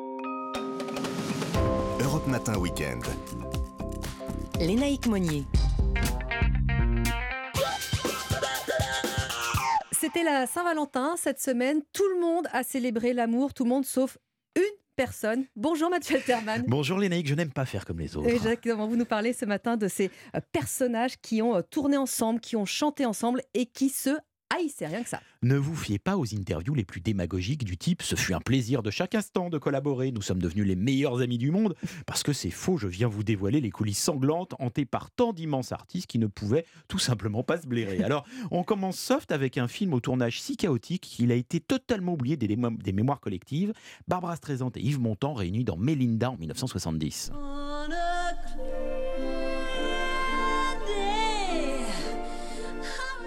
Europe Matin Week-end. Lénaïque Monnier. C'était la Saint-Valentin cette semaine. Tout le monde a célébré l'amour, tout le monde sauf une personne. Bonjour Mathieu Alterman. Bonjour Lénaïque, je n'aime pas faire comme les autres. Exactement, vous nous parlez ce matin de ces personnages qui ont tourné ensemble, qui ont chanté ensemble et qui se haïssaient, rien que ça. Ne vous fiez pas aux interviews les plus démagogiques du type « Ce fut un plaisir de chaque instant de collaborer, nous sommes devenus les meilleurs amis du monde », parce que c'est faux, je viens vous dévoiler les coulisses sanglantes hantées par tant d'immenses artistes qui ne pouvaient tout simplement pas se blairer. Alors, on commence soft avec un film au tournage si chaotique qu'il a été totalement oublié des, mémo- des mémoires collectives. Barbara Streisand et Yves Montand réunis dans Mélinda en dix-neuf cent soixante-dix.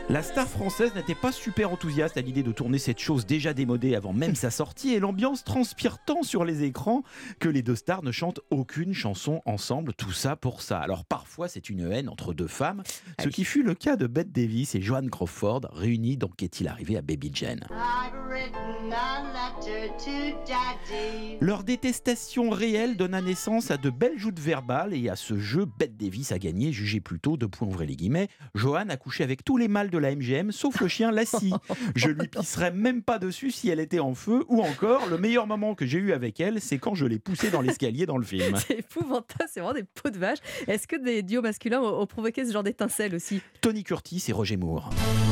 La star française n'était pas super enthousiaste à l'idée de tourner cette chose déjà démodée avant même sa sortie, et l'ambiance transpire tant sur les écrans que les deux stars ne chantent aucune chanson ensemble, tout ça pour ça. Alors parfois c'est une haine entre deux femmes, ce qui fut le cas de Bette Davis et Joan Crawford, réunies dans Qu'est-il arrivé à Baby Jane. Leur détestation réelle donna naissance à de belles joutes verbales, et à ce jeu, Bette Davis a gagné, jugez plutôt, de point ouvrez les guillemets. Joan a couché avec tous les mâles de la M G M, sauf le chien Lassie. Je lui pisserais même pas dessus si elle était en feu, ou encore, le meilleur moment que j'ai eu avec elle, c'est quand je l'ai poussée dans l'escalier dans le film. C'est épouvantable, c'est vraiment des peaux de vache. Est-ce que des duos masculins ont, ont provoqué ce genre d'étincelle aussi? Tony Curtis et Roger Moore.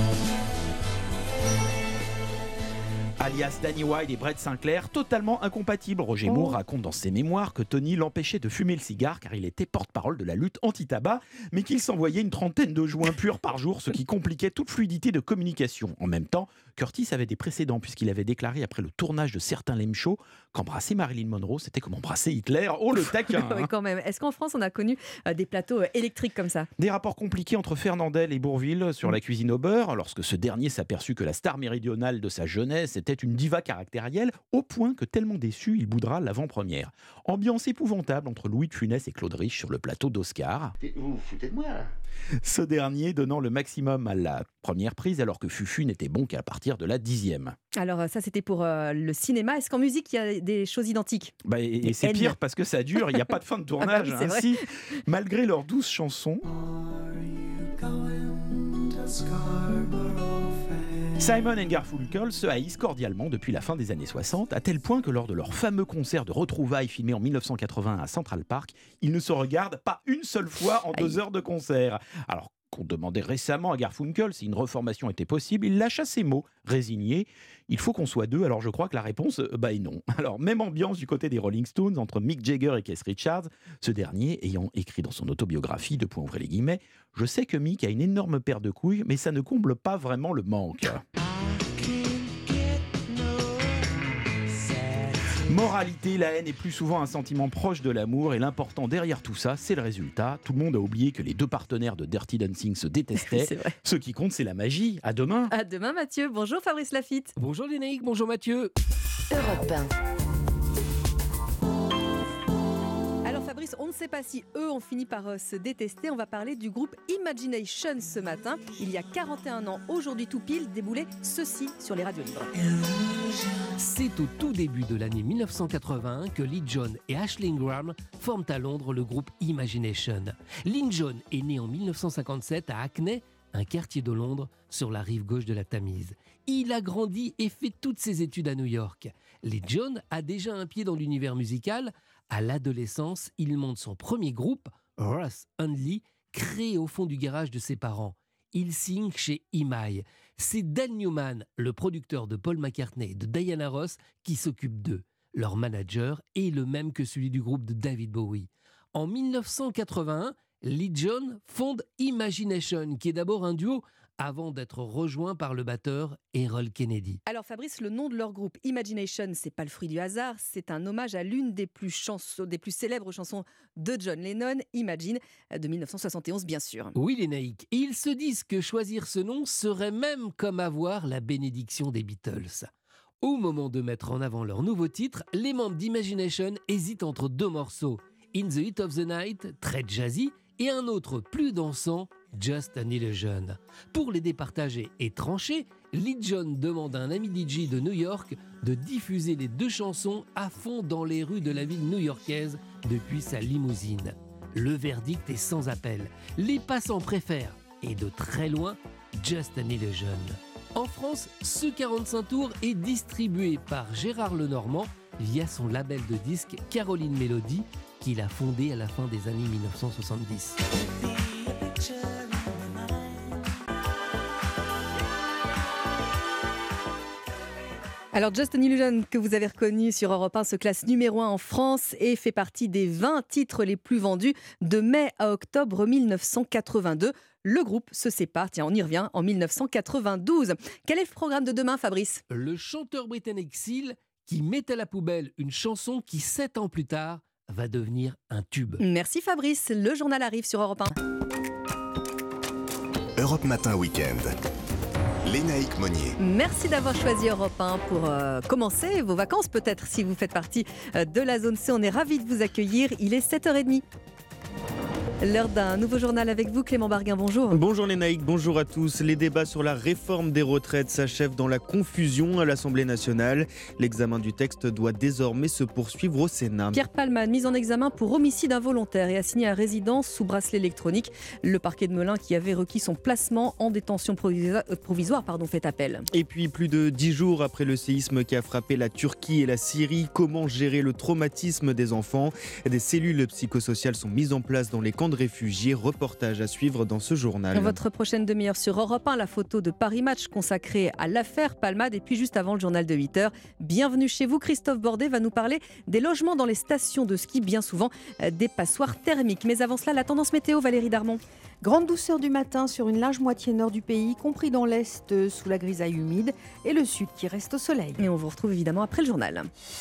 Alias Danny Wilde et Brett Sinclair, totalement incompatibles. Roger Moore oh. raconte dans ses mémoires que Tony l'empêchait de fumer le cigare car il était porte-parole de la lutte anti-tabac, mais qu'il s'envoyait une trentaine de joints purs par jour, ce qui compliquait toute fluidité de communication. En même temps, Curtis avait des précédents puisqu'il avait déclaré après le tournage de certains lame shows qu'embrasser Marilyn Monroe, c'était comme embrasser Hitler. Oh le taquin hein. Oui, quand même. Est-ce qu'en France, on a connu euh, des plateaux euh, électriques comme ça? Des rapports compliqués entre Fernandel et Bourvil sur la cuisine au beurre, lorsque ce dernier s'aperçut que la star méridionale de sa jeunesse était une diva caractérielle, au point que tellement déçu, il boudra l'avant-première. Ambiance épouvantable entre Louis de Funès et Claude Rich sur le plateau d'Oscar. Vous vous foutez de moi là? Ce dernier donnant le maximum à la première prise, alors que Fufu n'était bon qu'à partir de la dixième. Alors ça c'était pour euh, le cinéma. Est-ce qu'en musique il y a des choses identiques? bah, Et, et c'est pire parce que ça dure, il n'y a pas de fin de tournage. Ah bah oui, ainsi, malgré leurs douze chansons, Simon et Garfunkel se haïssent cordialement depuis la fin des années soixante, à tel point que lors de leur fameux concert de retrouvailles filmé en mille neuf cent quatre-vingts à Central Park, ils ne se regardent pas une seule fois en deux heures de concert. Alors qu'on demandait récemment à Garfunkel si une reformation était possible, il lâcha ces mots, résigné. Il faut qu'on soit deux, alors je crois que la réponse, bah est non. Alors même ambiance du côté des Rolling Stones entre Mick Jagger et Keith Richards, ce dernier ayant écrit dans son autobiographie, de point ouvrez les guillemets, « Je sais que Mick a une énorme paire de couilles, mais ça ne comble pas vraiment le manque. » Moralité, la haine est plus souvent un sentiment proche de l'amour, et l'important derrière tout ça, c'est le résultat. Tout le monde a oublié que les deux partenaires de Dirty Dancing se détestaient. Ce qui compte, c'est la magie. À demain. À demain, Mathieu. Bonjour Fabrice Lafitte. Bonjour Lénaïque, bonjour Mathieu. Europe un. Fabrice, on ne sait pas si eux ont fini par euh, se détester. On va parler du groupe Imagination ce matin. Il y a quarante et un ans, aujourd'hui tout pile, déboulait ceci sur les radios libres. C'est au tout début de l'année mille neuf cent quatre-vingt-un que Lee John et Ashley Ingram forment à Londres le groupe Imagination. Lee John est né en mille neuf cent cinquante-sept à Hackney, un quartier de Londres sur la rive gauche de la Tamise. Il a grandi et fait toutes ses études à New York. Lee John a déjà un pied dans l'univers musical. À l'adolescence, il monte son premier groupe, Russ and Lee, créé au fond du garage de ses parents. Il signe chez E M I. C'est Dan Newman, le producteur de Paul McCartney et de Diana Ross, qui s'occupe d'eux. Leur manager est le même que celui du groupe de David Bowie. En mille neuf cent quatre-vingt-un, Lee John fonde Imagination, qui est d'abord un duo, avant d'être rejoint par le batteur Errol Kennedy. Alors Fabrice, le nom de leur groupe Imagination, c'est pas le fruit du hasard, c'est un hommage à l'une des plus, chansons, des plus célèbres chansons de John Lennon, Imagine, de mille neuf cent soixante et onze bien sûr. Oui les naïcs, et ils se disent que choisir ce nom serait même comme avoir la bénédiction des Beatles. Au moment de mettre en avant leur nouveau titre, les membres d'Imagination hésitent entre deux morceaux, In the Heat of the Night, très jazzy, et un autre plus dansant, Just an Illusion. Pour les départager et trancher, Lee John demande à un ami D J de New York de diffuser les deux chansons à fond dans les rues de la ville new-yorkaise depuis sa limousine. Le verdict est sans appel. Les passants préfèrent, et de très loin, Just an Illusion. En France, ce quarante-cinq tours est distribué par Gérard Lenormand via son label de disques Caroline Mélodie, qu'il a fondé à la fin des années mille neuf cent soixante-dix. Alors Just an Illusion, que vous avez reconnu sur Europe un, se classe numéro un en France et fait partie des vingt titres les plus vendus de mai à octobre mille neuf cent quatre-vingt-deux. Le groupe se sépare, tiens, on y revient, en mille neuf cent quatre-vingt-douze. Quel est le programme de demain, Fabrice ? Le chanteur britannique Seal qui met à la poubelle une chanson qui, sept ans plus tard, va devenir un tube. Merci Fabrice, le journal arrive sur Europe un. Europe Matin Week-end. Lénaïque Monnier. Merci d'avoir choisi Europe un pour euh, commencer vos vacances, peut-être si vous faites partie euh, de la zone C. On est ravis de vous accueillir. Il est sept heures trente. L'heure d'un nouveau journal avec vous, Clément Barguin, bonjour. Bonjour Lénaïque, bonjour à tous. Les débats sur la réforme des retraites s'achèvent dans la confusion à l'Assemblée nationale. L'examen du texte doit désormais se poursuivre au Sénat. Pierre Palmade, mis en examen pour homicide involontaire et assigné à résidence sous bracelet électronique. Le parquet de Melun, qui avait requis son placement en détention provisoire, provisoire pardon, fait appel. Et puis, plus de dix jours après le séisme qui a frappé la Turquie et la Syrie, comment gérer le traumatisme des enfants ? Des cellules psychosociales sont mises en place dans les camps de réfugiés. Reportage à suivre dans ce journal. Votre prochaine demi-heure sur Europe un, la photo de Paris Match consacrée à l'affaire Palmade. Et puis juste avant le journal de huit heures, bienvenue chez vous. Christophe Bordet va nous parler des logements dans les stations de ski, bien souvent des passoires thermiques. Mais avant cela, la tendance météo, Valérie Darmon. Grande douceur du matin sur une large moitié nord du pays, y compris dans l'est sous la grisaille humide, et le sud qui reste au soleil. Et on vous retrouve évidemment après le journal.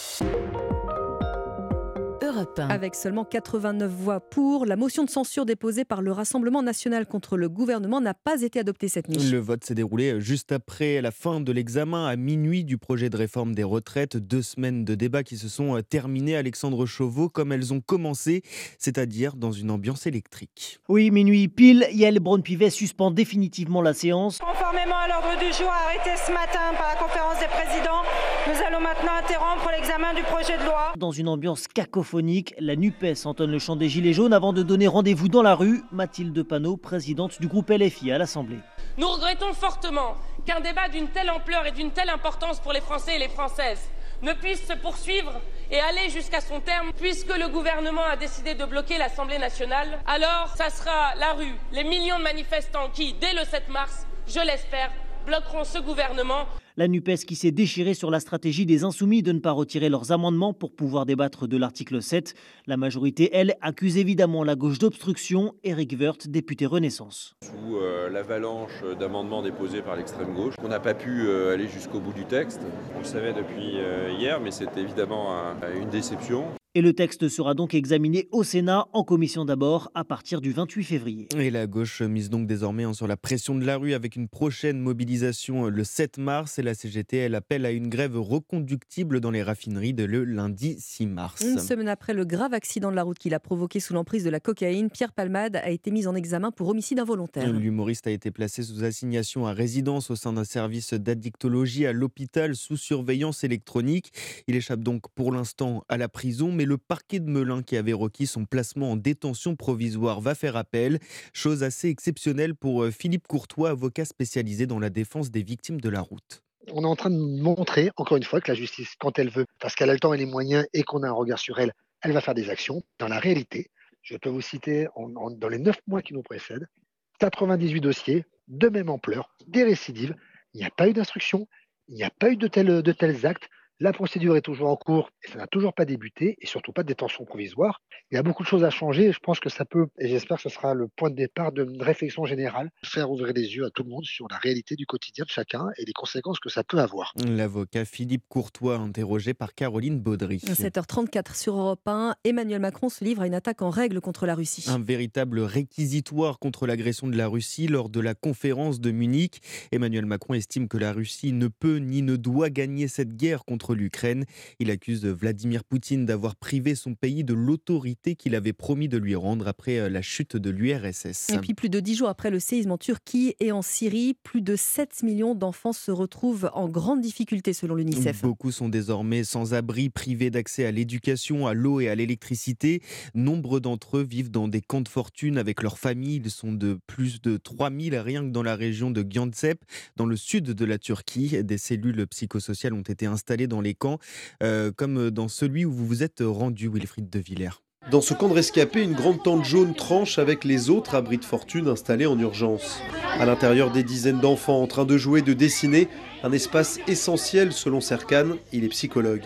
Avec seulement quatre-vingt-neuf voix pour, la motion de censure déposée par le Rassemblement national contre le gouvernement n'a pas été adoptée cette nuit. Le vote s'est déroulé juste après la fin de l'examen à minuit du projet de réforme des retraites. Deux semaines de débats qui se sont terminées, Alexandre Chauveau, comme elles ont commencé, c'est-à-dire dans une ambiance électrique. Oui, minuit pile, Yael Braun-Pivet suspend définitivement la séance. Conformément à l'ordre du jour arrêté ce matin par la conférence des présidents, nous allons maintenant interrompre l'examen du projet de loi. Dans une ambiance cacophonique, la NUPES entonne le chant des Gilets jaunes avant de donner rendez-vous dans la rue. Mathilde Panot, présidente du groupe L F I à l'Assemblée. Nous regrettons fortement qu'un débat d'une telle ampleur et d'une telle importance pour les Français et les Françaises ne puisse se poursuivre et aller jusqu'à son terme, puisque le gouvernement a décidé de bloquer l'Assemblée nationale. Alors, ça sera la rue, les millions de manifestants qui, dès le sept mars, je l'espère, bloqueront ce gouvernement. La NUPES qui s'est déchirée sur la stratégie des Insoumis de ne pas retirer leurs amendements pour pouvoir débattre de l'article sept. La majorité, elle, accuse évidemment la gauche d'obstruction. Éric Woerth, député Renaissance. Sous euh, l'avalanche d'amendements déposés par l'extrême gauche, on n'a pas pu euh, aller jusqu'au bout du texte. On le savait depuis euh, hier, mais c'était évidemment un, une déception. Et le texte sera donc examiné au Sénat, en commission d'abord, à partir du vingt-huit février. Et la gauche mise donc désormais hein, sur la pression de la rue avec une prochaine mobilisation le sept mars. Et la C G T, elle appelle à une grève reconductible dans les raffineries de le lundi six mars. Une semaine après le grave accident de la route qu'il a provoqué sous l'emprise de la cocaïne, Pierre Palmade a été mis en examen pour homicide involontaire. L'humoriste a été placé sous assignation à résidence au sein d'un service d'addictologie à l'hôpital sous surveillance électronique. Il échappe donc pour l'instant à la prison, mais le parquet de Melun qui avait requis son placement en détention provisoire va faire appel. Chose assez exceptionnelle pour Philippe Courtois, avocat spécialisé dans la défense des victimes de la route. On est en train de montrer, encore une fois, que la justice, quand elle veut, parce qu'elle a le temps et les moyens et qu'on a un regard sur elle, elle va faire des actions. Dans la réalité, je peux vous citer, en, en, dans les neuf mois qui nous précèdent, quatre-vingt-dix-huit dossiers de même ampleur, des récidives. Il n'y a pas eu d'instruction, il n'y a pas eu de tels, de tels actes. La procédure est toujours en cours et ça n'a toujours pas débuté et surtout pas de détention provisoire. Il y a beaucoup de choses à changer et je pense que ça peut, et j'espère que ce sera le point de départ d'une réflexion générale, faire ouvrir les yeux à tout le monde sur la réalité du quotidien de chacun et les conséquences que ça peut avoir. L'avocat Philippe Courtois, interrogé par Caroline Baudry. sept heures trente-quatre sur Europe un, Emmanuel Macron se livre à une attaque en règle contre la Russie. Un véritable réquisitoire contre l'agression de la Russie lors de la conférence de Munich. Emmanuel Macron estime que la Russie ne peut ni ne doit gagner cette guerre contre l'Ukraine. Il accuse Vladimir Poutine d'avoir privé son pays de l'autorité qu'il avait promis de lui rendre après la chute de l'U R S S. Et puis plus de dix jours après le séisme en Turquie et en Syrie, plus de sept millions d'enfants se retrouvent en grande difficulté selon l'UNICEF. Beaucoup sont désormais sans abri, privés d'accès à l'éducation, à l'eau et à l'électricité. Nombre d'entre eux vivent dans des camps de fortune avec leurs familles. Ils sont de plus de trois mille rien que dans la région de Gaziantep, dans le sud de la Turquie. Des cellules psychosociales ont été installées dans les camps, euh, comme dans celui où vous vous êtes rendu, Wilfried de Villers. Dans ce camp de rescapés, une grande tente jaune tranche avec les autres abris de fortune installés en urgence. À l'intérieur, des dizaines d'enfants en train de jouer, de dessiner. Un espace essentiel selon Serkan, il est psychologue.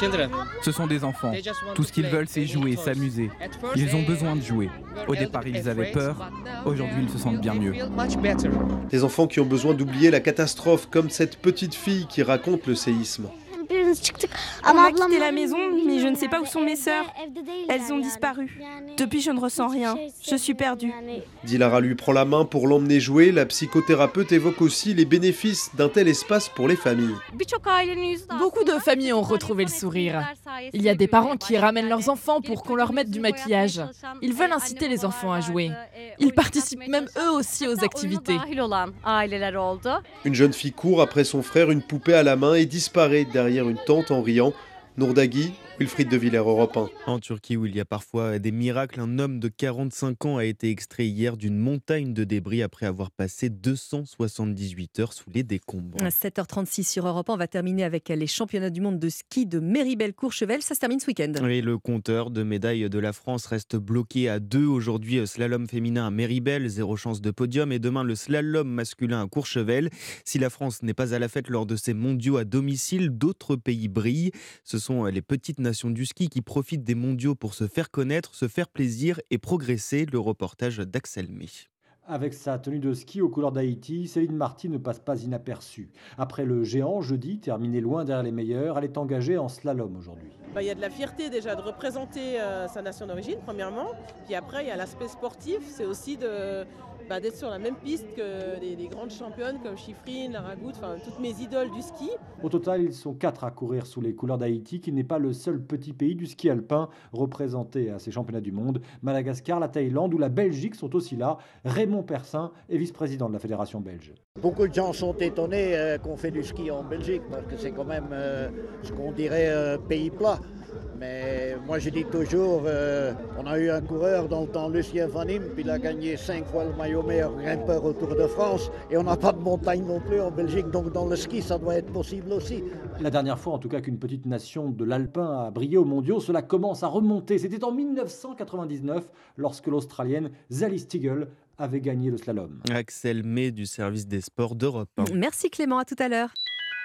Ce sont des enfants. Tout ce qu'ils veulent, c'est jouer, s'amuser. Ils ont besoin de jouer. Au départ, ils avaient peur. Aujourd'hui, ils se sentent bien mieux. Des enfants qui ont besoin d'oublier la catastrophe, comme cette petite fille qui raconte le séisme. Plus On a quitté la maison, mais je ne sais pas où sont mes sœurs. Elles ont disparu. Depuis, je ne ressens rien. Je suis perdue. Dilara lui prend la main pour l'emmener jouer. La psychothérapeute évoque aussi les bénéfices d'un tel espace pour les familles. Beaucoup de familles ont retrouvé le sourire. Il y a des parents qui ramènent leurs enfants pour qu'on leur mette du maquillage. Ils veulent inciter les enfants à jouer. Ils participent même eux aussi aux activités. Une jeune fille court après son frère, une poupée à la main, et disparaît derrière une tente en riant. Nourdagui, Wilfried de Villers, Europe un. En Turquie, où il y a parfois des miracles, un homme de quarante-cinq ans a été extrait hier d'une montagne de débris après avoir passé deux cent soixante-dix-huit heures sous les décombres. sept heures trente-six sur Europe un, on va terminer avec les championnats du monde de ski de Méribel-Courchevel. Ça se termine ce week-end. Et le compteur de médailles de la France reste bloqué à deux. Aujourd'hui, slalom féminin à Méribel, zéro chance de podium. Et demain, le slalom masculin à Courchevel. Si la France n'est pas à la fête lors de ses mondiaux à domicile, d'autres pays brillent. Ce sont les petites nations du ski qui profitent des mondiaux pour se faire connaître, se faire plaisir et progresser. Le reportage d'Axel May. Avec sa tenue de ski aux couleurs d'Haïti, Céline Marty ne passe pas inaperçue. Après le géant jeudi, terminé loin derrière les meilleurs, elle est engagée en slalom aujourd'hui. Bah, y a de la fierté déjà de représenter euh, sa nation d'origine, premièrement. Puis après, il y a l'aspect sportif, c'est aussi de, bah, d'être sur la même piste que les, les grandes championnes comme Chifrine, Lara Goutte, enfin toutes mes idoles du ski. Au total, ils sont quatre à courir sous les couleurs d'Haïti, qui n'est pas le seul petit pays du ski alpin représenté à ces championnats du monde. Madagascar, la Thaïlande ou la Belgique sont aussi là. Raymond Persin est vice-président de la fédération belge. Beaucoup de gens sont étonnés euh, qu'on fait du ski en Belgique parce que c'est quand même euh, ce qu'on dirait euh, pays plat. Mais moi je dis toujours, euh, on a eu un coureur dans le temps, Lucien Van Impe, il a gagné cinq fois le maillot meilleur grimpeur au Tour de France et on n'a pas de montagne non plus en Belgique, donc dans le ski ça doit être possible aussi. La dernière fois en tout cas qu'une petite nation de l'alpin a brillé aux mondiaux, cela commence à remonter. C'était en mille neuf cent quatre-vingt-dix-neuf lorsque l'Australienne Sally Stigl avait gagné le slalom. Axel May du service des sports d'Europe un. Merci Clément, à tout à l'heure.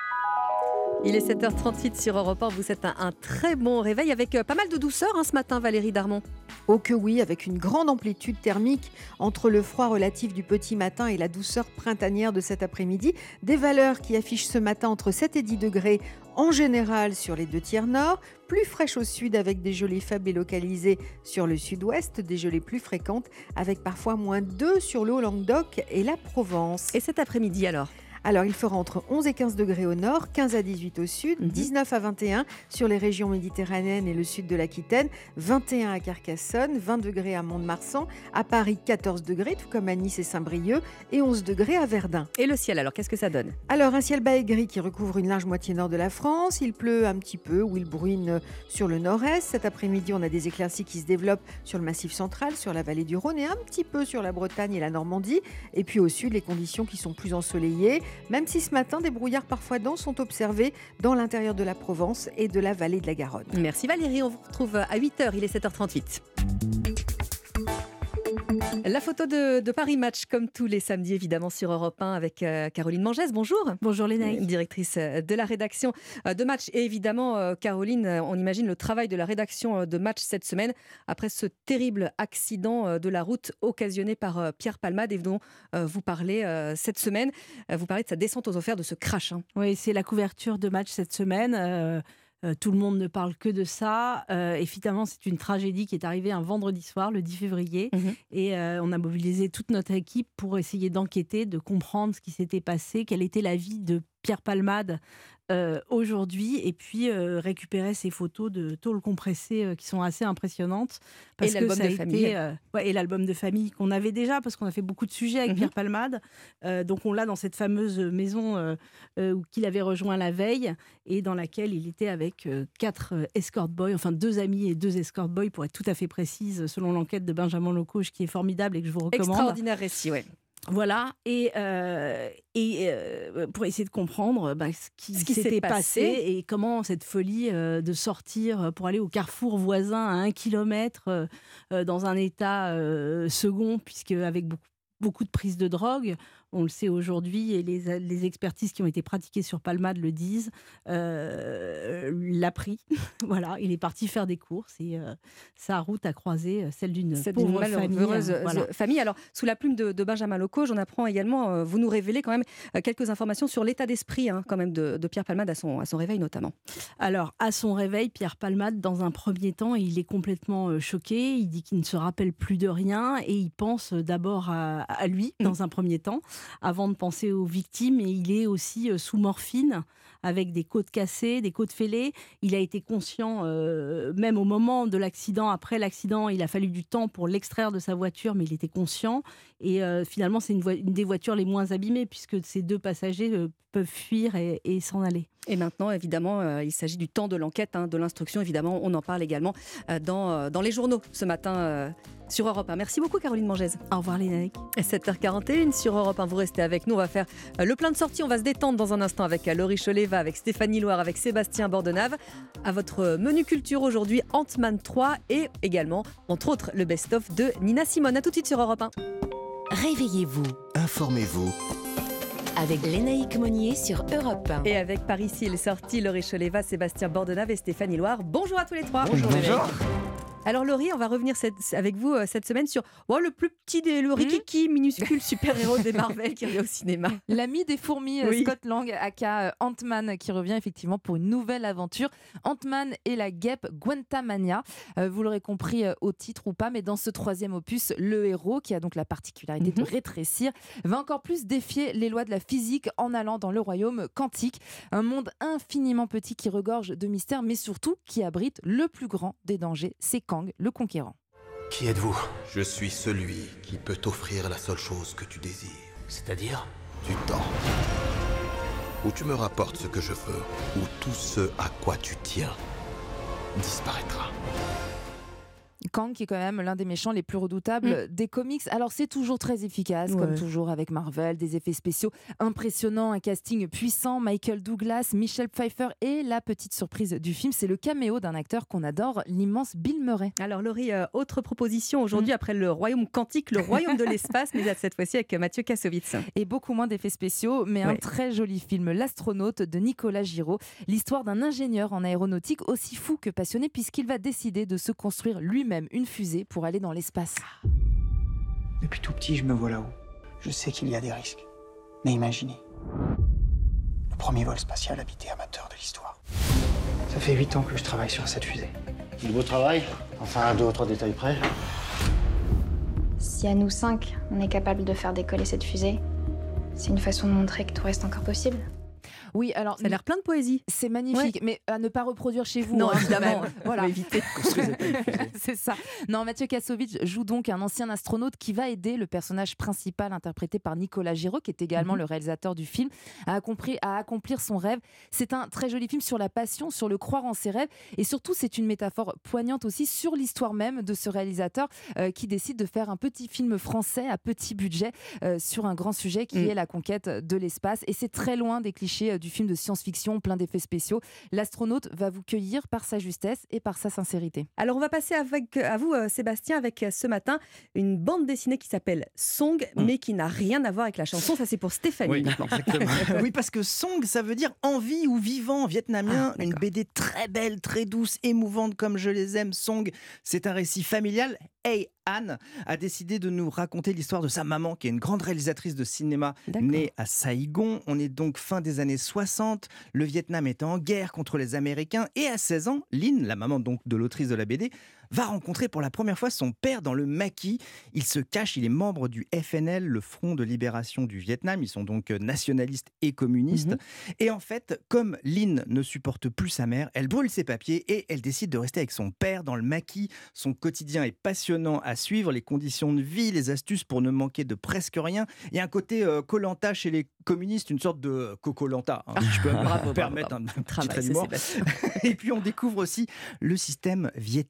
Il est sept heures trente-huit sur Europe un, vous êtes un, un très bon réveil avec euh, pas mal de douceur hein, ce matin, Valérie Darmon. Oh que oui, avec une grande amplitude thermique entre le froid relatif du petit matin et la douceur printanière de cet après-midi. Des valeurs qui affichent ce matin entre sept et dix degrés en général sur les deux tiers nord, plus fraîches au sud avec des gelées faibles et localisées sur le sud-ouest, des gelées plus fréquentes avec parfois moins deux sur le Haut-Languedoc et la Provence. Et cet après-midi alors ? Alors, il fera entre onze et quinze degrés au nord, quinze à dix-huit au sud, mmh. dix-neuf à vingt et un sur les régions méditerranéennes et le sud de l'Aquitaine, vingt et un à Carcassonne, vingt degrés à Mont-de-Marsan, à Paris quatorze degrés, tout comme à Nice et Saint-Brieuc, et onze degrés à Verdun. Et le ciel, alors, qu'est-ce que ça donne ? Alors, un ciel bas et gris qui recouvre une large moitié nord de la France. Il pleut un petit peu ou il bruine sur le nord-est. Cet après-midi, on a des éclaircies qui se développent sur le massif central, sur la vallée du Rhône et un petit peu sur la Bretagne et la Normandie. Et puis au sud, les conditions qui sont plus ensoleillées, même si ce matin, des brouillards parfois denses sont observés dans l'intérieur de la Provence et de la vallée de la Garonne. Merci Valérie, on vous retrouve à huit heures, il est sept heures trente-huit. La photo de, de Paris Match, comme tous les samedis évidemment sur Europe un avec euh, Caroline Mangès. Bonjour. Bonjour Lénaïque. Directrice de la rédaction de Match. Et évidemment, euh, Caroline, on imagine le travail de la rédaction de Match cette semaine après ce terrible accident de la route occasionné par euh, Pierre Palmade et dont euh, vous parlez euh, cette semaine. Euh, vous parlez de sa descente aux enfers, de ce crash. Hein. Oui, c'est la couverture de Match cette semaine. Euh... Euh, tout le monde ne parle que de ça. Euh, évidemment, c'est une tragédie qui est arrivée un vendredi soir, le dix février. Mmh. Et euh, on a mobilisé toute notre équipe pour essayer d'enquêter, de comprendre ce qui s'était passé, quelle était la vie de Pierre Palmade euh, aujourd'hui, et puis euh, récupérer ces photos de tôle compressée euh, qui sont assez impressionnantes. Parce et l'album que ça de a famille. Été, euh, ouais, et l'album de famille qu'on avait déjà, parce qu'on a fait beaucoup de sujets avec mmh. Pierre Palmade. Euh, donc on l'a dans cette fameuse maison euh, euh, qu'il avait rejoint la veille, et dans laquelle il était avec euh, quatre euh, escort boys, enfin deux amis et deux escort boys, pour être tout à fait précise, selon l'enquête de Benjamin Lecauche, qui est formidable et que je vous recommande. Extraordinaire récit, oui. Voilà, et, euh, et euh, pour essayer de comprendre bah, ce qui, ce qui s'était s'est passé. passé et comment cette folie euh, de sortir pour aller au carrefour voisin à un kilomètre euh, dans un état euh, second, puisque avec beaucoup beaucoup de prises de drogue, on le sait aujourd'hui, et les, les expertises qui ont été pratiquées sur Palmade le disent, euh, l'a pris. Voilà, il est parti faire des courses et euh, sa route a croisé celle d'une Cette pauvre famille. malheureuse Voilà. famille. Alors, sous la plume de, de Benjamin Locaux, j'en apprends également, euh, vous nous révélez quand même euh, quelques informations sur l'état d'esprit hein, quand même de, de Pierre Palmade à son, à son réveil notamment. Alors, à son réveil, Pierre Palmade, dans un premier temps, il est complètement euh, choqué. Il dit qu'il ne se rappelle plus de rien et il pense d'abord à, à lui, mmh. dans un premier temps, avant de penser aux victimes. Et il est aussi euh, sous morphine, avec des côtes cassées, des côtes fêlées. Il a été conscient, euh, même au moment de l'accident, après l'accident, il a fallu du temps pour l'extraire de sa voiture, mais il était conscient. Et euh, finalement, c'est une, vo- une des voitures les moins abîmées, puisque ces deux passagers euh, peuvent fuir et, et s'en aller. Et maintenant, évidemment, euh, il s'agit du temps de l'enquête, hein, de l'instruction. Évidemment, on en parle également euh, dans, euh, dans les journaux ce matin euh, sur Europe un. Merci beaucoup, Caroline Mangès. Au revoir, Lénaïque. sept heures quarante et une sur Europe un. Vous restez avec nous. On va faire euh, le plein de sorties. On va se détendre dans un instant avec euh, Laurie Choleva, avec Stéphanie Loire, avec Sébastien Bordenave. À votre menu culture aujourd'hui, Ant-Man trois et également, entre autres, le best-of de Nina Simone. A tout de suite sur Europe un. Réveillez-vous. Informez-vous. Avec Lénaïque Monnier sur Europe un. Et avec par ici les sorties, Laurie Choleva, Sébastien Bordenave et Stéphanie Loire. Bonjour à tous les trois. Bonjour. Bonjour. Alors Laurie, on va revenir cette, avec vous euh, cette semaine sur oh, le plus petit, des, le rikiki minuscule super-héros des Marvel qui revient au cinéma. L'ami des fourmis, Oui. Scott Lang, aka Ant-Man, qui revient effectivement pour une nouvelle aventure. Ant-Man et la guêpe Guantamania. Euh, vous l'aurez compris euh, au titre ou pas, mais dans ce troisième opus, le héros, qui a donc la particularité Mhm. de rétrécir, va encore plus défier les lois de la physique en allant dans le royaume quantique. Un monde infiniment petit qui regorge de mystères, mais surtout qui abrite le plus grand des dangers, c'est Kang, le conquérant. Qui êtes-vous? Je suis celui qui peut t'offrir la seule chose que tu désires. C'est-à-dire? Du temps. Où tu me rapportes ce que je veux, où tout ce à quoi tu tiens disparaîtra. Kang, qui est quand même l'un des méchants les plus redoutables Mm. des comics. Alors c'est toujours très efficace, comme Ouais. toujours avec Marvel, des effets spéciaux impressionnants, un casting puissant, Michael Douglas, Michelle Pfeiffer et la petite surprise du film, c'est le caméo d'un acteur qu'on adore, l'immense Bill Murray. Alors Laurie, euh, autre proposition aujourd'hui après le royaume quantique, le royaume de l'espace, mais cette fois-ci avec Mathieu Kassovitz. Et beaucoup moins d'effets spéciaux, mais un Ouais. très joli film, L'astronaute de Nicolas Giraud, l'histoire d'un ingénieur en aéronautique aussi fou que passionné puisqu'il va décider de se construire lui-même une fusée pour aller dans l'espace. Depuis tout petit, je me vois là-haut. Je sais qu'il y a des risques. Mais imaginez. Le premier vol spatial habité amateur de l'histoire. Ça fait huit ans que je travaille sur cette fusée. Du beau travail. Enfin, à deux ou trois détails près. Si à nous cinq, on est capable de faire décoller cette fusée, c'est une façon de montrer que tout reste encore possible. Oui, alors Ça a l'air plein de poésie. c'est magnifique, mais à ne pas reproduire chez vous. Non, hein, évidemment, quand même. faut Voilà. éviter. Construisez pas une fusée. C'est ça. Non, Mathieu Kassovitz joue donc un ancien astronaute qui va aider le personnage principal interprété par Nicolas Giraud, qui est également Mhm. le réalisateur du film, à accomplir, à accomplir son rêve. C'est un très joli film sur la passion, sur le croire en ses rêves, et surtout c'est une métaphore poignante aussi sur l'histoire même de ce réalisateur euh, qui décide de faire un petit film français à petit budget euh, sur un grand sujet qui Mm. est la conquête de l'espace. Et c'est très loin des clichés euh, du film de science-fiction plein d'effets spéciaux. L'astronaute va vous cueillir par sa justesse et par sa sincérité. Alors on va passer avec, à vous euh, Sébastien avec euh, ce matin une bande dessinée qui s'appelle Song Mm. mais qui n'a rien à voir avec la chanson. Ça c'est pour Stéphanie. Oui, maintenant. exactement. Oui, parce que Song, ça veut dire envie ou vivant en vietnamien. Ah, Une B D très belle, très douce, émouvante comme je les aime. Song, c'est un récit familial. Hey, Anne a décidé de nous raconter l'histoire de sa maman, qui est une grande réalisatrice de cinéma, D'accord. née à Saïgon. On est donc fin des années soixante. Le Vietnam est en guerre contre les Américains. Et à seize ans, Lynn, la maman donc de l'autrice de la B D, va rencontrer pour la première fois son père dans le maquis. Il se cache, il est membre du F N L, le Front de libération du Vietnam. Ils sont donc nationalistes et communistes. Mhm. Et en fait, comme Lynn ne supporte plus sa mère, elle brûle ses papiers et elle décide de rester avec son père dans le maquis. Son quotidien est passionnant à suivre, les conditions de vie, les astuces pour ne manquer de presque rien. Il y a un côté Koh-Lanta chez les communistes, une sorte de Coco-Lanta, hein, si je peux me Bravo, permettre bravo, un petit Travail, trait c'est d'humour. Sébastien. Et puis on découvre aussi le système Viet Minh Eh oui.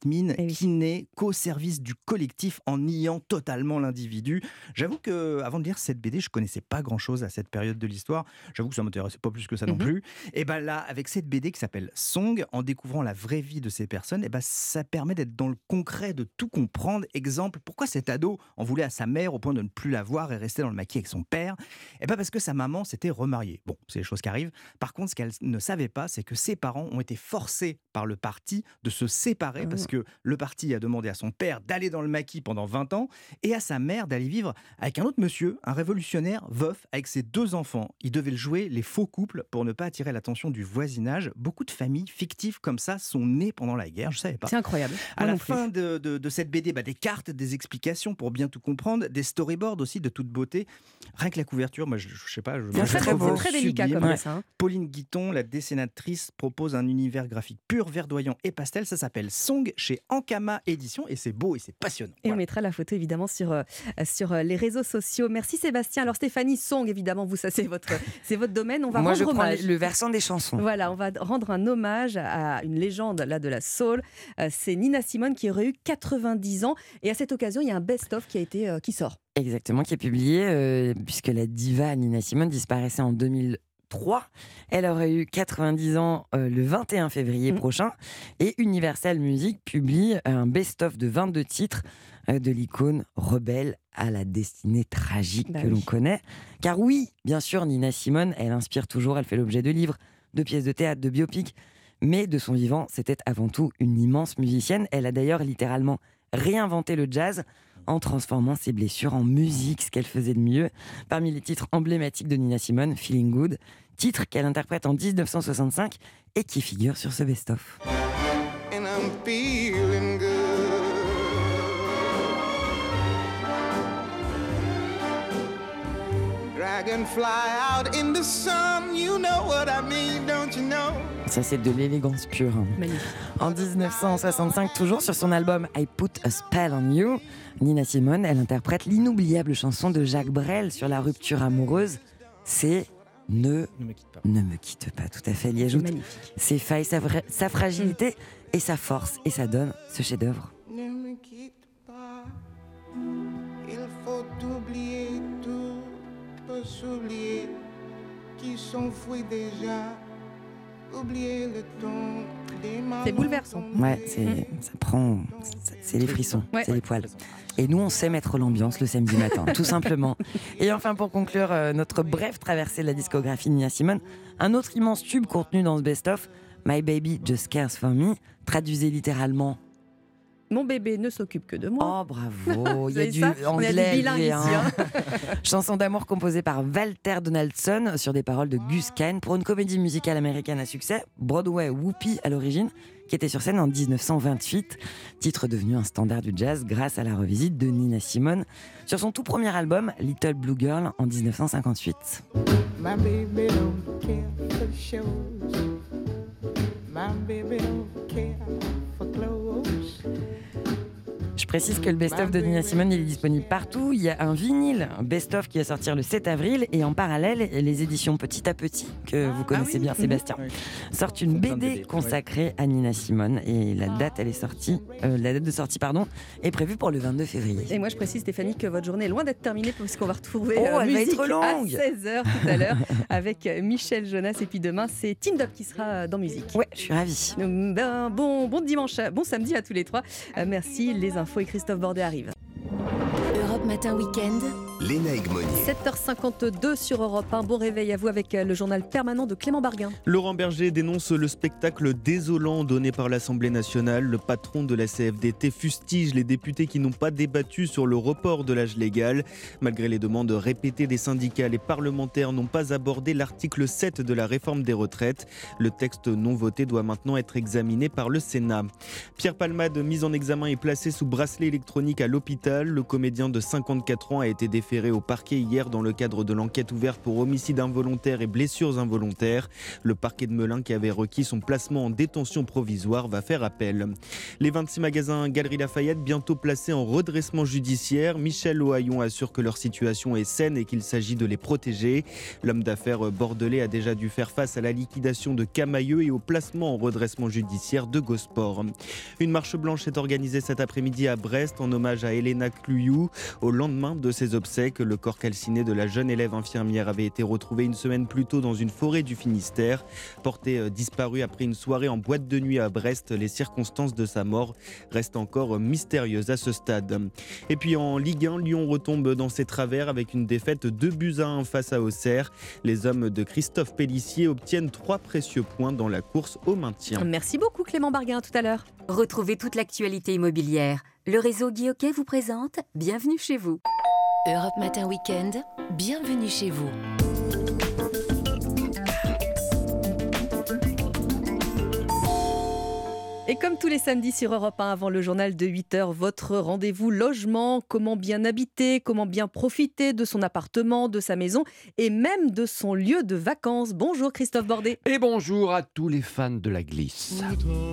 qui n'est qu'au service du collectif en niant totalement l'individu. J'avoue que avant de lire cette B D, je connaissais pas grand-chose à cette période de l'histoire. J'avoue que ça m'intéressait pas plus que ça non Mhm. plus. Et ben là, avec cette B D qui s'appelle Song, en découvrant la vraie vie de ces personnes, et ben ça permet d'être dans le concret, de tout comprendre. Exemple, pourquoi cet ado en voulait à sa mère au point de ne plus la voir et rester dans le maquis avec son père? Et ben parce que sa maman s'était remariée. Bon, c'est les choses qui arrivent. Par contre, ce qu'elle ne savait pas, c'est que ses parents ont été forcés par le parti de se séparer parce que le parti a demandé à son père d'aller dans le maquis pendant vingt ans et à sa mère d'aller vivre avec un autre monsieur, un révolutionnaire veuf avec ses deux enfants. Ils devaient le jouer les faux couples pour ne pas attirer l'attention du voisinage. Beaucoup de familles fictives comme ça sont nées pendant la guerre, je savais pas. C'est incroyable. À Moi la non plus. fin de, de- de cette B D, bah, des cartes, des explications pour bien tout comprendre, des storyboards aussi de toute beauté. Rien que la couverture, moi je, je sais pas, je, C'est moi, je très, la très trouve beau. C'est très délicat sublime. comme dessin, hein. Pauline Guiton, la dessinatrice, propose un univers graphique pur, verdoyant et pastel. Ça s'appelle Song chez Ankama Édition et c'est beau et c'est passionnant. Et on mettra la photo évidemment sur, euh, sur euh, les réseaux sociaux. Merci Sébastien. Alors Stéphanie, Song, évidemment, vous, ça c'est votre, c'est votre domaine. On va Moi, rendre je prends hommage. le versant des chansons. Voilà, on va rendre un hommage à une légende là, de la soul. Euh, c'est Nina Simone qui aurait eu quatre-vingt-dix ans. Et à cette occasion, il y a un best-of qui, a été, euh, qui sort. Exactement, qui est publié, euh, puisque la diva Nina Simone disparaissait en deux mille trois. Elle aurait eu quatre-vingt-dix ans euh, le vingt et un février prochain. Et Universal Music publie un best-of de vingt-deux titres euh, de l'icône rebelle à la destinée tragique Bah que oui. l'on connaît. Car oui, bien sûr, Nina Simone, elle inspire toujours, elle fait l'objet de livres, de pièces de théâtre, de biopics. Mais de son vivant, c'était avant tout une immense musicienne. Elle a d'ailleurs littéralement réinventé le jazz en transformant ses blessures en musique, ce qu'elle faisait de mieux. Parmi les titres emblématiques de Nina Simone, Feeling Good, titre qu'elle interprète en dix-neuf cent soixante-cinq et qui figure sur ce best-of. And I'm feeling good. Dragonfly out in the sun, you know what I mean, don't you know? Ça, c'est de l'élégance pure. hein. Magnifique. En dix-neuf cent soixante-cinq, toujours sur son album I Put a Spell on You, Nina Simone, elle interprète l'inoubliable chanson de Jacques Brel sur la rupture amoureuse. C'est Ne, Ne me quitte pas. ne me quitte pas, tout à fait. Elle y ajoute Magnifique. ses failles, sa, vra- sa fragilité et sa force. Et ça donne ce chef-d'œuvre. Ne me quitte pas, il faut oublier tout, peut s'oublier, qui s'enfuit déjà, oublier le ton des mains. C'est bouleversant. Ouais, c'est, ça prend, c'est, c'est les frissons, Ouais. c'est les poils. Et nous, on sait mettre l'ambiance le samedi matin, tout simplement. Et enfin, pour conclure euh, notre brève traversée de la discographie de Nina Simone, un autre immense tube contenu dans ce best-of, My Baby Just Cares For Me, traduisait littéralement. Mon bébé ne s'occupe que de moi. Oh bravo, il y a Vous du savez ça, on a du anglais bilingue élevé, ici, hein. hein. Chanson d'amour composée par Walter Donaldson sur des paroles de Gus Kahn pour une comédie musicale américaine à succès, Broadway Whoopi à l'origine, qui était sur scène en dix-neuf cent vingt-huit, titre devenu un standard du jazz grâce à la revisite de Nina Simone sur son tout premier album Little Blue Girl en dix-neuf cent cinquante-huit. My baby don't care for shows. My baby don't care for clothes. Je précise que le best-of de Nina Simone il est disponible partout. Il y a un vinyle best-of qui va sortir le sept avril et en parallèle, les éditions Petit à Petit, que vous connaissez bien Sébastien, sortent une B D consacrée à Nina Simone et la date, elle est sortie, euh, la date de sortie pardon, est prévue pour le vingt-deux février. Et moi, je précise, Stéphanie, que votre journée est loin d'être terminée puisqu'on va retrouver Oh, euh, elle va musique être longue. à seize heures tout à l'heure avec euh, Michel Jonas. Et puis demain, c'est Team Up qui sera euh, dans musique. Ouais, je suis ravie. Euh, ben, bon, bon dimanche, euh, bon samedi à tous les trois. Euh, merci. Les infos et Christophe Bordet arrivent. Europe Matin Week-end. Léna Egmonier. sept heures cinquante-deux sur Europe un. Bon réveil à vous avec euh, le journal permanent de Clément Barguin. Laurent Berger dénonce le spectacle désolant donné par l'Assemblée nationale. Le patron de la C F D T fustige les députés qui n'ont pas débattu sur le report de l'âge légal. Malgré les demandes répétées des syndicats, les parlementaires n'ont pas abordé l'article sept de la réforme des retraites. Le texte non voté doit maintenant être examiné par le Sénat. Pierre Palmade, mis en examen et placé sous bracelet électronique à l'hôpital. Le comédien de cinquante-quatre ans a été déféré déféré au parquet hier dans le cadre de l'enquête ouverte pour homicide involontaire et blessures involontaires. Le parquet de Melun, qui avait requis son placement en détention provisoire, va faire appel. Les vingt-six magasins Galeries Lafayette bientôt placés en redressement judiciaire. Michel Ohaillon assure que leur situation est saine et qu'il s'agit de les protéger. L'homme d'affaires bordelais a déjà dû faire face à la liquidation de Camailleux et au placement en redressement judiciaire de Gosport. Une marche blanche est organisée cet après-midi à Brest en hommage à Elena Cluyou. Au lendemain de ses obsèques, le corps calciné de la jeune élève infirmière avait été retrouvé une semaine plus tôt dans une forêt du Finistère. Portée disparue après une soirée en boîte de nuit à Brest, les circonstances de sa mort restent encore mystérieuses à ce stade. Et puis en Ligue un, Lyon retombe dans ses travers avec une défaite deux buts à un face à Auxerre. Les hommes de Christophe Pélissier obtiennent trois précieux points dans la course au maintien. Merci beaucoup Clément Barguin, à tout à l'heure. Retrouvez toute l'actualité immobilière. Le réseau Guy Hockey vous présente Bienvenue chez vous. Europe Matin Week-end, bienvenue chez vous. Et comme tous les samedis sur Europe un, avant le journal de huit heures, votre rendez-vous logement, comment bien habiter, comment bien profiter de son appartement, de sa maison et même de son lieu de vacances. Bonjour Christophe Bordet. Et bonjour à tous les fans de la glisse.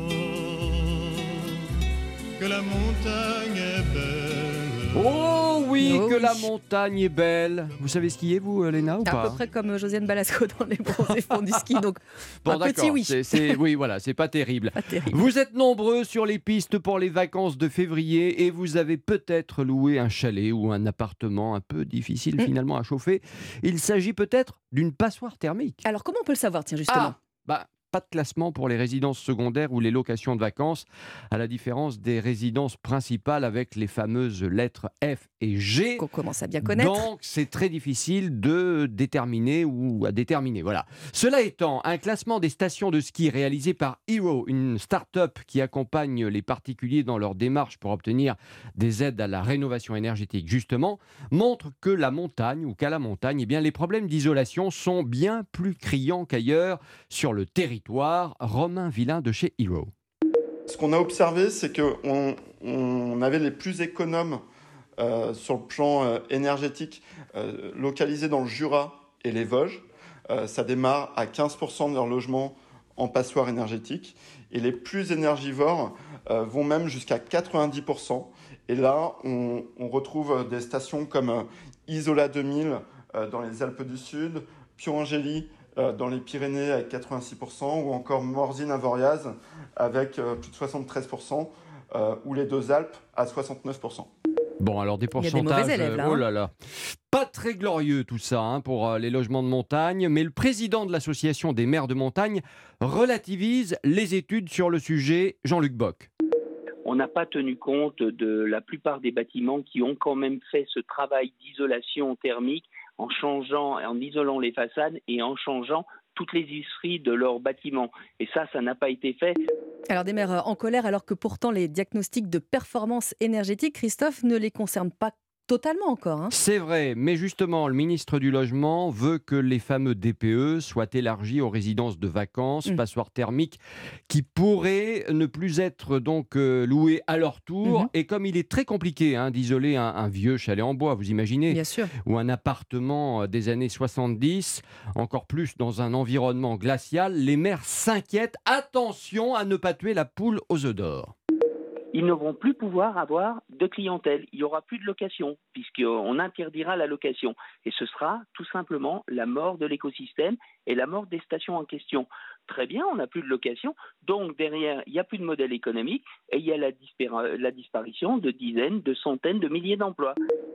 Que la montagne est belle. Oh oui, Oh que oui. la montagne est belle. Vous savez skier, vous, Léna, ou À pas? peu près comme Josiane Balasco dans les bronzés fonds du ski, donc Bon, un petit d'accord, oui. c'est, c'est- oui, voilà, c'est pas terrible. Pas terrible. Vous êtes nombreux sur les pistes pour les vacances de février et vous avez peut-être loué un chalet ou un appartement un peu difficile Mm. finalement à chauffer. Il s'agit peut-être d'une passoire thermique. Alors comment on peut le savoir, tiens, justement? Ah, bah, pas de classement pour les résidences secondaires ou les locations de vacances, à la différence des résidences principales avec les fameuses lettres F et G. Qu'on commence à bien connaître. Donc, c'est très difficile de déterminer ou à déterminer. Voilà. Cela étant, un classement des stations de ski réalisé par Hero, une start-up qui accompagne les particuliers dans leur démarche pour obtenir des aides à la rénovation énergétique, justement, montre que la montagne ou qu'à la montagne, eh bien, les problèmes d'isolation sont bien plus criants qu'ailleurs sur le territoire. Romain Villain de chez Hero. Ce qu'on a observé, c'est qu'on on avait les plus économes euh, sur le plan euh, énergétique euh, localisés dans le Jura et les Vosges. Euh, ça démarre à quinze pour cent de leur logement en passoire énergétique. Et les plus énergivores euh, vont même jusqu'à quatre-vingt-dix pour cent. Et là, on, on retrouve des stations comme euh, Isola deux mille euh, dans les Alpes du Sud, Pion-Angély euh, dans les Pyrénées avec quatre-vingt-six pour cent, ou encore Morzine-Avoriaz avec euh, plus de soixante-treize pour cent, euh, ou les Deux Alpes à soixante-neuf pour cent. Bon, alors des Il y a des pourcentages, mauvais élèves, là, euh, oh hein. là là, pas très glorieux tout ça hein, pour euh, les logements de montagne, mais le président de l'association des maires de montagne relativise les études sur le sujet, Jean-Luc Bock. On n'a pas tenu compte de la plupart des bâtiments qui ont quand même fait ce travail d'isolation thermique en changeant, en isolant les façades et en changeant toutes les isseries de leurs bâtiments. Et ça, ça n'a pas été fait. Alors des maires en colère, alors que pourtant les diagnostics de performance énergétique, Christophe, ne les concernent pas totalement encore. Hein. C'est vrai, mais justement, le ministre du Logement veut que les fameux D P E soient élargis aux résidences de vacances, Mmh. passoires thermiques, qui pourraient ne plus être donc euh, louées à leur tour. Mmh. Et comme il est très compliqué hein, d'isoler un, un vieux chalet en bois, vous imaginez, Bien sûr. ou un appartement euh, des années soixante-dix, encore plus dans un environnement glacial, les maires s'inquiètent. Attention à ne pas tuer la poule aux œufs d'or. Ils ne vont plus pouvoir avoir de clientèle. Il n'y aura plus de location, puisqu'on interdira la location. Et ce sera tout simplement la mort de l'écosystème et la mort des stations en question. Très bien, on n'a plus de location, donc derrière, il n'y a plus de modèle économique et il y a la, dispara- la disparition de dizaines, de centaines, de milliers d'emplois.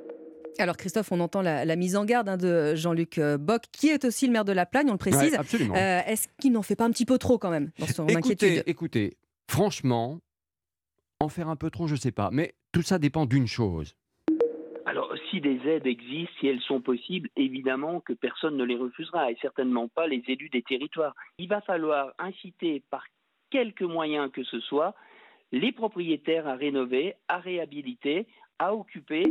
Alors Christophe, on entend la, la mise en garde hein, de Jean-Luc euh, Bock, qui est aussi le maire de La Plagne, on le précise. Ouais, absolument. Euh, est-ce qu'il n'en fait pas un petit peu trop quand même dans son Écoutez, inquiétude? écoutez, franchement, en faire un peu trop, je ne sais pas. Mais tout ça dépend d'une chose. Alors, si des aides existent, si elles sont possibles, évidemment que personne ne les refusera, et certainement pas les élus des territoires. Il va falloir inciter par quelque moyen que ce soit les propriétaires à rénover, à réhabiliter, à occuper.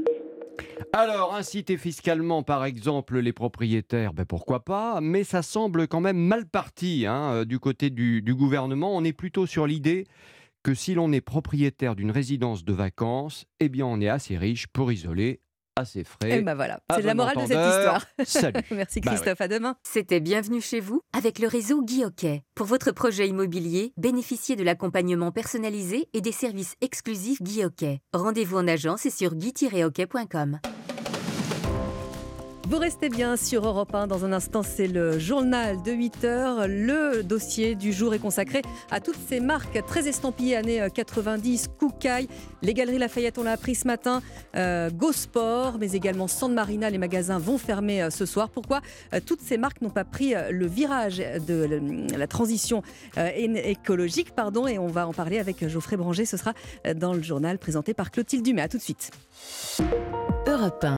Alors, inciter fiscalement, par exemple, les propriétaires, ben pourquoi pas, mais ça semble quand même mal parti hein, euh, du côté du, du gouvernement. On est plutôt sur l'idée que si l'on est propriétaire d'une résidence de vacances, eh bien on est assez riche pour isoler assez frais. Et ben voilà, À c'est la bon morale de cette entendeur. histoire. Salut. Merci Bah Christophe, à demain. C'était Bienvenue chez vous avec le réseau Guy Hockey. Pour votre projet immobilier, bénéficiez de l'accompagnement personnalisé et des services exclusifs Guy Hockey. Rendez-vous en agence et sur guy tiret hockey point com. Vous restez bien sur Europe un. Dans un instant, c'est le journal de huit heures. Le dossier du jour est consacré à toutes ces marques très estampillées années quatre-vingt-dix, Koukaï, les Galeries Lafayette, on l'a appris ce matin, euh, Go Sport, mais également San Marina. Les magasins vont fermer euh, ce soir. Pourquoi euh, toutes ces marques n'ont pas pris euh, le virage de euh, la transition euh, écologique, pardon, et on va en parler avec Geoffrey Branger. Ce sera euh, dans le journal présenté par Clotilde Dumais. À tout de suite. Europe un.